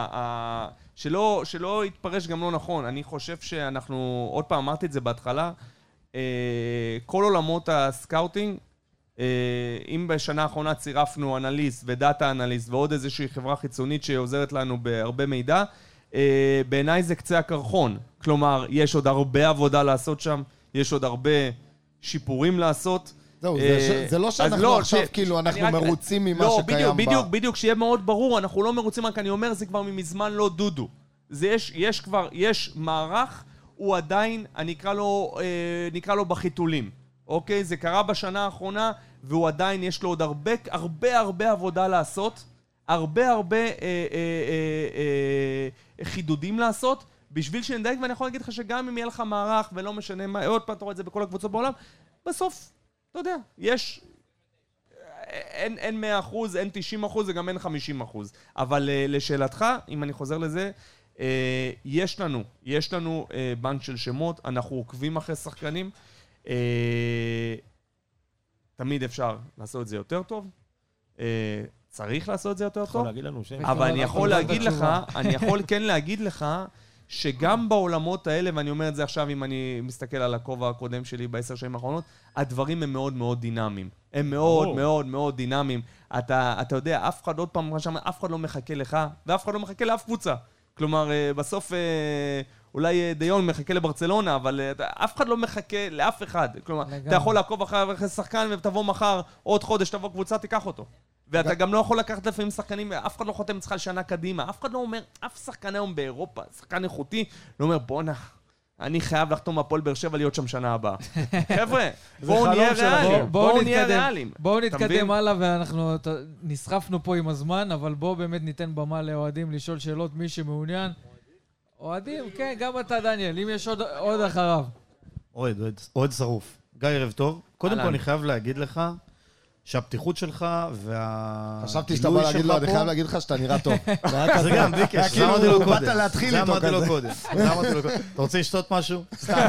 S6: שלא יתפרש גם לא נכון. אני חושב שאנחנו, עוד פעם אמרתי את זה בהתחלה, כל עולמות הסקאוטינג, אם בשנה האחרונה צירפנו אנליסט ודאטה אנליסט ועוד איזושהי חברה חיצונית שעוזרת לנו בהרבה מידע, בעיניי זה קצה הקרחון. כלומר, יש עוד הרבה עבודה לעשות שם, יש עוד הרבה שיפורים לעשות.
S3: זהו, זה לא שאנחנו עכשיו כאילו אנחנו מרוצים ממה שקיים בה.
S6: בדיוק, שיהיה מאוד ברור, אנחנו לא מרוצים, רק אני אומר, זה כבר ממזמן לא דודו. יש מערך, הוא עדיין, אני נקרא לו בחיתולים. אוקיי? זה קרה בשנה האחרונה, והוא עדיין יש לו עוד הרבה עבודה לעשות, הרבה חידודים לעשות, בשביל שנדייק, ואני יכול להגיד לך שגם אם יהיה לך מערך, ולא משנה מה, עוד פעם אתה רואה את זה בכל הקבוצות בעולם, בסוף, אתה יודע, אין 100%, אין 90%, וגם אין 50%. אבל לשאלתך, אם אני חוזר לזה, יש לנו בנק של שמות, אנחנו עוקבים אחרי שחקנים, תמיד אפשר לעשות את זה יותר טוב, צריך לעשות את זה יותר טוב, אבל אני יכול להגיד לך שגם בעולמות האלה, ואני אומר את זה עכשיו אם אני מסתכל על הכובע הקודם שלי ב10 שנים האחרונות, הדברים הם מאוד מאוד דינמיים. הם מאוד מאוד מאוד דינמיים. אתה יודע, אף אחד לא מחכה לך, ואף אחד לא מחכה לאף קבוצה. כלומר, בסוף אולי דיון מחכה לברצלונה, אבל אף אחד לא מחכה לאף אחד. כלומר, אתה יכול לעקוב אחרי שחקן ותבוא מחר, עוד חודש תבוא קבוצה, תיקח אותו. ואתה גם לא יכול לקחת לפעמים שחקנים, אף אחד לא חותם אצלך לשנה קדימה, אף אחד לא אומר, אף שחקן היום באירופה, שחקן איכותי, לא אומר, בוא'נה, אני חייב לחתום הפועל באר שבע להיות שם שנה הבאה. חבר'ה, בואו נהיה ריאליים.
S2: בואו נתקדם הלאה, ואנחנו נסחפנו פה עם הזמן, אבל בואו באמת ניתן במה לאוהדים לשאול שאלות, מי שמעוניין. אוהדים, כן, גם אתה דניאל, אם יש עוד אחריו.
S7: אוהד שרוף. גיא, ערב טוב. קודם כל אני חייב להגיד לך, שהפתיחות שלך
S3: חשבתי שאתה בא להגיד לו, אני חייב להגיד לך שאתה נראה טוב.
S7: זה גם, בלי קשר.
S3: כאילו, באת להתחיל איתו כזה.
S7: אתה רוצה לשתות משהו? סתם.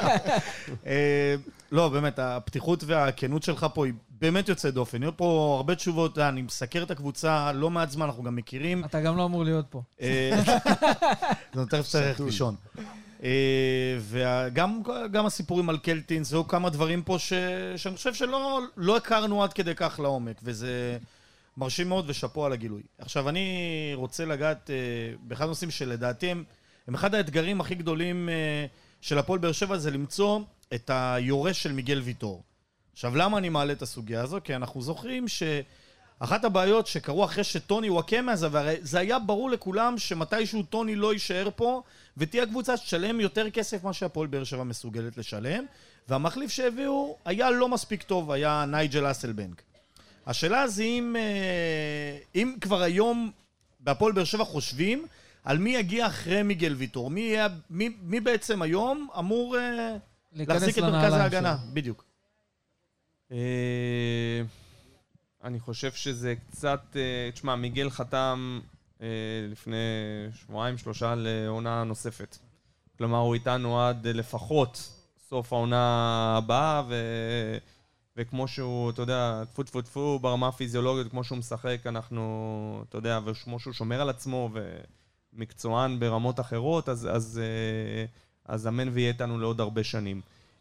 S7: לא, באמת, הפתיחות והכנות שלך פה היא באמת יוצא דופן. יהיו פה הרבה תשובות, אני מסקר את הקבוצה, לא מעט זמן, אנחנו גם מכירים.
S2: אתה גם לא אמור להיות פה.
S7: זה נותר צריך לישון. וגם הסיפורים על קלטין, זהו כמה דברים פה שאני חושב שלא הכרנו עד כדי כך לעומק, וזה מרשים מאוד ושפו על הגילוי. עכשיו אני רוצה לגעת באחד הנושאים שלדעתי הם אחד האתגרים הכי גדולים של הפועל באר שבע, זה למצוא את היורש של מיגל ויטור. עכשיו למה אני מעלה את הסוגיה הזו? כי אנחנו זוכרים שאחת הבעיות שקרו אחרי שטוני וואקמה, זה היה ברור לכולם שמתישהו טוני לא יישאר פה, ותהיה קבוצה שתשלם יותר כסף מה שהפועל באר שבע מסוגלת לשלם, והמחליף שהביאו היה לא מספיק טוב, היה נייג'ל אסלבנק. השאלה זה אם כבר היום בהפועל באר שבע חושבים על מי יגיע אחרי מיגל ויטור, מי בעצם היום אמור להחזיק את מרכז ההגנה, בדיוק.
S6: אני חושב שזה קצת, תשמע, מיגל חתם לפני 2-3 לעונה נוספת. כלומר, הוא איתנו עד לפחות סוף העונה הבאה, וכמו שהוא, אתה יודע, טפו ברמה הפיזיולוגית, כמו שהוא משחק, אנחנו, אתה יודע, וכמו שהוא שומר על עצמו ומקצוען ברמות אחרות, אז אמן ויהיה איתנו לעוד הרבה שנים.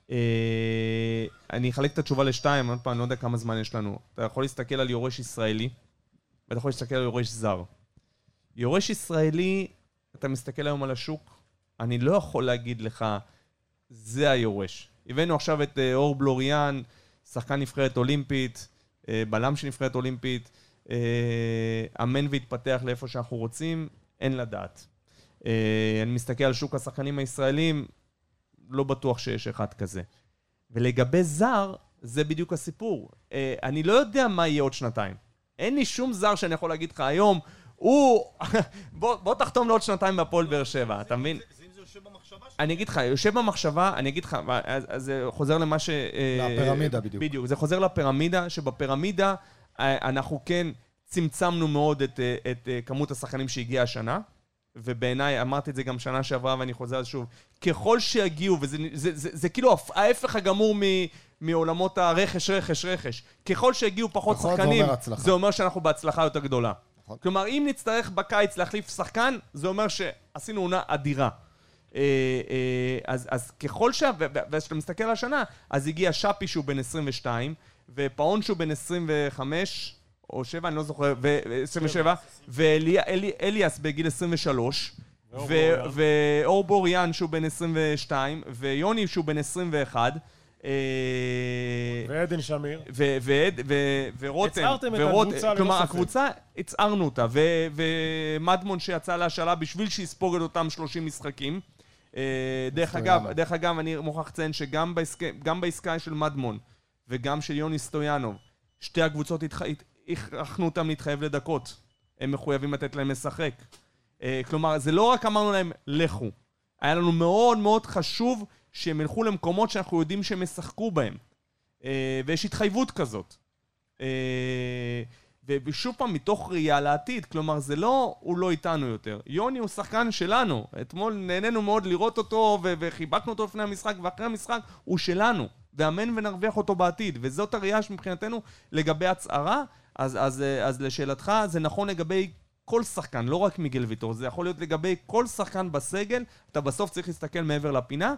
S6: אני אחלק את התשובה לשתיים, אני לא יודע כמה זמן יש לנו. אתה יכול להסתכל על יורש ישראלי, ואתה יכול להסתכל על יורש זר. יורש ישראלי, אתה מסתכל היום על השוק, אני לא יכול להגיד לך, זה היורש. הבאנו עכשיו את אור בלוריאן, שחקן נבחרת אולימפית, בלם של נבחרת אולימפית, אמן והתפתח לאיפה שאנחנו רוצים, אין לדעת. אני מסתכל על שוק השחקנים הישראלים, לא בטוח שיש אחד כזה. ולגבי זר, זה בדיוק הסיפור. אני לא יודע מה יהיה עוד שנתיים. אין לי שום זר שאני יכול להגיד לך היום, בוא תחתום לעוד שנתיים בהפועל באר שבע, אתה מבין?
S7: זה יושב במחשבה שלך.
S6: אני אגיד לך, יושב במחשבה, אני אגיד לך, אז זה חוזר למה ש...
S3: לפירמידה בדיוק.
S6: בדיוק, זה חוזר לפירמידה, שבפירמידה אנחנו כן צמצמנו מאוד את כמות השחקנים שהגיעה השנה, ובעיניי, אמרתי את זה גם שנה שעברה ואני חוזר שוב, ככל שיגיעו, וזה כאילו ההפך הגמור מעולמות הרכש, ככל שהגיעו פחות שחקנים, זה אומר שאנחנו בהצלחה יותר גדולה. כלומר, אם נצטרך בקיץ להחליף שחקן, זה אומר שעשינו עונה אדירה. אז ככל וכשאתה מסתכל על השנה, אז הגיע שפי שהוא בן 22, ופאון שהוא בן 25, או 7, אני לא זוכר, ו-27, ואליאס בגיל 23, ואור בוריאן שהוא בן 22, ויוני שהוא בן 21,
S4: ועדן שמיר.
S6: ורותם.
S4: הצערתם את הקבוצה ללא
S6: כלומר,
S4: ספק.
S6: הקבוצה, הצערנו אותה, ומדמון שיצא להשאלה בשביל שיספוג את אותם 30 משחקים. דרך אגב, אני מוכרח לציין שגם בעסקה של מדמון, וגם של יוני סטויאנוב, שתי הקבוצות הכרחנו אותם להתחייב לדקות. הם מחויבים לתת להם לשחק. כלומר, זה לא רק אמרנו להם, לכו. היה לנו מאוד מאוד חשוב שהם ילכו למקומות שאנחנו יודעים שהם ישחקו בהם. ויש התחייבות כזאת. ושוב פעם, מתוך ראייה לעתיד, כלומר, זה לא, הוא לא איתנו יותר. יוני הוא שחקן שלנו. אתמול נהנינו מאוד לראות אותו, וחיבקנו אותו לפני המשחק, ואחרי המשחק הוא שלנו. ואמן ונרוויח אותו בעתיד. וזאת הראייה שמבחינתנו לגבי הצערה. אז לשאלתך, זה נכון לגבי כל שחקן, לא רק מיגל ויטור. זה יכול להיות לגבי כל שחקן בסגל. אתה בסוף צריך להסתכל מעבר לפינה,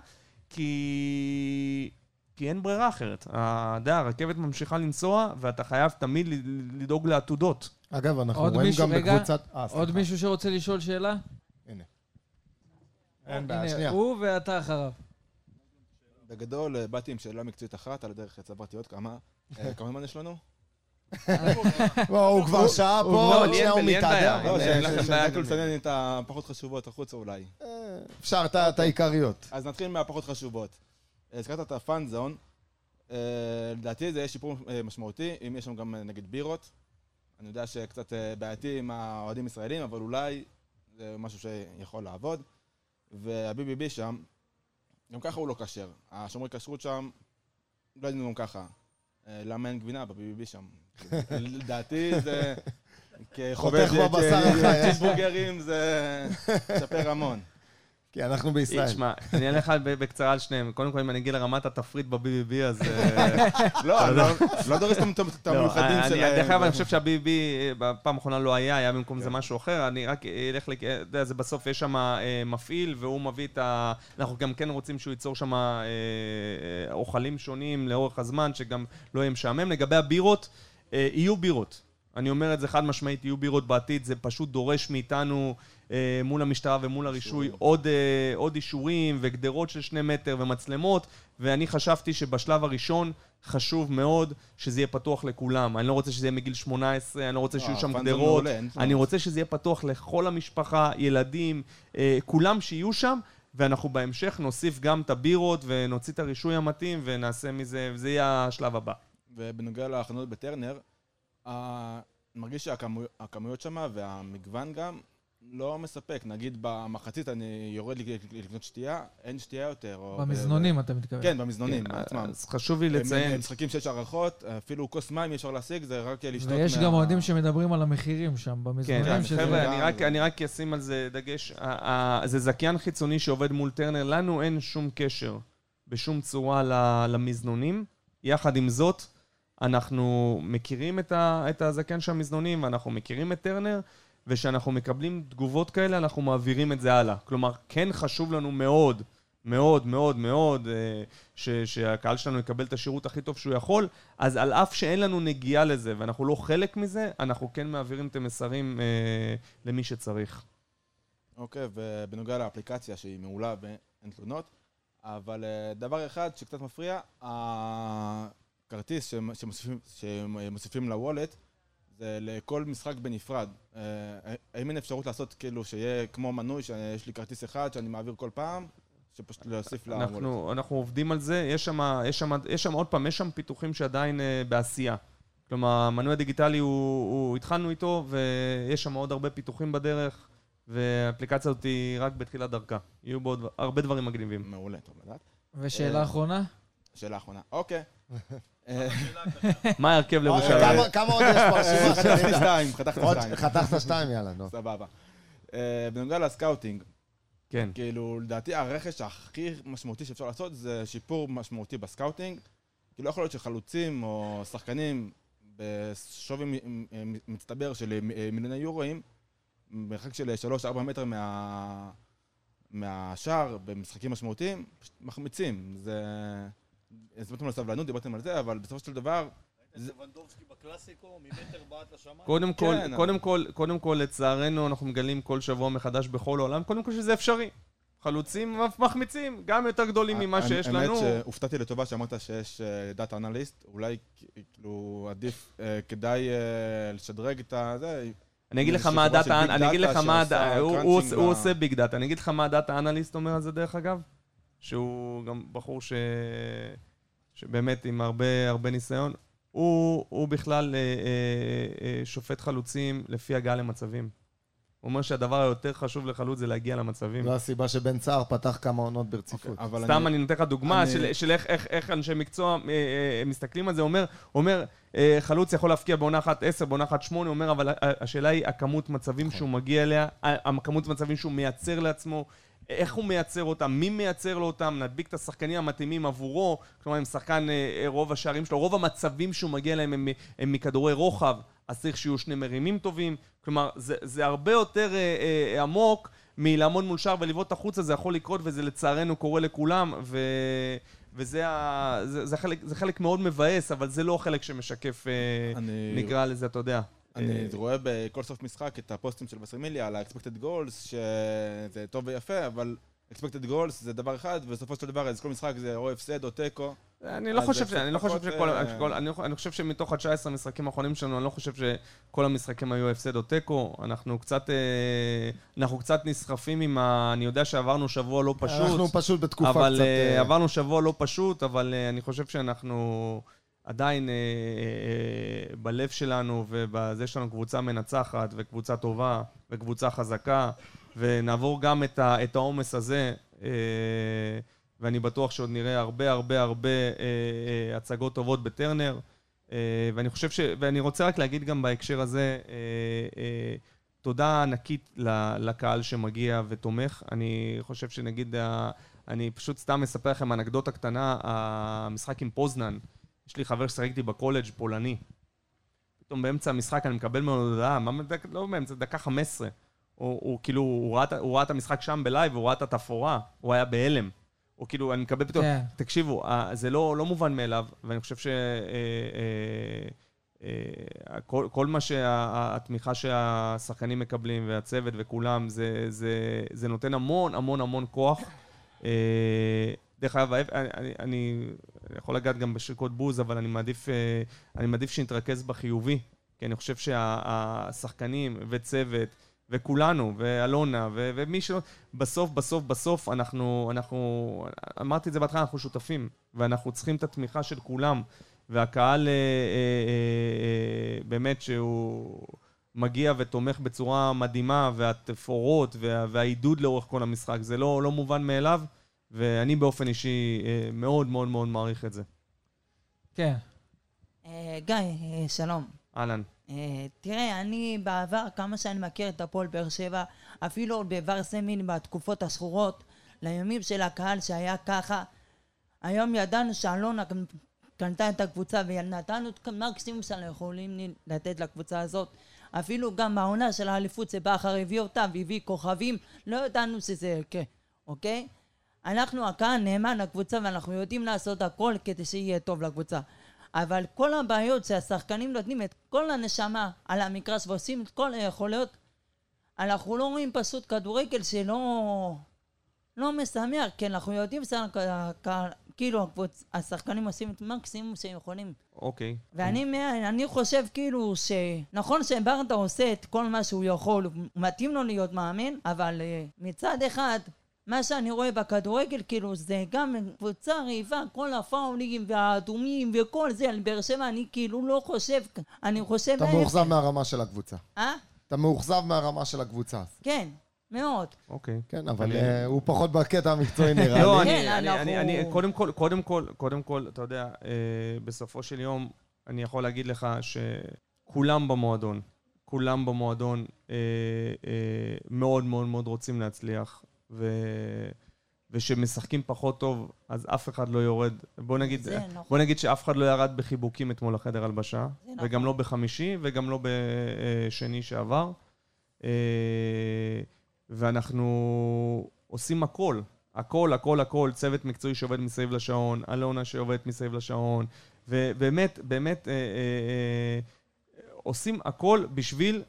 S6: כי אין ברירה אחרת. הרכבת ממשיכה לנסוע, ואתה חייב תמיד לדאוג לעתודות.
S3: אגב, אנחנו רואים גם בקבוצת...
S2: עוד מישהו שרוצה לשאול שאלה?
S3: הנה. אין בעיה, שנייה.
S2: הוא ואתה אחריו.
S5: בגדול, באתי עם שאלה מקצועית אחת, על הדרך צברתי עוד כמה זמן יש לנו?
S3: הוא כבר שעה פה, שנייה הוא מתעדר.
S5: לא, שאין לכם בעיה כאילו לציין את הפחות חשובות החוצה אולי.
S3: אפשר את העיקריות.
S5: אז נתחיל מהפחות חשובות. הזכרת את הפאן זון, לדעתי זה יהיה שיפור משמעותי, אם יש שם גם נגיד בירות. אני יודע שקצת בעייתי עם האוהדים ישראלים, אבל אולי זה משהו שיכול לעבוד. והבי-בי-בי שם, גם ככה הוא לא קשר. השומרי כשרות שם, לא יודעים גם ככה. למה אין גבינה בבי-בי-בי שם? לדעתי זה...
S3: חותך בבשר החי.
S5: צ'יזבורגרים זה שפר המון.
S3: כי אנחנו בישראל.
S6: תשמע, אני אלך בקצרה על שניהם. קודם כל, אם אני אגיד לרמת התפריט בבי-בי-בי, אז...
S5: לא דורס את המיוחדים שלהם.
S6: דרך אגב, אני חושב שהבי-בי בפעם האחרונה לא היה במקום זה משהו אחר. אני רק אלך, זה בסוף יש שם מפעיל, והוא מביא את ה... אנחנו גם כן רוצים שהוא ייצור שם אוכלים שונים לאורך הזמן, שגם לא יהיה משעמם. לגבי הבירות, יהיו בירות. אני אומר את זה חד משמעית, יהיו בירות בעתיד, זה פשוט דורש מאיתנו מול המשטרה ומול הרישוי עוד אישורים וגדרות של 2 מטר ומצלמות, ואני חשבתי שבשלב הראשון חשוב מאוד שזה יהיה פתוח לכולם. אני לא רוצה שזה יהיה מגיל 18, אני לא רוצה שיהיו שם גדרות, אני רוצה שזה יהיה פתוח לכל המשפחה, ילדים, כולם שיהיו שם, ואנחנו בהמשך נוסיף גם את הבירות ונוציא את הרישוי המתאים ונעשה מזה, וזה יהיה השלב הבא.
S5: ובנוגע להכנות בטרנר, מרגיש שהכמויות שם והמגוון גם לא מספק. נגיד במחצית אני יורד לקנות שתייה, אין שתייה יותר.
S2: במזנונים אתה מתכוון.
S5: כן, במזנונים עצמם.
S6: אז חשוב לי לציין.
S5: משחקים שיש ערכות, אפילו כוס מים אפשר להשיג, זה רק לשתות
S2: ויש גם אוהדים שמדברים על המחירים שם, במזנונים.
S6: כן, חבר'ה, אני רק אשים על זה דגש. זה זכיין חיצוני שעובד מול טרנר, לנו אין שום קשר בשום צורה למזנונים. יחד עם זאת, אנחנו מכירים את הזכיין של המזנונים, ואנחנו מכירים את טרנר, ושאנחנו מקבלים תגובות כאלה, אנחנו מעבירים את זה הלאה. כלומר, כן חשוב לנו מאוד, מאוד, מאוד, מאוד, שהקהל שלנו יקבל את השירות הכי טוב שהוא יכול, אז על אף שאין לנו נגיעה לזה, ואנחנו לא חלק מזה, אנחנו כן מעבירים את המסרים למי שצריך.
S5: אוקיי, ובנוגע לאפליקציה שהיא מעולה ואין תלונות, אבל דבר אחד שקצת מפריע, כרטיס שמוסיפים לוולט, זה לכל משחק בנפרד. האם אין אפשרות לעשות כאילו שיהיה כמו מנוי, שיש לי כרטיס אחד שאני מעביר כל פעם, שפשוט להוסיף לוולט?
S6: אנחנו עובדים על זה, יש שם עוד פעם, יש שם פיתוחים שעדיין בעשייה. כלומר, המנוי הדיגיטלי התחלנו איתו, ויש שם עוד הרבה פיתוחים בדרך, והאפליקציה הזאת היא רק בתחילת דרכה. יהיו בו הרבה דברים מגניבים.
S5: מעולה, טוב לדעת.
S2: ושאלה אחרונה?
S5: שאלה אחרונה, אוקיי.
S6: מה ההרכב לירושלים?
S3: כמה עוד יש ברשימה?
S5: חתכתי 2, חתכתי 2.
S3: חתכת 2, יאללה, נו.
S5: סבבה. בנוגע לסקאוטינג,
S6: כן.
S5: כאילו, לדעתי הרכש הכי משמעותי שאפשר לעשות זה שיפור משמעותי בסקאוטינג. כאילו, לא יכול להיות שחלוצים או שחקנים בשווי מצטבר של מיליוני יורואים, במרחק של 3-4 מטר מהשער במשחקים משמעותיים, פשוט מחמיצים. הסברתם על סבלנות, דיברתם על זה, אבל בסופו של דבר...
S7: זה ונדובסקי בקלאסיקו, ממטר בעט לשמיים?
S6: קודם כל, לצערנו, אנחנו מגלים כל שבוע מחדש בכל העולם, קודם כל שזה אפשרי. חלוצים מחמיצים, גם יותר גדולים ממה שיש לנו.
S5: האמת שהופתעתי לטובה שאמרת שיש דאטה אנליסט, אולי כאילו עדיף, כדאי לשדרג את זה.
S6: אני אגיד לך מה הדאטה, הוא עושה ביג דאטה, אני אגיד לך מה הדאטה אנליסט אומר על זה דרך אגב, שהוא גם בחור שבאמת עם הרבה ניסיון, הוא בכלל שופט חלוצים לפי הגעה למצבים. הוא אומר שהדבר היותר חשוב לחלוץ זה להגיע למצבים.
S3: זו הסיבה שבן צער פתח כמה עונות ברציפות.
S6: סתם אני נותן לך דוגמה של איך אנשי מקצוע מסתכלים על זה. אומר, חלוץ יכול להפקיע בעונה 1-10, בעונה 1-8, הוא אומר, אבל השאלה היא הכמות מצבים שהוא מגיע אליה, הכמות מצבים שהוא מייצר לעצמו, איך הוא מייצר אותם, מי מייצר לו אותם, נדביק את השחקנים המתאימים עבורו, כלומר, הם שחקן רוב השערים שלו, רוב המצבים שהוא מגיע אליהם הם מכדורי רוחב, אז צריך שיהיו שני מרימים טובים, כלומר, זה הרבה יותר עמוק מלעמוד מול שער ולבעוט החוצה, זה יכול לקרות וזה לצערנו קורה לכולם, וזה חלק מאוד מבאס, אבל זה לא חלק שמשקף, נקרא לזה, אתה יודע.
S5: אני רואה בכל סוף משחק את הפוסטים של בסרמיליה על ה-expected goals, שזה טוב ויפה, אבל expected goals זה דבר אחד, ובסופו של דבר, אז כל משחק זה או הפסד או טקו.
S6: אני חושב שמתוך ה-19 המשחקים האחרונים שלנו, אני לא חושב שכל המשחקים היו הפסד או טקו. אנחנו קצת נסחפים עם אני יודע שעברנו שבוע לא פשוט.
S3: אנחנו פשוט בתקופה קצת...
S6: עברנו שבוע לא פשוט, אבל אני חושב שאנחנו... עדיין בלב שלנו ובזה שלנו קבוצה מנצחת וקבוצה טובה וקבוצה חזקה, ונעבור גם את העומס הזה, ואני בטוח שעוד נראה הרבה הצגות טובות בטרנר, ואני רוצה רק להגיד גם בהקשר הזה, תודה ענקית לקהל שמגיע ותומך. אני חושב שנגיד, אני פשוט סתם מספר לכם אנקדוטה קטנה, המשחק עם פוזנן, יש לי חבר ששחק איתי בקולג' פולני. פתאום באמצע המשחק אני מקבל ממנו הודעה, לא באמצע, דקה 15. הוא כאילו, הוא ראה את המשחק שם בלייב, הוא ראה את התפאורה, הוא היה בהלם. הוא כאילו, אני מקבל פתאום, תקשיבו, זה לא מובן מאליו, ואני חושב כל מה שהתמיכה שהשחקנים מקבלים, והצוות וכולם, זה נותן המון כוח. דרך אגב, אני יכול לגעת גם בשריקות בוז, אבל אני מעדיף שנתרכז בחיובי, כי אני חושב שהשחקנים וצוות וכולנו, ואלונה, ומי שלא, בסוף אנחנו, אמרתי את זה בהתחלה, אנחנו שותפים, ואנחנו צריכים את התמיכה של כולם, והקהל באמת שהוא מגיע ותומך בצורה מדהימה, והתפאורות והעידוד לאורך כל המשחק, זה לא מובן מאליו, ואני באופן אישי מאוד מעריך את זה.
S2: כן.
S8: גיא, שלום.
S6: אהלן.
S8: תראה, אני בעבר, כמה שאני מכיר את הפועל באר שבע, אפילו בבר סמין בתקופות השחורות, לימים של הקהל שהיה ככה, היום ידענו שאלונה קנתה את הקבוצה ונתנו את מקסימום שאנחנו יכולים לתת לקבוצה הזאת. אפילו גם בעונה של האליפות שבכר הביא אותה והביא כוכבים, לא ידענו שזה אוקיי? אנחנו הקהל נאמן לקבוצה ואנחנו יודעים לעשות הכל כדי שיהיה טוב לקבוצה. אבל כל הבעיות שהשחקנים נותנים את כל הנשמה על המגרש ועושים את כל היכולות, אנחנו לא רואים פשוט כדורגל שלא משמח, כי אנחנו יודעים כאילו השחקנים עושים את מקסימום שהם יכולים.
S6: אוקיי.
S8: ואני חושב כאילו שנכון שברדה עושה את כל מה שהוא יכול, מתאים לו להיות מאמן, אבל מצד אחד מה שאני רואה בכדורגל, כאילו זה גם קבוצה רעיבה, כל הפאולים והאדומים וכל זה, על באר שבע אני כאילו לא חושב, אני חושב...
S3: אתה מאוכזב מהרמה של הקבוצה.
S8: אה?
S3: אתה מאוכזב מהרמה של הקבוצה.
S8: כן, מאוד.
S6: אוקיי.
S3: כן, אבל הוא פחות בקטע המקצועי נראה לי.
S6: לא,
S8: כן,
S6: קודם כל, אתה יודע, בסופו של יום, אני יכול להגיד לך שכולם במועדון מאוד מאוד מאוד רוצים להצליח, ושמשחקים פחות טוב, אז אף אחד לא יורד. בוא נגיד שאף אחד לא ירד בחיבוקים אתמול לחדר הלבשה, וגם לא בחמישי, וגם לא בשני שעבר. ואנחנו עושים הכל, צוות מקצועי שעובד מסביב לשעון, אלונה שעובד מסביב לשעון, ובאמת, עושים הכל בשביל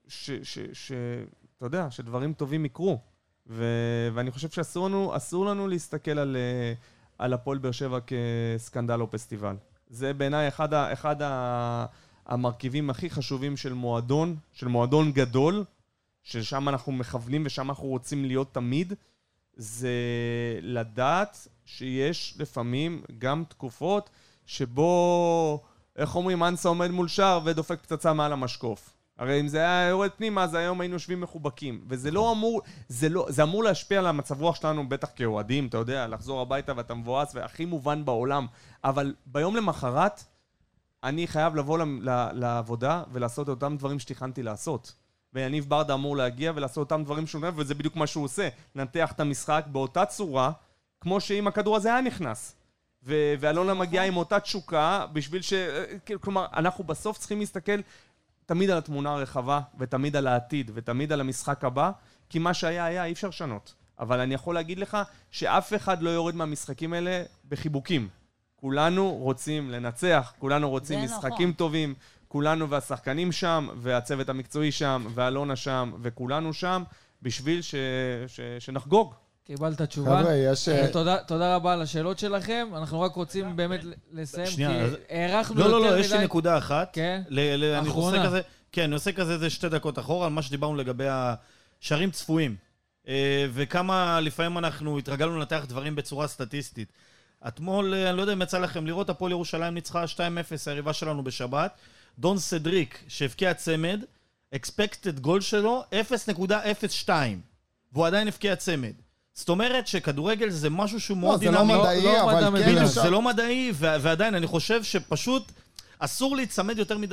S6: אתה יודע, שדברים טובים יקרו. ואני חושב שאסור לנו להסתכל על הפועל באר שבע כסקנדל או פסטיבל. זה בעיניי אחד המרכיבים הכי חשובים של מועדון גדול, ששם אנחנו מכוונים ושם אנחנו רוצים להיות תמיד, זה לדעת שיש לפעמים גם תקופות שבו, איך אומרים, אנסה עומד מול שער ודופק פצצה מעל המשקוף. הרי אם זה היה יורד פנימה, אז היום היינו יושבים מחובקים. וזה לא אמור, זה אמור להשפיע על המצב רוח שלנו, בטח כאוהדים, אתה יודע, לחזור הביתה ואתה מבואס, והכי מובן בעולם. אבל ביום למחרת, אני חייב לבוא לעבודה ולעשות את אותם דברים שתכנתי לעשות. ויניב ברדה אמור להגיע ולעשות אותם דברים שהוא נראה, וזה בדיוק מה שהוא עושה. ננתח את המשחק באותה צורה, כמו שאם הכדור הזה היה נכנס. ואלונה מגיעה עם אותה תשוקה, בשביל כלומר, אנחנו בסוף צריכים להסתכל תמיד על התמונה הרחבה, ותמיד על העתיד, ותמיד על המשחק הבא, כי מה שהיה, אי אפשר לשנות. אבל אני יכול להגיד לך שאף אחד לא יורד מהמשחקים האלה בחיבוקים. כולנו רוצים לנצח, כולנו רוצים משחקים טובים, כולנו והשחקנים שם, והצוות המקצועי שם, ואלונה שם, וכולנו שם, בשביל שנחגוג.
S2: קיבלת תשובה.
S3: חבר'ה, יש...
S2: תודה רבה על השאלות שלכם. אנחנו רק רוצים באמת לסיים, כי הערכנו
S7: יותר
S2: מדי...
S7: לא, יש לי נקודה אחת.
S2: כן?
S7: אחרונה. כן, אני עושה כזה איזה 2 דקות אחורה, על מה שדיברנו לגבי השערים צפויים. וכמה לפעמים אנחנו התרגלנו לנתח דברים בצורה סטטיסטית. אתמול, אני לא יודע אם יצא לכם לראות, הפועל ירושלים ניצחה 2-0, היריבה שלנו בשבת. דון סדריק, שהבקיע צמד, expected goal שלו 0.02, והוא עדיין הבקיע צמד. זאת אומרת שכדורגל זה משהו שהוא מאוד דינמי.
S3: זה לא מדעי, אבל כן.
S7: זה לא מדעי, ועדיין אני חושב שפשוט אסור להצמד יותר מדי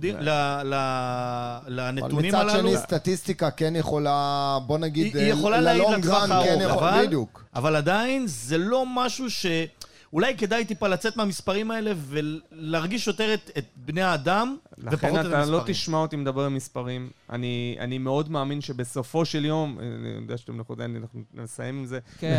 S7: לנתונים הללו.
S3: מצד שני, סטטיסטיקה כן יכולה, בוא נגיד,
S7: היא יכולה להעיד לטווח הארוך, אבל עדיין זה לא משהו אולי כדאי טיפה לצאת מהמספרים האלה ולהרגיש יותר את בני האדם ופחות את המספרים.
S6: לכן אתה לא תשמע אותי מדבר במספרים. אני מאוד מאמין שבסופו של יום, אני יודע שאתם אנחנו נסיים עם זה,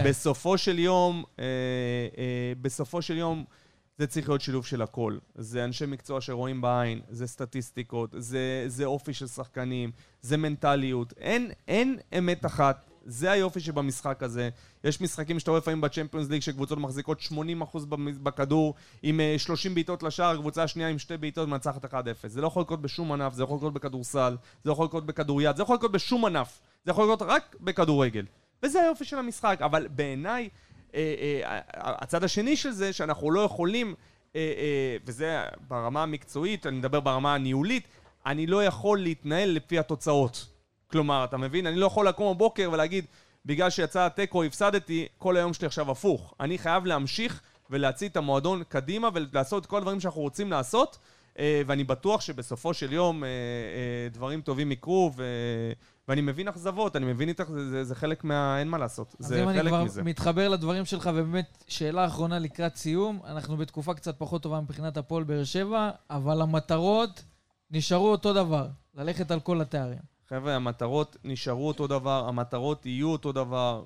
S6: בסופו של יום זה צריך להיות שילוב של הכל. זה אנשי מקצוע שרואים בעין, זה סטטיסטיקות, זה אופי של שחקנים, זה מנטליות. אין אמת אחת. זה היופי שבמשחק הזה. יש משחקים שאתה רואה לפעמים בצ'מפיונס ליג שקבוצות מחזיקות 80% בכדור עם 30 בעיטות לשער, קבוצה השנייה עם 2 בעיטות מנצחת 1-0. זה לא יכול לקרות בשום ענף, זה יכול לקרות בכדורסל, זה יכול לקרות בכדוריד, זה יכול לקרות בשום ענף. זה יכול לקרות רק בכדורגל. וזה היופי של המשחק. אבל בעיניי, הצד השני של זה שאנחנו לא יכולים, וזה ברמה המקצועית, אני מדבר ברמה הניהולית, אני לא יכול להתנהל לפי התוצאות. כלומר, אתה מבין? אני לא יכול לקום בבוקר ולהגיד, בגלל שיצא הטקו, הפסדתי, כל היום שלי עכשיו הפוך. אני חייב להמשיך ולהציע את המועדון קדימה ולעשות את כל הדברים שאנחנו רוצים לעשות, ואני בטוח שבסופו של יום דברים טובים יקרו, ואני מבין אכזבות, אני מבין איתך, זה חלק אין מה לעשות. זה חלק מזה. אז אם אני כבר
S2: מתחבר לדברים שלך, ובאמת שאלה אחרונה לקראת סיום, אנחנו בתקופה קצת פחות טובה מבחינת הפועל באר שבע, אבל המטרות נשארו אותו דבר, ללכת על כל התארים.
S6: חבר'ה, המטרות נשארו אותו דבר, המטרות יהיו אותו דבר,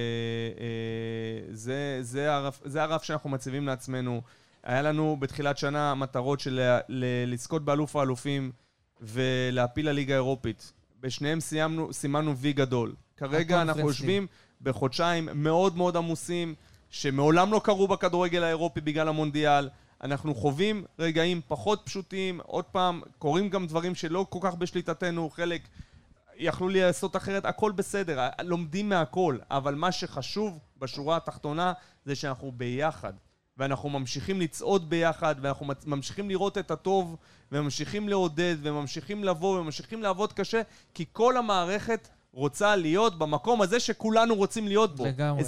S6: זה הרף שאנחנו מציבים לעצמנו. היה לנו בתחילת שנה מטרות של לזכות באלוף האלופים ולהפיל לליגה האירופית. בשניהם סימנו וי גדול. כרגע אנחנו יושבים בחודשיים מאוד מאוד עמוסים, שמעולם לא קרו בכדורגל האירופי בגלל המונדיאל. אנחנו חווים רגעים פחות פשוטים, עוד פעם, קוראים גם דברים שלא כל כך בשליטתנו, חלק יכלו לעשות אחרת, הכל בסדר, לומדים מהכל, אבל מה שחשוב בשורה התחתונה זה שאנחנו ביחד, ואנחנו ממשיכים לצעוד ביחד, ואנחנו ממשיכים לראות את הטוב, וממשיכים לעודד, וממשיכים לבוא, וממשיכים לעבוד קשה, כי כל המערכת רוצה להיות במקום הזה שכולנו רוצים להיות בו.
S2: לגמרי.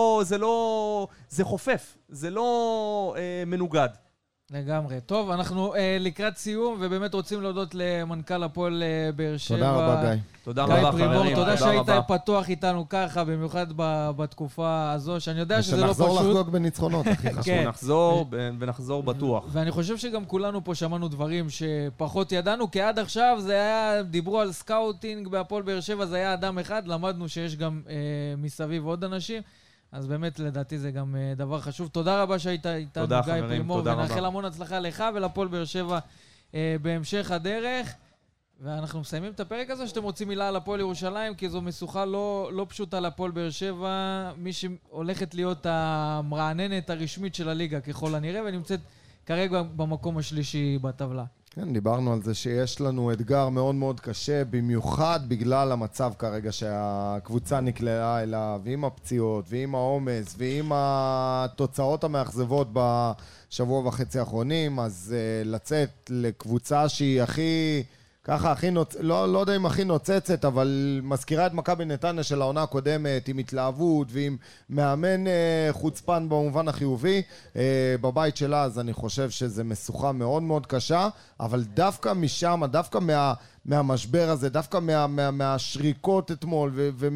S6: זה חופף, זה לא מנוגד.
S2: לגמרי. טוב, אנחנו לקראת סיום, ובאמת רוצים להודות למנכ"ל הפועל באר שבע.
S3: תודה רבה, גיא.
S6: תודה
S2: גיא
S6: רבה,
S2: פרימור,
S6: חברים.
S2: תודה שהיית
S6: רבה.
S2: פתוח איתנו ככה, במיוחד בתקופה הזו, שאני יודע שזה לא
S3: ושנחזור
S2: פשוט.
S3: לחגוג בניצחונות, הכי חשוב.
S2: כן.
S6: נחזור ונחזור בטוח.
S2: ואני חושב שגם כולנו פה שמענו דברים שפחות ידענו, כי עד עכשיו זה היה, דיברו על סקאוטינג בהפועל באר שבע, זה היה אדם אחד, למדנו שיש גם מסביב עוד אנשים, אז באמת לדעתי זה גם דבר חשוב. תודה רבה שהיית איתנו,
S6: תודה,
S2: גיא
S6: חברים,
S2: פרימור,
S6: תודה רבה.
S2: ונאחל המון הצלחה לך ולפועל באר שבע בהמשך הדרך. ואנחנו מסיימים את הפרק הזה, שאתם רוצים מילה על הפועל ירושלים, כי זו משוכה לא פשוטה לפועל באר שבע, מי שהולכת להיות המרעננת הרשמית של הליגה ככל הנראה, ונמצאת כרגע במקום השלישי בטבלה.
S3: כן, דיברנו על זה שיש לנו אתגר מאוד מאוד קשה, במיוחד בגלל המצב כרגע שהקבוצה נקלעה אליו, ועם הפציעות, ועם העומס, ועם התוצאות המאכזבות בשבוע וחצי האחרונים, אז לצאת לקבוצה שהיא הכי... ככה, לא יודע אם הכי נוצצת, אבל מזכירה את מכבי נתניה של העונה הקודמת, עם התלהבות ועם מאמן חוצפן במובן החיובי, בבית שלה, אז אני חושב שזה משוכה מאוד מאוד קשה, אבל דווקא משם, דווקא מהמשבר הזה, דווקא מהשריקות אתמול,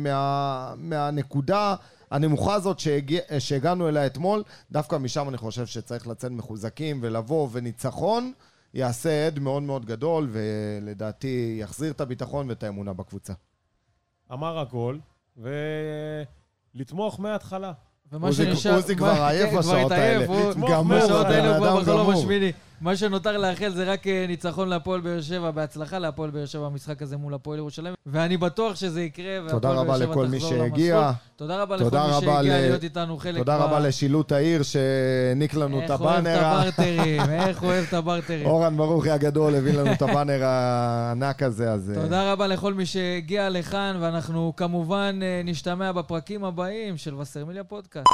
S3: ומהנקודה הנמוכה הזאת שהגענו אליה אתמול, דווקא משם אני חושב שצריך לצאת מחוזקים ולבוא וניצחון, יעשה עד מאוד מאוד גדול, ולדעתי יחזיר את הביטחון ואת האמונה בקבוצה.
S4: אמר הכל, ולתמוך מההתחלה.
S3: עוזי כבר עייף בשעות האלה. גמור,
S2: האדם גמור. מה שנותר לאחל זה רק ניצחון להפועל באר שבע, בהצלחה להפועל באר שבע במשחק הזה מול הפועל ירושלים, ואני בטוח שזה יקרה,
S3: תודה רבה לכל מי שהגיע.
S2: תודה רבה לכל מי שהגיע להיות איתנו חלק.
S3: תודה רבה לשילוט העיר שהעניק לנו את הבאנר.
S2: איך אוהב את הברטרים.
S3: אורן ברוכי הגדול הביא לנו את הבאנר הענק הזה.
S2: תודה רבה לכל מי שהגיע לכאן, ואנחנו כמובן נשתמע בפרקים הבאים של וסרמיליה פודקאסט.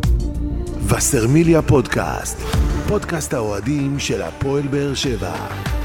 S9: וסרמיליה פודקאסט, פודקאסט האוהדים של הפועל באר שבע.